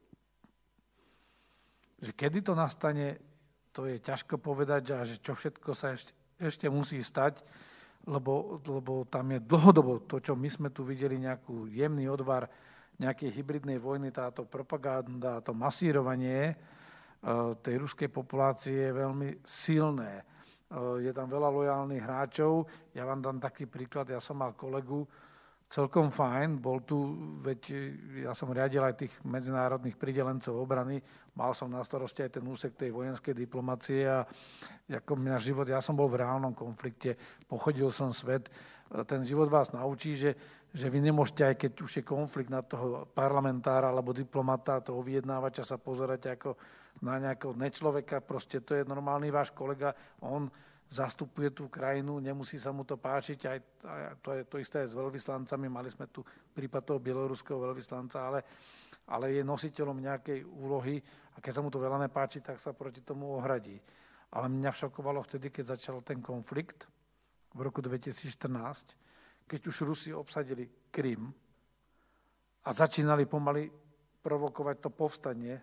že kedy to nastane, to je ťažko povedať, že čo všetko sa ešte, ešte musí stať, Lebo, lebo tam je dlhodobo to, čo my sme tu videli, nejakú jemný odvar nejakej hybridnej vojny, táto propaganda, to masírovanie tej ruskej populácie je veľmi silné. Je tam veľa lojálnych hráčov. Ja vám dám taký príklad, ja som mal kolegu, celkom fajn, bol tu, veď ja som riadil aj tých medzinárodných pridelencov obrany, mal som na starosti aj ten úsek tej vojenskej diplomacie a ako mňa život, ja som bol v reálnom konflikte, pochodil som svet, ten život vás naučí, že, že vy nemôžete, aj keď už je konflikt na toho parlamentára alebo diplomata, toho vyjednávača sa pozerať ako na nejakého nečloveka, proste to je normálny váš kolega, on zastupuje tú krajinu, nemusí sa mu to páčiť, aj, aj to je to isté aj s veľvyslancami, mali sme tu prípad toho bieloruského veľvyslanca, ale, ale je nositeľom nejakej úlohy a keď sa mu to veľa nepáči, tak sa proti tomu ohradí. Ale mňa šokovalo vtedy, keď začal ten konflikt v roku dvetisícštrnásť, keď už Rusi obsadili Krym a začínali pomaly provokovať to povstanie,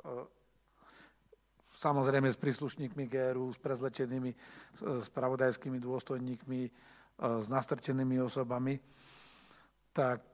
samozrejme s príslušníkmi gé er ú, s prezlečenými spravodajskými dôstojníkmi, s nastrčenými osobami, tak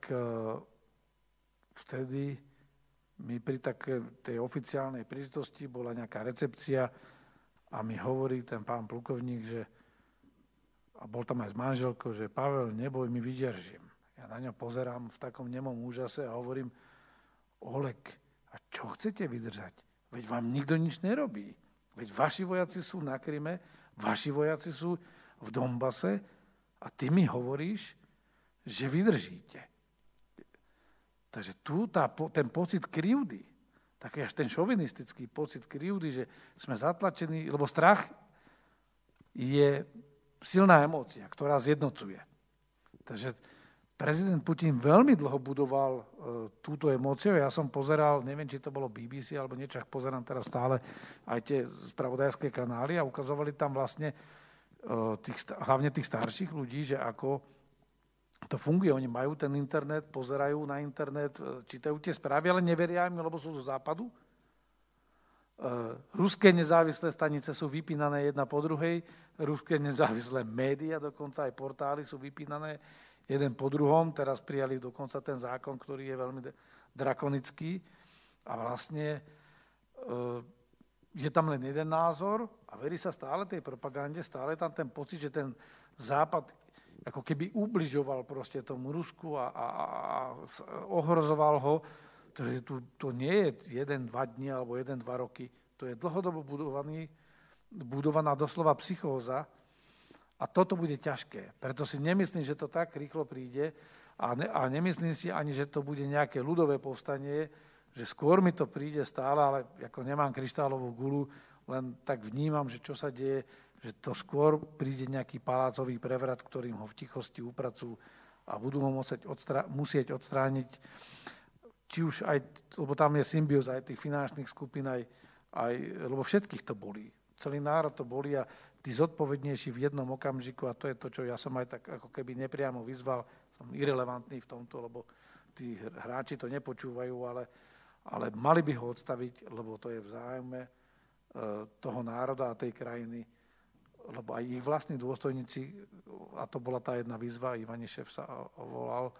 vtedy mi pri takej tej oficiálnej príležitosti bola nejaká recepcia a mi hovorí ten pán plukovník, že, a bol tam aj s manželkou, že Pavel, neboj, mi vydržím. Ja na ňo pozerám v takom nemom úžase a hovorím, Oleg, a čo chcete vydržať? Veď vám nikto nič nerobí. Veď vaši vojaci sú na Kryme, vaši vojaci sú v Donbase a ty mi hovoríš, že vydržíte. Takže tu tá, ten pocit krivdy, taký až ten šovinistický pocit krivdy, že sme zatlačení, lebo strach je silná emócia, ktorá zjednocuje. Takže prezident Putin veľmi dlho budoval e, túto emóciu. Ja som pozeral, neviem, či to bolo bé bé cé alebo niečo, pozerám teraz stále aj tie spravodajské kanály a ukazovali tam vlastne e, tých, hlavne tých starších ľudí, že ako to funguje. Oni majú ten internet, pozerajú na internet, e, čítajú tie správy, ale neveria im, lebo sú zo západu. E, ruské nezávislé stanice sú vypínané jedna po druhej, ruské nezávislé médiá, dokonca aj portály sú vypínané jeden po druhom, teraz prijali dokonca ten zákon, ktorý je veľmi drakonický a vlastne e, je tam len jeden názor a verí sa stále tej propagande, stále tam ten pocit, že ten západ ako keby ubližoval proste tomu Rusku a, a, a ohrozoval ho. To, tu, to nie je jeden, dva dni alebo jeden, dva roky, to je dlhodobo budovaný, budovaná doslova psychóza. A toto bude ťažké. Preto si nemyslím, že to tak rýchlo príde a, ne, a nemyslím si ani, že to bude nejaké ľudové povstanie, že skôr mi to príde stále, ale ako nemám kryštálovú gulu, len tak vnímam, že čo sa deje, že to skôr príde nejaký palácový prevrat, ktorým ho v tichosti upracujú a budú ho musieť, odstra- musieť odstrániť, či už aj, lebo tam je symbióza aj tých finančných skupín, aj, aj, lebo všetkých to bolí. Celý národ to bolí a tí zodpovednejší v jednom okamžiku, a to je to, čo ja som aj tak ako keby nepriamo vyzval, som irelevantný v tomto, lebo tí hráči to nepočúvajú, ale, ale mali by ho odstaviť, lebo to je v záujme e, toho národa a tej krajiny, lebo aj ich vlastní dôstojníci, a to bola tá jedna výzva, Ivanišev sa volal, e,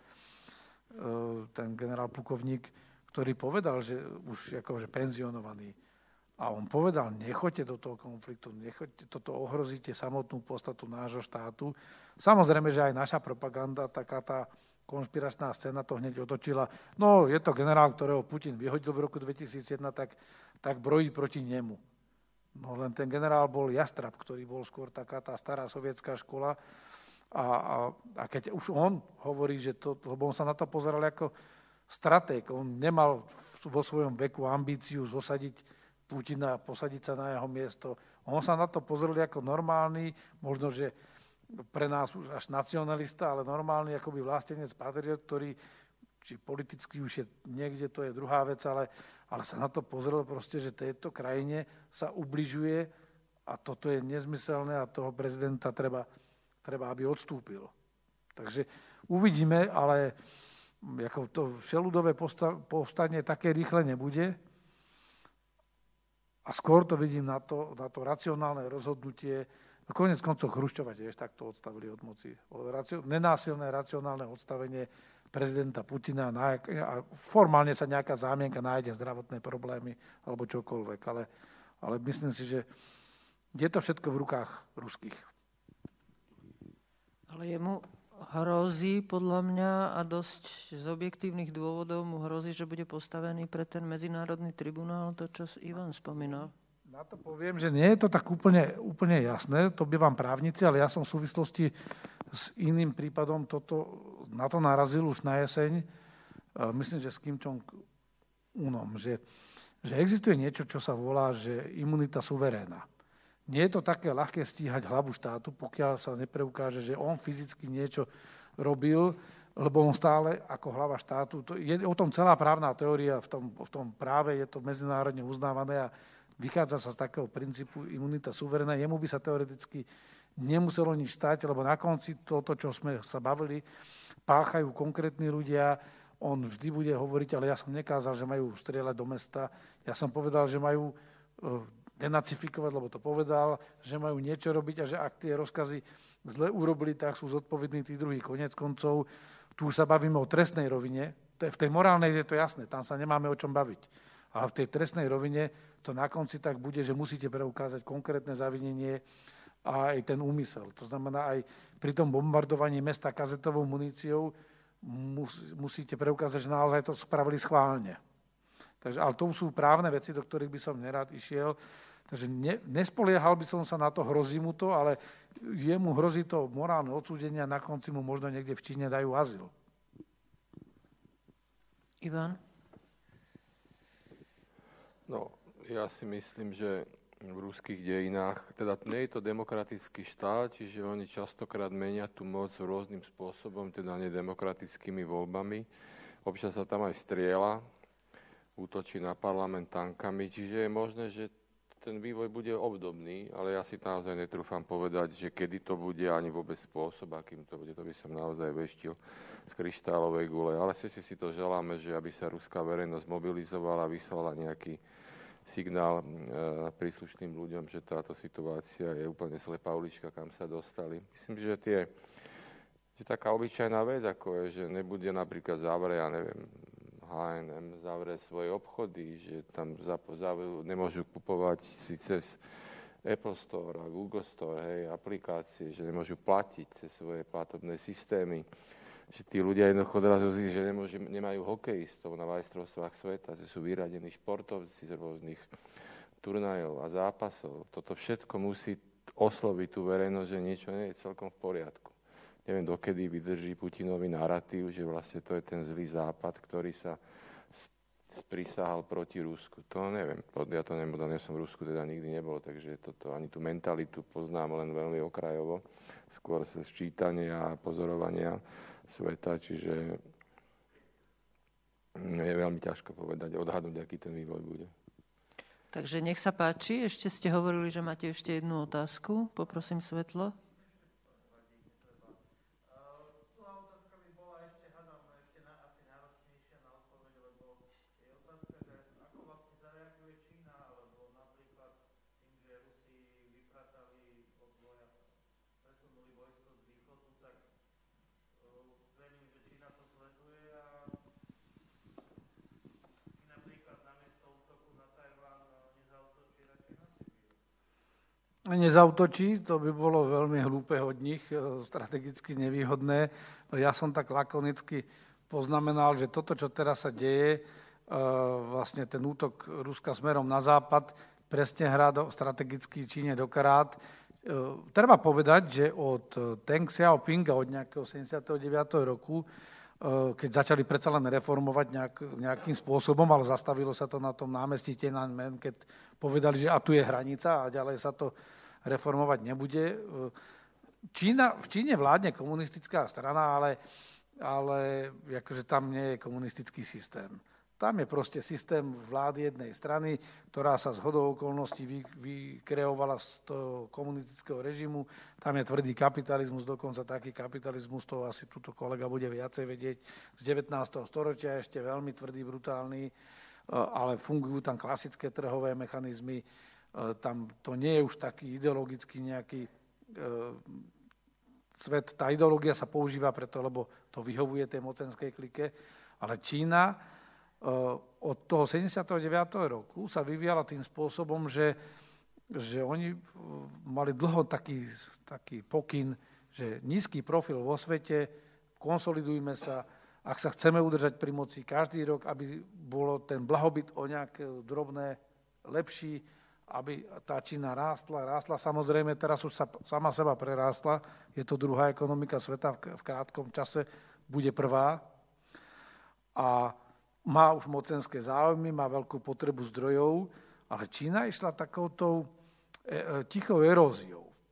ten generál plukovník, ktorý povedal, že už akože penzionovaný, a on povedal, nechoďte do toho konfliktu, nechoďte, toto ohrozíte samotnú podstatu nášho štátu. Samozrejme, že aj naša propaganda, taká tá konšpiračná scéna to hneď otočila. No, je to generál, ktorého Putin vyhodil v roku dvetisícjeden, tak, tak brojí proti nemu. No len ten generál bol Jastrab, ktorý bol skôr taká tá stará sovietská škola. A, a, a keď už on hovorí, že to, lebo on sa na to pozeral ako stratég, on nemal vo svojom veku ambíciu zosadiť Putina, posadiť sa na jeho miesto. On sa na to pozrel ako normálny, možno, že pre nás už až nacionalista, ale normálny akoby vlastenec, patriot, ktorý, či politicky už je niekde, to je druhá vec, ale, ale sa na to pozrel proste, že tejto krajine sa ubližuje a toto je nezmyselné a toho prezidenta treba, treba aby odstúpil. Takže uvidíme, ale ako to všeludové povstanie také rýchle nebude. A skôr to vidím na to, na to racionálne rozhodnutie. Koniec koncov Chruščova tiež takto odstavili od moci. Nenásilné racionálne odstavenie prezidenta Putina a formálne sa nejaká zámienka nájde, zdravotné problémy alebo čokoľvek. Ale, ale myslím si, že je to všetko v rukách ruských. Ale jemu hrozí podľa mňa a dosť z objektívnych dôvodov mu hrozí, že bude postavený pre ten medzinárodný tribunál, to, čo Ivan spomínal. Na to poviem, že nie je to tak úplne, úplne jasné, to by vám právnici, ale ja som v súvislosti s iným prípadom toto, na to narazil už na jeseň, myslím, že s Kim Jong-unom, že, že existuje niečo, čo sa volá, že imunita suveréna. Nie je to také ľahké stíhať hlavu štátu, pokiaľ sa nepreukáže, že on fyzicky niečo robil, lebo on stále ako hlava štátu, to je o tom celá právna teória, v tom, v tom práve je to medzinárodne uznávané a vychádza sa z takého princípu imunita suverená, jemu by sa teoreticky nemuselo nič stať, lebo na konci toto, čo sme sa bavili, páchajú konkrétni ľudia, on vždy bude hovoriť, ale ja som nekázal, že majú strieľať do mesta, ja som povedal, že majú denacifikovať, lebo to povedal, že majú niečo robiť a že ak tie rozkazy zle urobili, tak sú zodpovední tí druhí. Koniec koncov, tu už sa bavíme o trestnej rovine, v tej morálnej je to jasné, tam sa nemáme o čom baviť. Ale v tej trestnej rovine to na konci tak bude, že musíte preukázať konkrétne zavinenie a aj ten úmysel. To znamená, aj pri tom bombardovaní mesta kazetovou muníciou musíte preukázať, že naozaj to spravili schválne. Takže, ale to sú právne veci, do ktorých by som nerád išiel. Takže ne, nespoliehal by som sa na to, hrozí mu to, ale jemu hrozí to morálne odsúdenie a na konci mu možno niekde v Číne dajú azyl. Ivan? No, ja si myslím, že v ruských dejinách, teda nie je to demokratický štát, čiže oni častokrát menia tú moc rôznym spôsobom, teda nedemokratickými voľbami. Občas sa tam aj strieľa, útočí na parlament tankami, čiže je možné, že ten vývoj bude obdobný, ale ja si naozaj netrúfam povedať, že kedy to bude, ani vôbec spôsob, akým to bude, to by som naozaj veštil z kryštálovej gule. Ale všetci si to želáme, že aby sa ruská verejnosť mobilizovala, vyslala nejaký signál e, príslušným ľuďom, že táto situácia je úplne slepá ulička, kam sa dostali. Myslím, že tie, že taká obyčajná vec, ako je, že nebude napríklad zavre, ja neviem, há en em zavrie svoje obchody, že tam zavre, nemôžu kupovať si cez Apple Store a Google Store, hej, aplikácie, že nemôžu platiť cez svoje platobné systémy, že tí ľudia jednoducho odrazu zistí, že nemôžu, nemajú hokejistov na majstrovstvách sveta, že sú vyradení športovci z rôznych turnajov a zápasov. Toto všetko musí osloviť tú verejnosť, že niečo nie je celkom v poriadku. Neviem, dokedy vydrží Putinový narratív, že vlastne to je ten zlý západ, ktorý sa sprisahal proti Rusku. To neviem, ja to neviem, ja som v Rusku teda nikdy nebol, takže toto, ani tú mentalitu poznám len veľmi okrajovo, skôr sa sčítania a pozorovania sveta, čiže je veľmi ťažko povedať, odhadnúť, aký ten vývoj bude. Takže nech sa páči, ešte ste hovorili, že máte ešte jednu otázku, poprosím svetlo. Nezautočí, to by bolo veľmi hlúpe od nich, strategicky nevýhodné. Ja som tak lakonicky poznamenal, že toto, čo teraz sa deje, vlastne ten útok Ruska smerom na západ, presne hrá do, strategicky Číne do karát. Treba povedať, že od Deng Xiaopinga od nejakého sedemdesiateho deviateho roku, keď začali predsa len reformovať nejak, nejakým spôsobom, ale zastavilo sa to na tom námestí Tiananmen, keď povedali, že a tu je hranica a ďalej sa to reformovať nebude. Čína, v Číne vládne komunistická strana, ale, ale akože tam nie je komunistický systém. Tam je proste systém vlády jednej strany, ktorá sa z hodou okolností vy, vykreovala z toho komunistického režimu. Tam je tvrdý kapitalizmus, dokonca taký kapitalizmus, to asi tuto kolega bude viacej vedieť, z devätnásteho storočia ešte veľmi tvrdý, brutálny, ale fungujú tam klasické trhové mechanizmy. Tam to nie je už taký ideologický nejaký svet. Tá ideológia sa používa preto, lebo to vyhovuje tej mocenskej klike, ale Čína od toho sedemdesiateho deviateho roku sa vyvíjala tým spôsobom, že, že oni mali dlho taký, taký pokyn, že nízky profil vo svete, konsolidujme sa, ak sa chceme udržať pri moci každý rok, aby bolo ten blahobyt o nejaké drobné lepší, aby tá Čína rástla, rástla. Samozrejme, teraz už sa sama seba prerástla, je to druhá ekonomika sveta, v krátkom čase bude prvá a má už mocenské záujmy, má veľkú potrebu zdrojov, ale Čína išla takoutou tichou eróziou.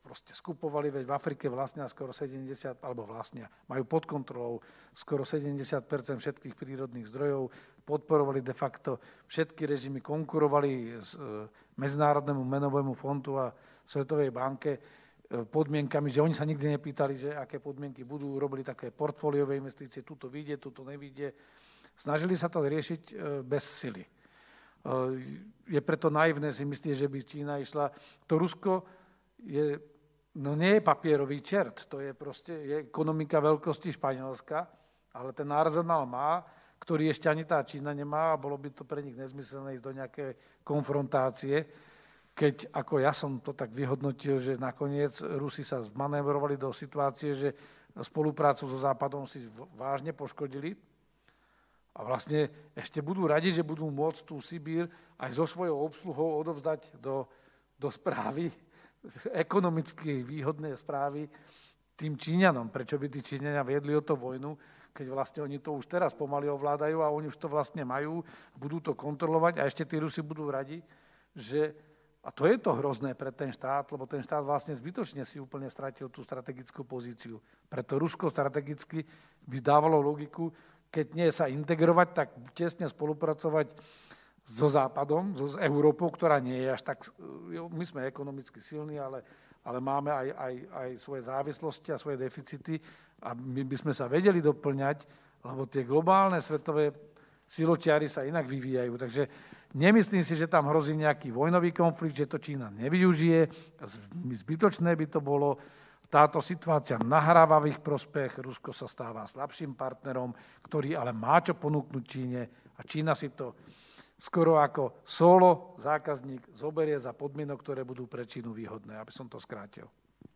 proste skupovali, veď v Afrike vlastnia skoro sedemdesiat, alebo vlastnia, majú pod kontrolou skoro sedemdesiat percent všetkých prírodných zdrojov, podporovali de facto všetky režimy, konkurovali s Medzinárodnému menovému fondu a Svetovej banke podmienkami, že oni sa nikdy nepýtali, že aké podmienky budú, robili také portfóliové investície, tuto vyjde, tuto nevyjde. Snažili sa to riešiť bez sily. Je preto naivné si myslieť, že by Čína išla. To Rusko je, no nie je papierový čert, to je proste je ekonomika veľkosti Španielska, ale ten arzenál má, ktorý ešte ani tá Čína nemá a bolo by to pre nich nezmyselné ísť do nejakej konfrontácie, keď ako ja som to tak vyhodnotil, že nakoniec Rusi sa zmanévrovali do situácie, že spoluprácu so Západom si vážne poškodili. A vlastne ešte budú radi, že budú môcť tú Sibír aj so svojou obsluhou odovzdať do, do správy, ekonomicky výhodné správy tým Číňanom. Prečo by tí Číňania viedli o to vojnu, keď vlastne oni to už teraz pomaly ovládajú a oni už to vlastne majú, budú to kontrolovať a ešte tí Rusi budú radi, že, a to je to hrozné pre ten štát, lebo ten štát vlastne zbytočne si úplne stratil tú strategickú pozíciu. Preto Rusko strategicky by dávalo logiku, keď nie sa integrovať, tak tesne spolupracovať so Západom, so Európou, ktorá nie je až tak... My sme ekonomicky silní, ale, ale máme aj, aj, aj svoje závislosti a svoje deficity a my by sme sa vedeli doplňať, lebo tie globálne svetové siločiary sa inak vyvíjajú. Takže nemyslím si, že tam hrozí nejaký vojnový konflikt, že to Čína nevyužije. Zbytočné by to bolo. Táto situácia nahráva v ich prospech, Rusko sa stáva slabším partnerom, ktorý ale má čo ponúknuť Číne a Čína si to skoro ako solo zákazník zoberie za podmienok, ktoré budú pre Čínu výhodné, aby som to skrátil.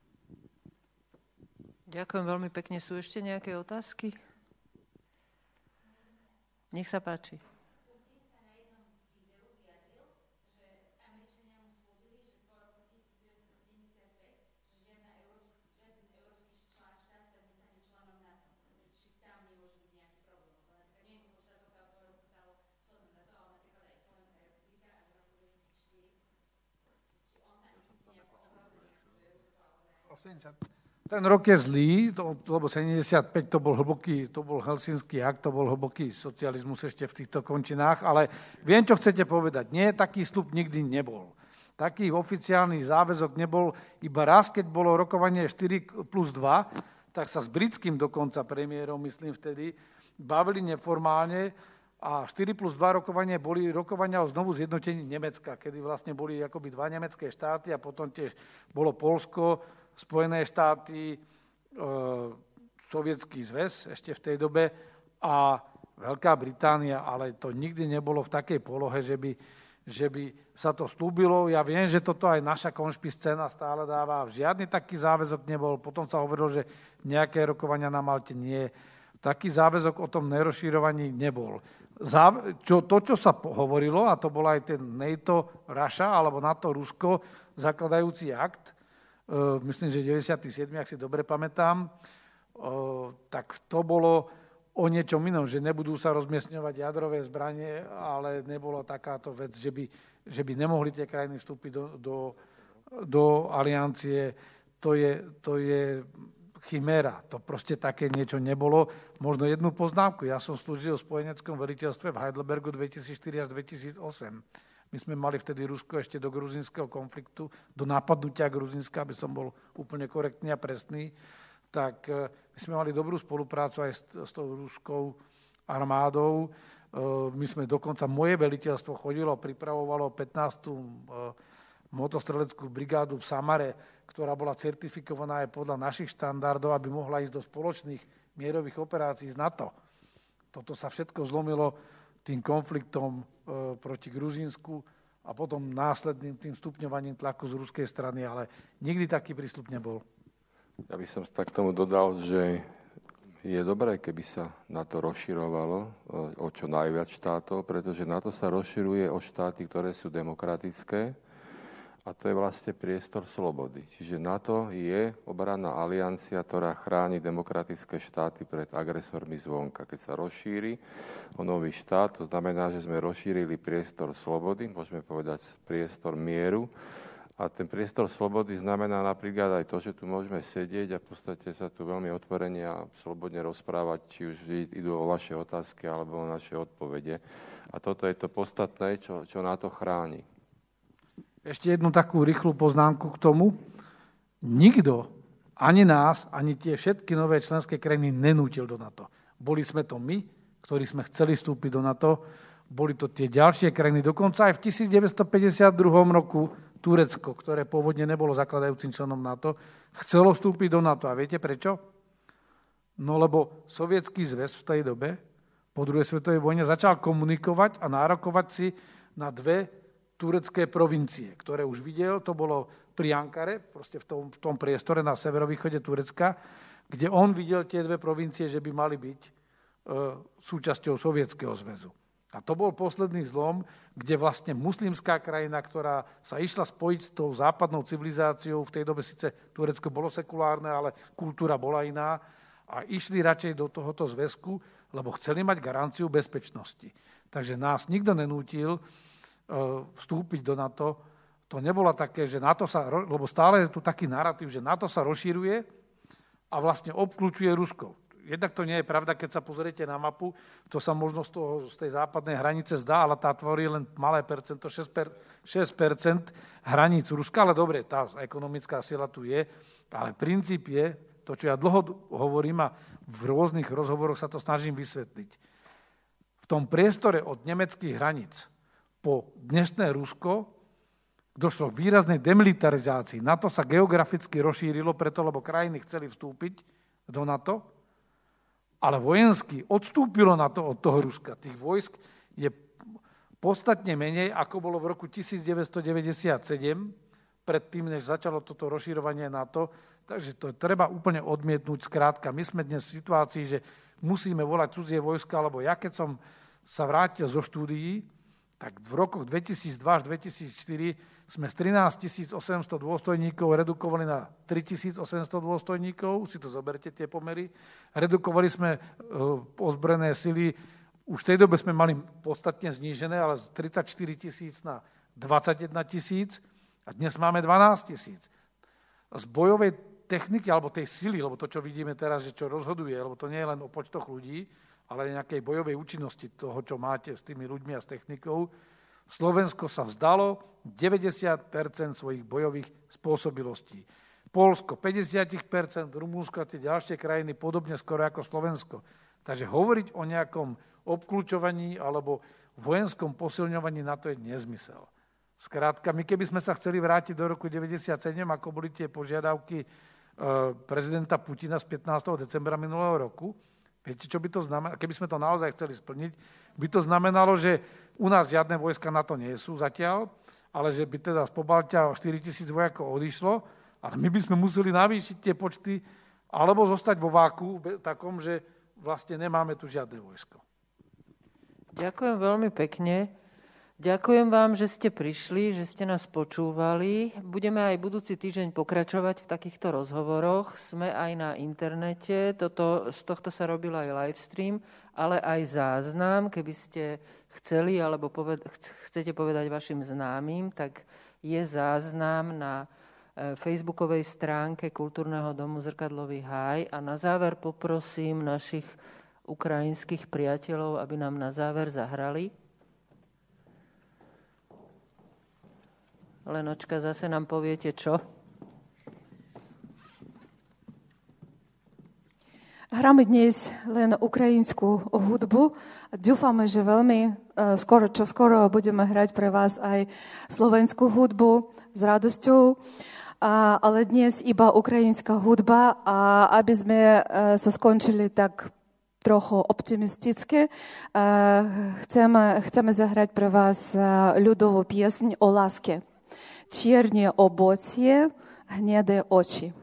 Ďakujem veľmi pekne. Sú ešte nejaké otázky? Nech sa páči. Ten rok je zlý, to, lebo sedemdesiatpäť to bol hlboký, to bol Helsinský akt, to bol hlboký socializmus ešte v týchto končinách, ale viem, čo chcete povedať. Nie, taký vstup nikdy nebol. Taký oficiálny záväzok nebol, iba raz, keď bolo rokovanie štyri plus dva, tak sa s britským dokonca premiérom, myslím vtedy, bavili neformálne a štyri plus dva rokovanie boli rokovania o znovu zjednotení Nemecka, kedy vlastne boli akoby dva nemecké štáty a potom tiež bolo Poľsko, Spojené štáty, e, Sovietský zväz ešte v tej dobe a Veľká Británia, ale to nikdy nebolo v takej polohe, že by, že by sa to slúbilo. Ja viem, že toto aj naša konšpiscéna stále dáva. Žiadny taký záväzok nebol. Potom sa hovorilo, že nejaké rokovania na Malte nie. Taký záväzok o tom nerozšírovaní nebol. Záv- čo, to, čo sa hovorilo, a to bol aj ten NATO Russia, alebo NATO Rusko, zakladajúci akt, myslím, že deväťdesiaty siedmy, ak si dobre pamätám, tak to bolo o niečom inom, že nebudú sa rozmiestňovať jadrové zbranie, ale nebola takáto vec, že by, že by nemohli tie krajiny vstúpiť do, do, do aliancie. To je, to je chiméra. To proste také niečo nebolo. Možno jednu poznámku. Ja som slúžil v spojeneckom veliteľstve v Heidelbergu dvetisícštyri až dvetisícosem. My sme mali vtedy Rusko ešte do gruzinského konfliktu, do napadnutia Gruzinska, aby som bol úplne korektný a presný, tak my sme mali dobrú spoluprácu aj s, s tou ruskou armádou. My sme dokonca, moje veliteľstvo chodilo, pripravovalo pätnástu motostreleckú brigádu v Samare, ktorá bola certifikovaná aj podľa našich štandardov, aby mohla ísť do spoločných mierových operácií z NATO. Toto sa všetko zlomilo tým konfliktom e, proti Gruzínsku a potom následným tým stupňovaním tlaku z ruskej strany, ale nikdy taký prístup nebol. Ja by som tak tomu dodal, že je dobré, keby sa NATO rozširovalo o čo najviac štátov, pretože NATO sa rozširuje o štáty, ktoré sú demokratické a to je vlastne priestor slobody. Čiže NATO je obranná aliancia, ktorá chráni demokratické štáty pred agresormi zvonka. Keď sa rozšíri o nový štát, to znamená, že sme rozšírili priestor slobody, môžeme povedať priestor mieru A ten priestor slobody znamená napríklad aj to, že tu môžeme sedieť a v podstate sa tu veľmi otvorene a slobodne rozprávať, či už idú o vaše otázky alebo o naše odpovede. A toto je to podstatné, čo, čo na to chráni. Ešte jednu takú rýchlu poznámku k tomu. Nikto, ani nás, ani tie všetky nové členské krajiny nenútil do NATO. Boli sme to my, ktorí sme chceli vstúpiť do NATO. Boli to tie ďalšie krajiny. Dokonca aj v devätnásťstopäťdesiatdva roku Turecko, ktoré pôvodne nebolo zakladajúcim členom NATO, chcelo vstúpiť do NATO. A viete prečo? No lebo Sovietský zväz v tej dobe po druhej svetovej vojne začal komunikovať a nárokovať si na dve turecké provincie, ktoré už videl, to bolo pri Ankare, proste v tom, v tom priestore na severovýchode Turecka, kde on videl tie dve provincie, že by mali byť e, súčasťou Sovietskeho zväzu. A to bol posledný zlom, kde vlastne muslimská krajina, ktorá sa išla spojiť s tou západnou civilizáciou, v tej dobe síce Turecko bolo sekulárne, ale kultúra bola iná, a išli radšej do tohoto zväzku, lebo chceli mať garanciu bezpečnosti. Takže nás nikto nenútil vstúpiť do NATO. To nebolo také, že NATO sa, lebo stále je tu taký narratív, že NATO sa rozširuje a vlastne obklúčuje Rusko. Jednak to nie je pravda, keď sa pozriete na mapu, to sa možno z, toho, z tej západnej hranice zdá, ale tá tvorí len malé percento, šesť percent hraníc Ruska, ale dobre, tá ekonomická sila tu je, ale princíp je, to, čo ja dlho hovorím a v rôznych rozhovoroch sa to snažím vysvetliť. V tom priestore od nemeckých hraníc po dnešné Rusko došlo k výraznej demilitarizácii. NATO sa geograficky rozšírilo preto, lebo krajiny chceli vstúpiť do NATO, ale vojensky odstúpilo na to od toho Ruska. Tých vojsk je podstatne menej, ako bolo v roku devätnásťstodeväťdesiatsedem, predtým, než začalo toto rozširovanie NATO. Takže to treba úplne odmietnúť. Skrátka, my sme dnes v situácii, že musíme volať cudzie vojska, lebo ja keď som sa vrátil zo štúdií, tak v rokoch dvetisícdva až dvetisícštyri sme z trinásťtisícosemsto dôstojníkov redukovali na tritisícosemsto dôstojníkov, si to zoberte tie pomery. Redukovali sme ozbrojené sily, už v tej dobe sme mali podstatne znížené, ale z tridsaťštyri tisíc na dvadsaťjeden tisíc a dnes máme dvanásť tisíc. Z bojovej techniky, alebo tej sily, lebo to, čo vidíme teraz, že čo rozhoduje, lebo to nie je len o počtoch ľudí, ale aj nejakej bojovej účinnosti toho, čo máte s tými ľuďmi a s technikou, Slovensko sa vzdalo deväťdesiat percent svojich bojových spôsobilostí. Poľsko päťdesiat percent, Rumunsko a tie ďalšie krajiny podobne skoro ako Slovensko. Takže hovoriť o nejakom obklúčovaní alebo vojenskom posilňovaní na to je nezmysel. Skrátka, my keby sme sa chceli vrátiť do roku deväťdesiatsedem, ako boli tie požiadavky prezidenta Putina z pätnásteho decembra minulého roku, viete, čo by to znamenalo? Keby sme to naozaj chceli splniť, by to znamenalo, že u nás žiadne vojska na to nie sú zatiaľ, ale že by teda z Pobaltia štyritisíc vojakov odišlo, ale my by sme museli navýšiť tie počty alebo zostať vo váku takom, že vlastne nemáme tu žiadne vojsko. Ďakujem veľmi pekne. Ďakujem vám, že ste prišli, že ste nás počúvali. Budeme aj budúci týždeň pokračovať v takýchto rozhovoroch. Sme aj na internete. Toto, z tohto sa robil aj live stream, ale aj záznam. Keby ste chceli alebo poved- chcete povedať vašim známym, tak je záznam na facebookovej stránke Kultúrneho domu Zrkadlový háj. A na záver poprosím našich ukrajinských priateľov, aby nám na záver zahrali. Lenočka, zase nám poviete čo? Hráme dnes len ukrajinskú hudbu. Dúfame, že veľmi skoro, čo skoro budeme hrať pre vás aj slovenskú hudbu s radosťou. Ale dnes iba ukrajinská hudba. A aby sme sa skončili tak trochu optimisticky, chceme, chceme zahrať pre vás ľudovú pieseň o láske. Čierні обоці, гнєде очі.